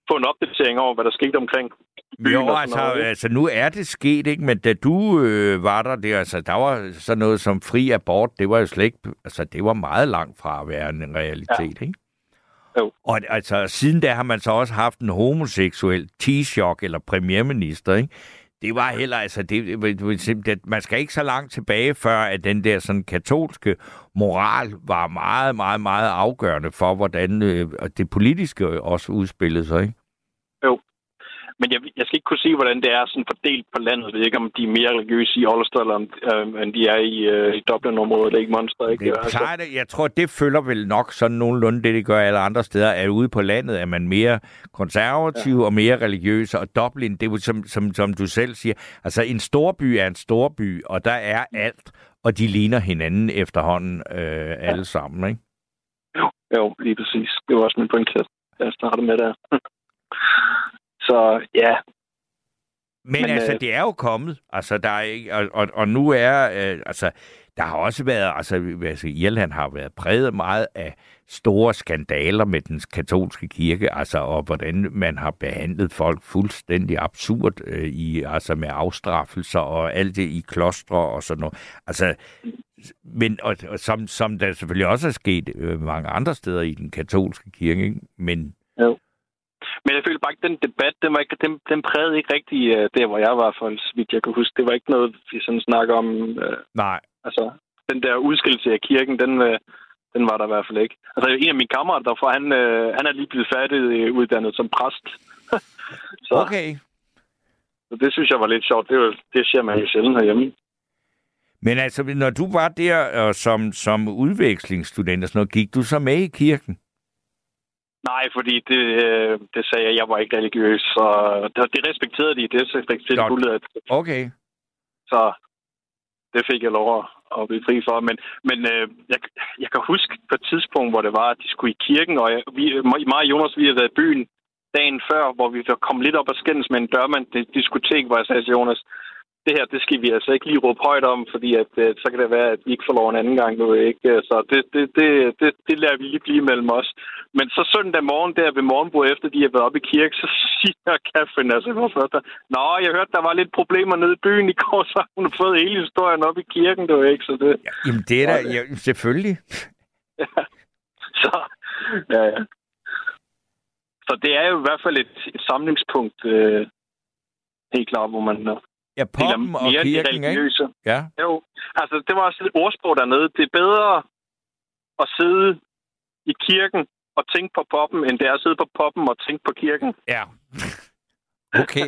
[SPEAKER 10] få en opdatering over, hvad der skete omkring byen.
[SPEAKER 3] Jo, altså, altså nu er det sket, ikke? Men da du øh, var der, det, altså, der var sådan noget som fri abort, det var jo slet ikke, altså det var meget langt fra at være en realitet, ja. Ikke?
[SPEAKER 10] Jo.
[SPEAKER 3] Og altså, siden da har man så også haft en homoseksuel Taoiseach eller premierminister, ikke? Det var heller, altså, det, det, det, man skal ikke så langt tilbage, før at den der sådan katolske moral var meget, meget, meget afgørende for, hvordan øh, det politiske også udspillede sig, ikke?
[SPEAKER 10] Jo. Men jeg, jeg skal ikke kunne sige, hvordan det er sådan fordelt på landet. Jeg ved ikke, om de er mere religiøse i Ulster, eller om øh, end de er i, øh, i Dublin-området, eller ikke Munster. Ikke?
[SPEAKER 3] Det
[SPEAKER 10] altså.
[SPEAKER 3] plejer det. Jeg tror, det følger vel nok sådan nogenlunde det, det gør alle andre steder. At ude på landet er man mere konservativ ja. og mere religiøs. Og Dublin, det er jo som, som, som du selv siger, altså en storby er en storby, og der er alt, og de ligner hinanden efterhånden øh, alle ja. sammen, ikke?
[SPEAKER 10] Jo, jo, lige præcis. Det var også min pointe, jeg startede med der. Så ja.
[SPEAKER 3] Men, Men altså, øh... det er jo kommet. Altså, der er ikke, og, og, og nu er, øh, altså, der har også været, altså, altså, Irland har været præget meget af store skandaler med den katolske kirke, altså, og hvordan man har behandlet folk fuldstændig absurd øh, i, altså, med afstraffelser og alt det i klostre og sådan noget. Altså, men, og, og som, som der selvfølgelig også er sket øh, mange andre steder i den katolske kirke, ikke? Men
[SPEAKER 10] jo. Men jeg føler bare ikke, den debat, den, var ikke, den, den prægede ikke rigtig uh, der, hvor jeg var, for så vidt jeg kan huske. Det var ikke noget, vi sådan snakker om. Uh,
[SPEAKER 3] Nej.
[SPEAKER 10] Altså, den der udskillelse af kirken, den, uh, den var der i hvert fald ikke. Altså, en af mine kammerater derfra, han, uh, han er lige blevet færdiguddannet som præst. så,
[SPEAKER 3] okay.
[SPEAKER 10] Så det synes jeg var lidt sjovt. Det, var, det ser man jo sjældent herhjemme.
[SPEAKER 3] Men altså, når du var der uh, som, som udvekslingsstudent og sådan noget, gik du så med i kirken?
[SPEAKER 10] Nej, fordi det, det sagde jeg, jeg var ikke religiøs, så det respekterede de, det respekterede de.
[SPEAKER 3] Okay.
[SPEAKER 10] Så det fik jeg lov at blive fri for. Men, men jeg, jeg kan huske på et tidspunkt, hvor det var, at de skulle i kirken, og jeg, vi, mig og Jonas, vi havde været i byen dagen før, hvor vi kom lidt op og skændes med en dørmand i et diskotek, hvor jeg sagde til Jonas, det her, det skal vi altså ikke lige råbe højt om, fordi at, så kan det være, at vi ikke får lov en anden gang nu, ikke? Så det, det, det, det, det lader vi lige blive mellem os. Men så søndag morgen der ved morgenbordet, efter de har været oppe i kirke, så siger Catherine, altså hvorfor der? Nå, jeg hørte, der var lidt problemer nede i byen i går, så hun har fået hele historien op i kirken, det var ikke så det.
[SPEAKER 3] Ja, jamen det er da, ja, selvfølgelig.
[SPEAKER 10] ja. Så, ja, ja. Så det er jo i hvert fald et, et samlingspunkt, øh, helt klart, hvor man...
[SPEAKER 3] Ja, poppen og kirken, ikke? Ja.
[SPEAKER 10] Jo, altså det var også et ordsprog dernede. Det er bedre at sidde i kirken og tænke på poppen, end det er at sidde på poppen og tænke på kirken.
[SPEAKER 3] Ja. Okay.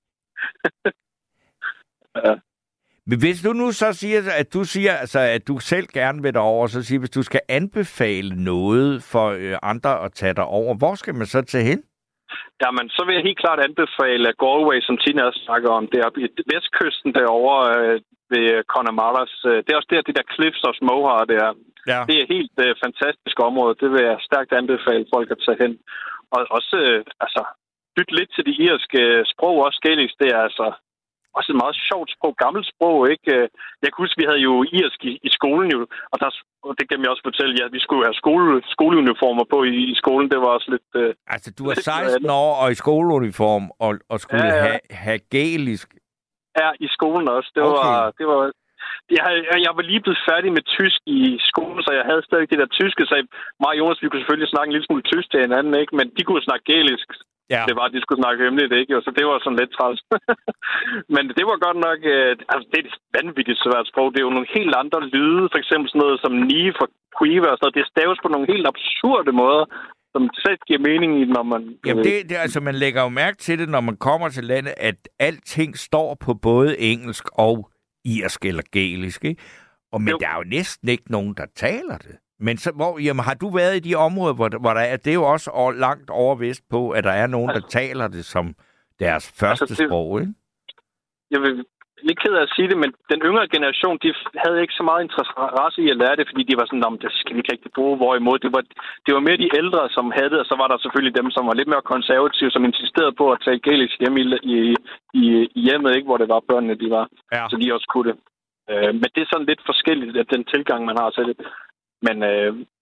[SPEAKER 10] ja.
[SPEAKER 3] Men hvis du nu så siger, at du siger, altså, at du selv gerne vil derover, så siger, hvis du skal anbefale noget for øh, andre at tage derover, hvor skal man så tage hen?
[SPEAKER 10] Jamen, så vil jeg helt klart anbefale Galway, som Tina også snakker om. Det er på vestkysten derovre øh, ved Connemara. Det er også der, det der Cliffs of Moher, det er. Ja. Det er et helt øh, fantastisk område. Det vil jeg stærkt anbefale folk at tage hen. Og også, øh, altså, bytte lidt til det irske sprog, også gaelisk. Det er altså også et meget sjovt sprog, gammelt sprog, ikke? Jeg kan huske, vi havde jo irsk i, i skolen, jo, og, der, og det kan jeg også fortælle, ja, vi skulle have skole, skoleuniformer på i, i skolen. Det var også lidt... Øh,
[SPEAKER 3] altså, du er seksten år og i skoleuniform, og, og skulle ja, ja. have, have gaelisk?
[SPEAKER 10] Ja, i skolen også. Det okay. var... Det var jeg, jeg var lige blevet færdig med tysk i skolen, så jeg havde stadig det der tyske, så mig og Jonas, vi kunne selvfølgelig snakke en lille smule tysk til hinanden, ikke? Men de kunne snakke gaelisk. Ja. Det var, at de skulle snakke hemmeligt, ikke? Så det var sådan lidt træls. Men det var godt nok... Øh, altså, det er et vanvittigt svært sprog. Det er jo nogle helt andre lyde. For eksempel sådan noget som nie for quiver og sådan noget. Det staves på nogle helt absurde måder, som selv giver mening i, når man...
[SPEAKER 3] Jamen, det, det, altså, man lægger jo mærke til det, når man kommer til landet, at alting står på både engelsk og irsk eller gaelisk, ikke? Og, men jo. Der er jo næsten ikke nogen, der taler det. Men så, hvor, jamen, har du været i de områder, hvor, hvor der er, det er jo også over, langt over vest på, at der er nogen, der altså, taler det som deres første altså, det, sprog, ikke?
[SPEAKER 10] Jeg vil lidt ked af at sige det, men den yngre generation, de havde ikke så meget interesse i at lære det, fordi de var sådan, det skal vi ikke rigtig bruge, hvorimod det var, det var mere de ældre, som havde det, og så var der selvfølgelig dem, som var lidt mere konservative, som insisterede på at tage gaelisk hjemme i, i, i, i hjemmet, ikke, hvor det var børnene, de var, ja. Så de også kunne det. Uh, men det er sådan lidt forskelligt, at den tilgang, man har til det. Men øh,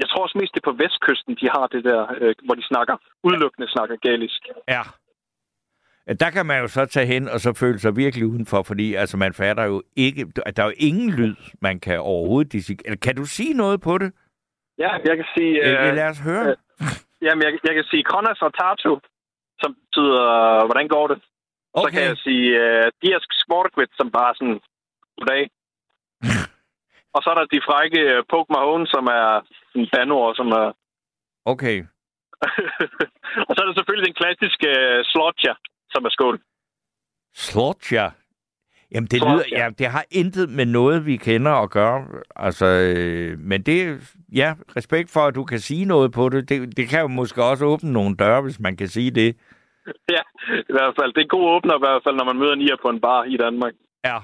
[SPEAKER 10] jeg tror også mest, det er på vestkysten, de har det der, øh, hvor de snakker, udelukkende snakker galisk.
[SPEAKER 3] Ja. Der kan man jo så tage hen og så føle sig virkelig udenfor, fordi altså, man fatter jo ikke... Der er jo ingen lyd, man kan overhovedet dissekere. Kan du sige noget på det?
[SPEAKER 10] Ja, jeg kan sige...
[SPEAKER 3] Øh, lad os høre.
[SPEAKER 10] Øh, jamen, jeg, jeg kan sige Kronas og Tartu, som betyder, hvordan går det? Okay. Så kan jeg sige uh, Dirsk Sportgwit, som bare sådan, goddag. Og så er der de frække uh, Poke Mahone, som er en bandord, som er...
[SPEAKER 3] Okay.
[SPEAKER 10] Og så er der selvfølgelig den klassiske uh, Slotja, som er skål.
[SPEAKER 3] Slotja? Jamen, det lyder... Ja, det har intet med noget, vi kender at gøre. Altså, øh, men det... Ja, respekt for, at du kan sige noget på det. det. Det kan jo måske også åbne nogle døre, hvis man kan sige det.
[SPEAKER 10] Ja, i hvert fald. Det er en god åbner, i hvert fald, når man møder nier på en bar i Danmark.
[SPEAKER 3] Ja.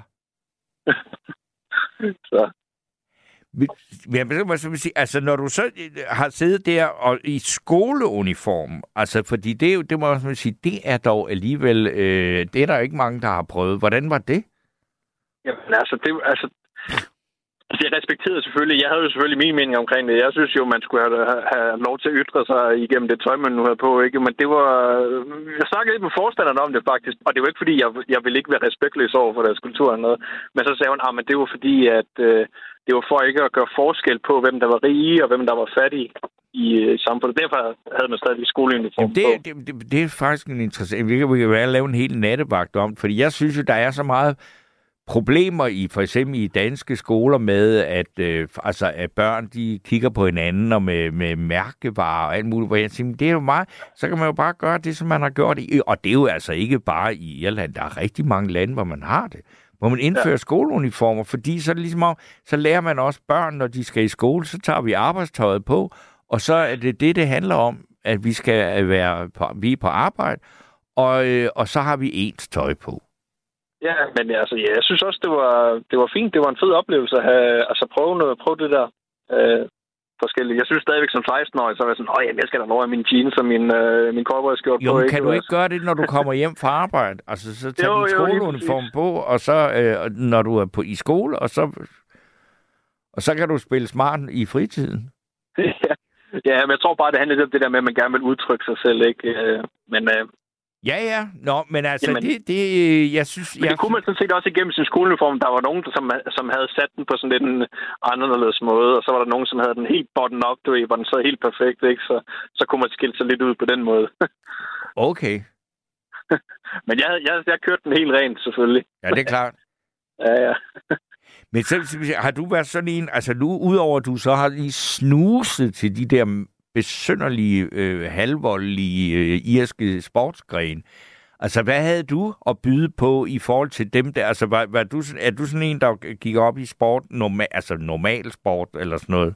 [SPEAKER 10] Så.
[SPEAKER 3] Jeg sige, altså, når du så har siddet der og i skoleuniform, altså, fordi det, det må man sige, det er dog alligevel, øh, det er der ikke mange, der har prøvet. Hvordan var det?
[SPEAKER 10] Jamen, altså, det, altså, jeg respekterede selvfølgelig, jeg havde jo selvfølgelig min mening omkring det. Jeg synes jo, man skulle have, have lov til at ytre sig igennem det tøj, man nu havde på, ikke? Men det var, jeg snakkede lidt med forstanderen om det faktisk, og det var ikke fordi, jeg, jeg ville ikke være respektløs over for deres kultur eller noget. Men så sagde hun, ah, men det var fordi, at øh, det var for ikke at gøre forskel på, hvem der var rige og hvem der var fattige i øh, samfundet. Derfor havde man stadig skoleuniform
[SPEAKER 3] det,
[SPEAKER 10] på.
[SPEAKER 3] Det, det, det er faktisk en interessant... Vi kan jo lave en hel nattevagt om, fordi jeg synes jo, der er så meget problemer i for eksempel i danske skoler med, at, øh, altså, at børn de kigger på hinanden og med, med mærkevarer og alt muligt. Hvor jeg siger, det er jo meget, så kan man jo bare gøre det, som man har gjort. I, og det er jo altså ikke bare i Irland. Der er rigtig mange lande, hvor man har det. Hvor man indfører ja. skoleuniformer, fordi så, ligesom, så lærer man også børn, når de skal i skole, så tager vi arbejdstøjet på, og så er det det, det handler om, at vi skal være på, vi er på arbejde, og, øh, og så har vi ens tøj på.
[SPEAKER 10] Ja, men altså, ja, jeg synes også, det var, det var fint. Det var en fed oplevelse at have, altså prøve, noget, prøve det der øh, forskellige. Jeg synes stadigvæk som seksten-årig, så var jeg sådan, åh, jamen, jeg skal da lov af mine jeans og min, øh, min cowboyskjort på.
[SPEAKER 3] Jo,
[SPEAKER 10] ikke?
[SPEAKER 3] kan du ikke gøre det, når du kommer hjem fra arbejde? Altså, så tager din skoleuniform på, og så, øh, når du er på, i skole, og så, og så kan du spille smart i fritiden.
[SPEAKER 10] ja. ja, men jeg tror bare, det handler om det der med, at man gerne vil udtrykke sig selv, ikke? Men... Øh,
[SPEAKER 3] Ja, ja. Nå, men altså,
[SPEAKER 10] Jamen,
[SPEAKER 3] det, det, jeg synes...
[SPEAKER 10] Men det jeg... kunne man sådan set også igennem sin skoleuniform. Der var nogen, som, som havde sat den på sådan lidt en anderledes måde, og så var der nogen, som havde den helt button up, du ved, hvor den sad helt perfekt, ikke? Så, så kunne man skille sig lidt ud på den måde.
[SPEAKER 3] Okay.
[SPEAKER 10] Men jeg, jeg, jeg kørte den helt rent, selvfølgelig.
[SPEAKER 3] Ja, det er klart.
[SPEAKER 10] ja, ja.
[SPEAKER 3] Men så, har du været sådan en... Altså, nu, udover at du så har lige snuset til de der besynderlige, øh, halvvoldelige øh, irske sportsgren. Altså, hvad havde du at byde på i forhold til dem der? Altså, var, var du, er du sådan en, der gik op i sport, normal, altså normal sport eller sådan noget?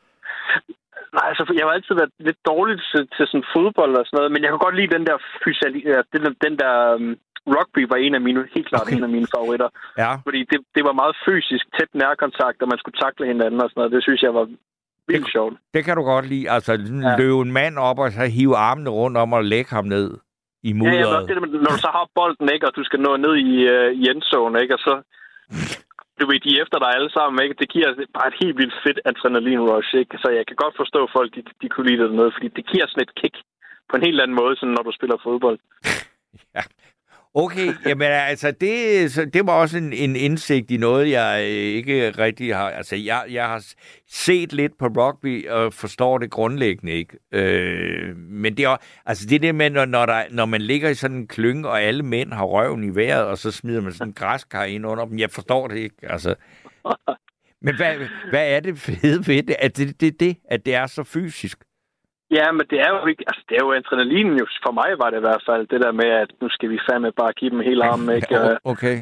[SPEAKER 10] Nej, altså, jeg har altid været lidt dårlig til, til sådan fodbold og sådan noget, men jeg kan godt lide den der fysiali- den, den der um, rugby var en af mine, helt klart okay. en af mine favoritter.
[SPEAKER 3] Ja.
[SPEAKER 10] Fordi det, det var meget fysisk, tæt nærkontakt, og man skulle takle hinanden og sådan noget. Det synes jeg var vildt sjovt.
[SPEAKER 3] Det kan du godt lide. Altså, ja. løbe en mand op og så hive armene rundt om og lægge ham ned i mudderet.
[SPEAKER 10] Ja, ja, det, når du så har bolden, ikke, og du skal nå ned i, uh, i endzone, ikke, og så du ved, de er efter dig alle sammen, ikke? Det giver bare et helt vildt fedt adrenalin-rush, ikke? Så jeg kan godt forstå, at folk de, de kunne lide det noget, fordi det giver sådan et kick på en helt anden måde, sådan når du spiller fodbold.
[SPEAKER 3] ja. Okay, jamen altså, det, det var også en, en indsigt i noget, jeg ikke rigtig har... Altså, jeg, jeg har set lidt på rugby og forstår det grundlæggende, ikke? Øh, men det er altså det der med, når, når, der, når man ligger i sådan en klynge, og alle mænd har røven i vejret, og så smider man sådan en græskar ind under dem. Jeg forstår det ikke, altså. Men hvad, hvad er det fede ved det? At det, det, det, at det er så fysisk?
[SPEAKER 10] Ja, men det er jo ikke, altså det er jo adrenalinen jo, for mig var det i hvert fald, det der med, at nu skal vi fandme bare give dem hele armen, ikke?
[SPEAKER 3] Ja, okay.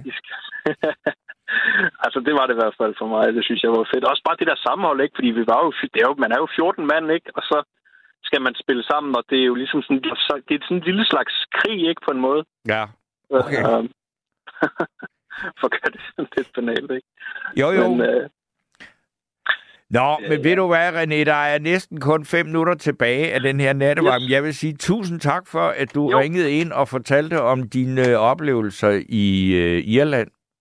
[SPEAKER 10] altså det var det i hvert fald for mig, det synes jeg var fedt. Også bare det der sammenhold, ikke? Fordi vi var jo, det er jo, man er jo fjorten mand, ikke? Og så skal man spille sammen, og det er jo ligesom sådan, det er sådan en lille slags krig, ikke? På en måde.
[SPEAKER 3] Ja, okay.
[SPEAKER 10] Uh, for at gøre det sådan lidt banalt, ikke?
[SPEAKER 3] Jo, jo. Men, uh, Nå, men
[SPEAKER 10] øh,
[SPEAKER 3] ved du hvad, René, der er næsten kun fem minutter tilbage af den her nattevagt.
[SPEAKER 10] Yes.
[SPEAKER 3] Jeg vil sige tusind tak for, at du
[SPEAKER 10] jo.
[SPEAKER 3] ringede ind og fortalte om dine øh, oplevelser i øh, Irland.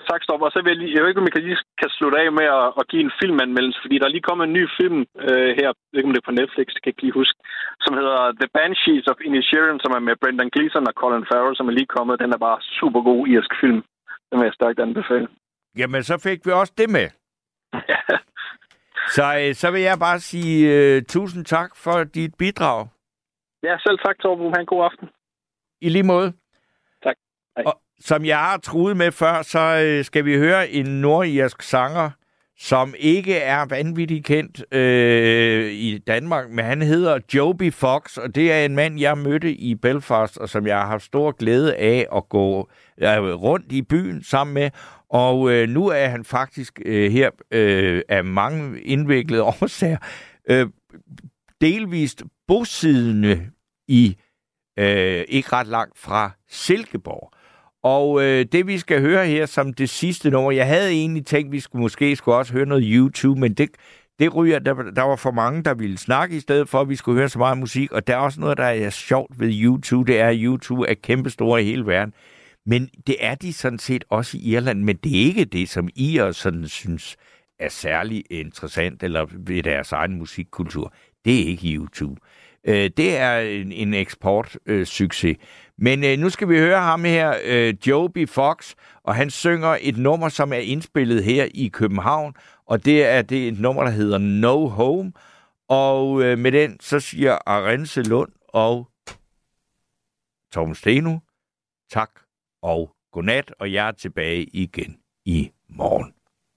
[SPEAKER 10] tak, Stop. Og så vil jeg lige, jeg ved ikke, om jeg kan, lige kan slutte af med at, at give en filmanmeldelse, fordi der er lige kommet en ny film øh, her, jeg ved ikke, om det er på Netflix, det kan jeg ikke lige huske, som hedder The Banshees of Inisherin, som er med Brendan Gleeson og Colin Farrell, som er lige kommet. Den er bare super god irsk film. Den vil jeg stærkt anbefale. Jamen, så fik vi også det med. Ja. Så, øh, så vil jeg bare sige uh, tusind tak for dit bidrag. Ja, selv tak, Torben. Ha' en god aften. I lige måde. Tak. Hej. Og som jeg har truet med før, så øh, skal vi høre en nordirsk sanger, som ikke er vanvittigt kendt øh, i Danmark, men han hedder Joby Fox, og det er en mand, jeg mødte i Belfast, og som jeg har haft stor glæde af at gå øh, rundt i byen sammen med. Og øh, nu er han faktisk øh, her øh, af mange indviklede årsager øh, delvist bosiddende i øh, ikke ret langt fra Silkeborg. Og øh, det, vi skal høre her som det sidste nummer, jeg havde egentlig tænkt, at vi skulle, måske skulle også høre noget YouTube, men det, det ryger, der, der var for mange, der ville snakke i stedet for, at vi skulle høre så meget musik. Og der er også noget, der er sjovt ved YouTube, det er, at YouTube er kæmpestore i hele verden. Men det er de sådan set også i Irland, men det er ikke det, som I sådan synes er særlig interessant, eller ved deres egen musikkultur. Det er ikke YouTube. Øh, det er en, en eksportsucces. Øh, Men øh, nu skal vi høre ham her, øh, Joby Fox, og han synger et nummer, som er indspillet her i København, og det er, det er et nummer, der hedder No Home. Og øh, med den, så siger Arendse Lund og Torben Steno tak og godnat, og jeg er tilbage igen i morgen.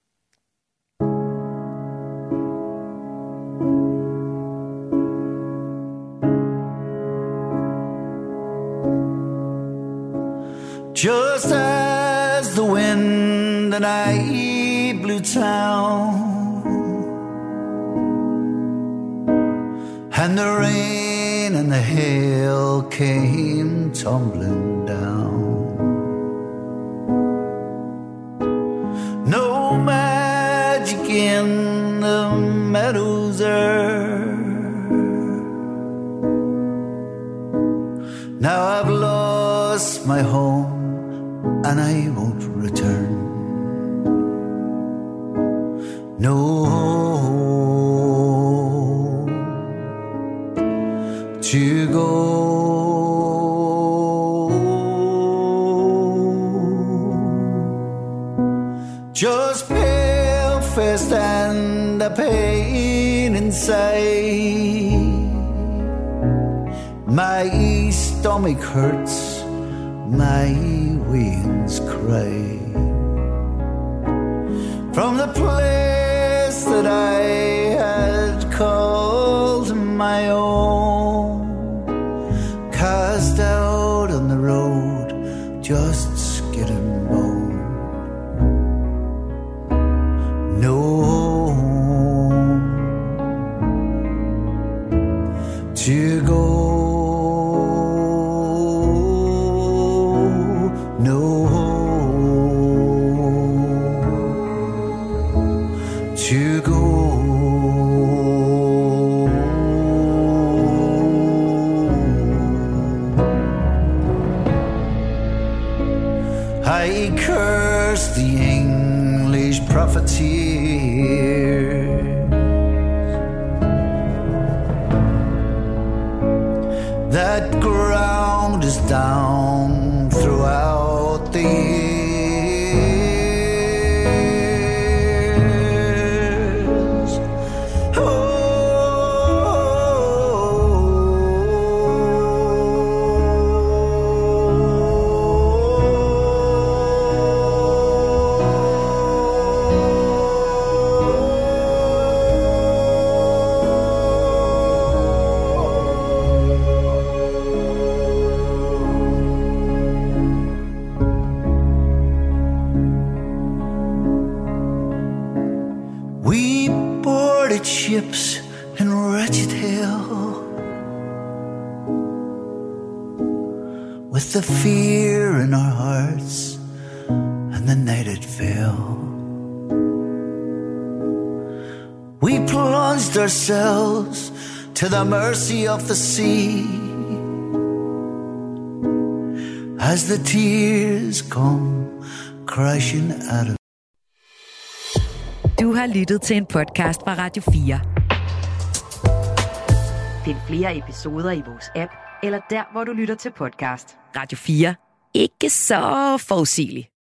[SPEAKER 11] Just as the wind and I blew town, and the rain and the hail came tumbling down, no magic in the meadows there. Now I've lost my home and I won't return. No home to go. Just pale face and the pain inside. My stomach hurts, my wings cry. From the place that I had called my own, cast out on the road, just skin and bone. No home to go. Profiteers that ground us down throughout the years. Oh, ships in wretched hell, with the fear in our hearts, and the night it fell. We plunged ourselves to the mercy of the sea, as the tears come crashing out of.
[SPEAKER 2] Du har lyttet til en podcast fra Radio fire. Find flere episoder i vores app, eller der, hvor du lytter til podcast. Radio fire. Ikke så forudsigeligt.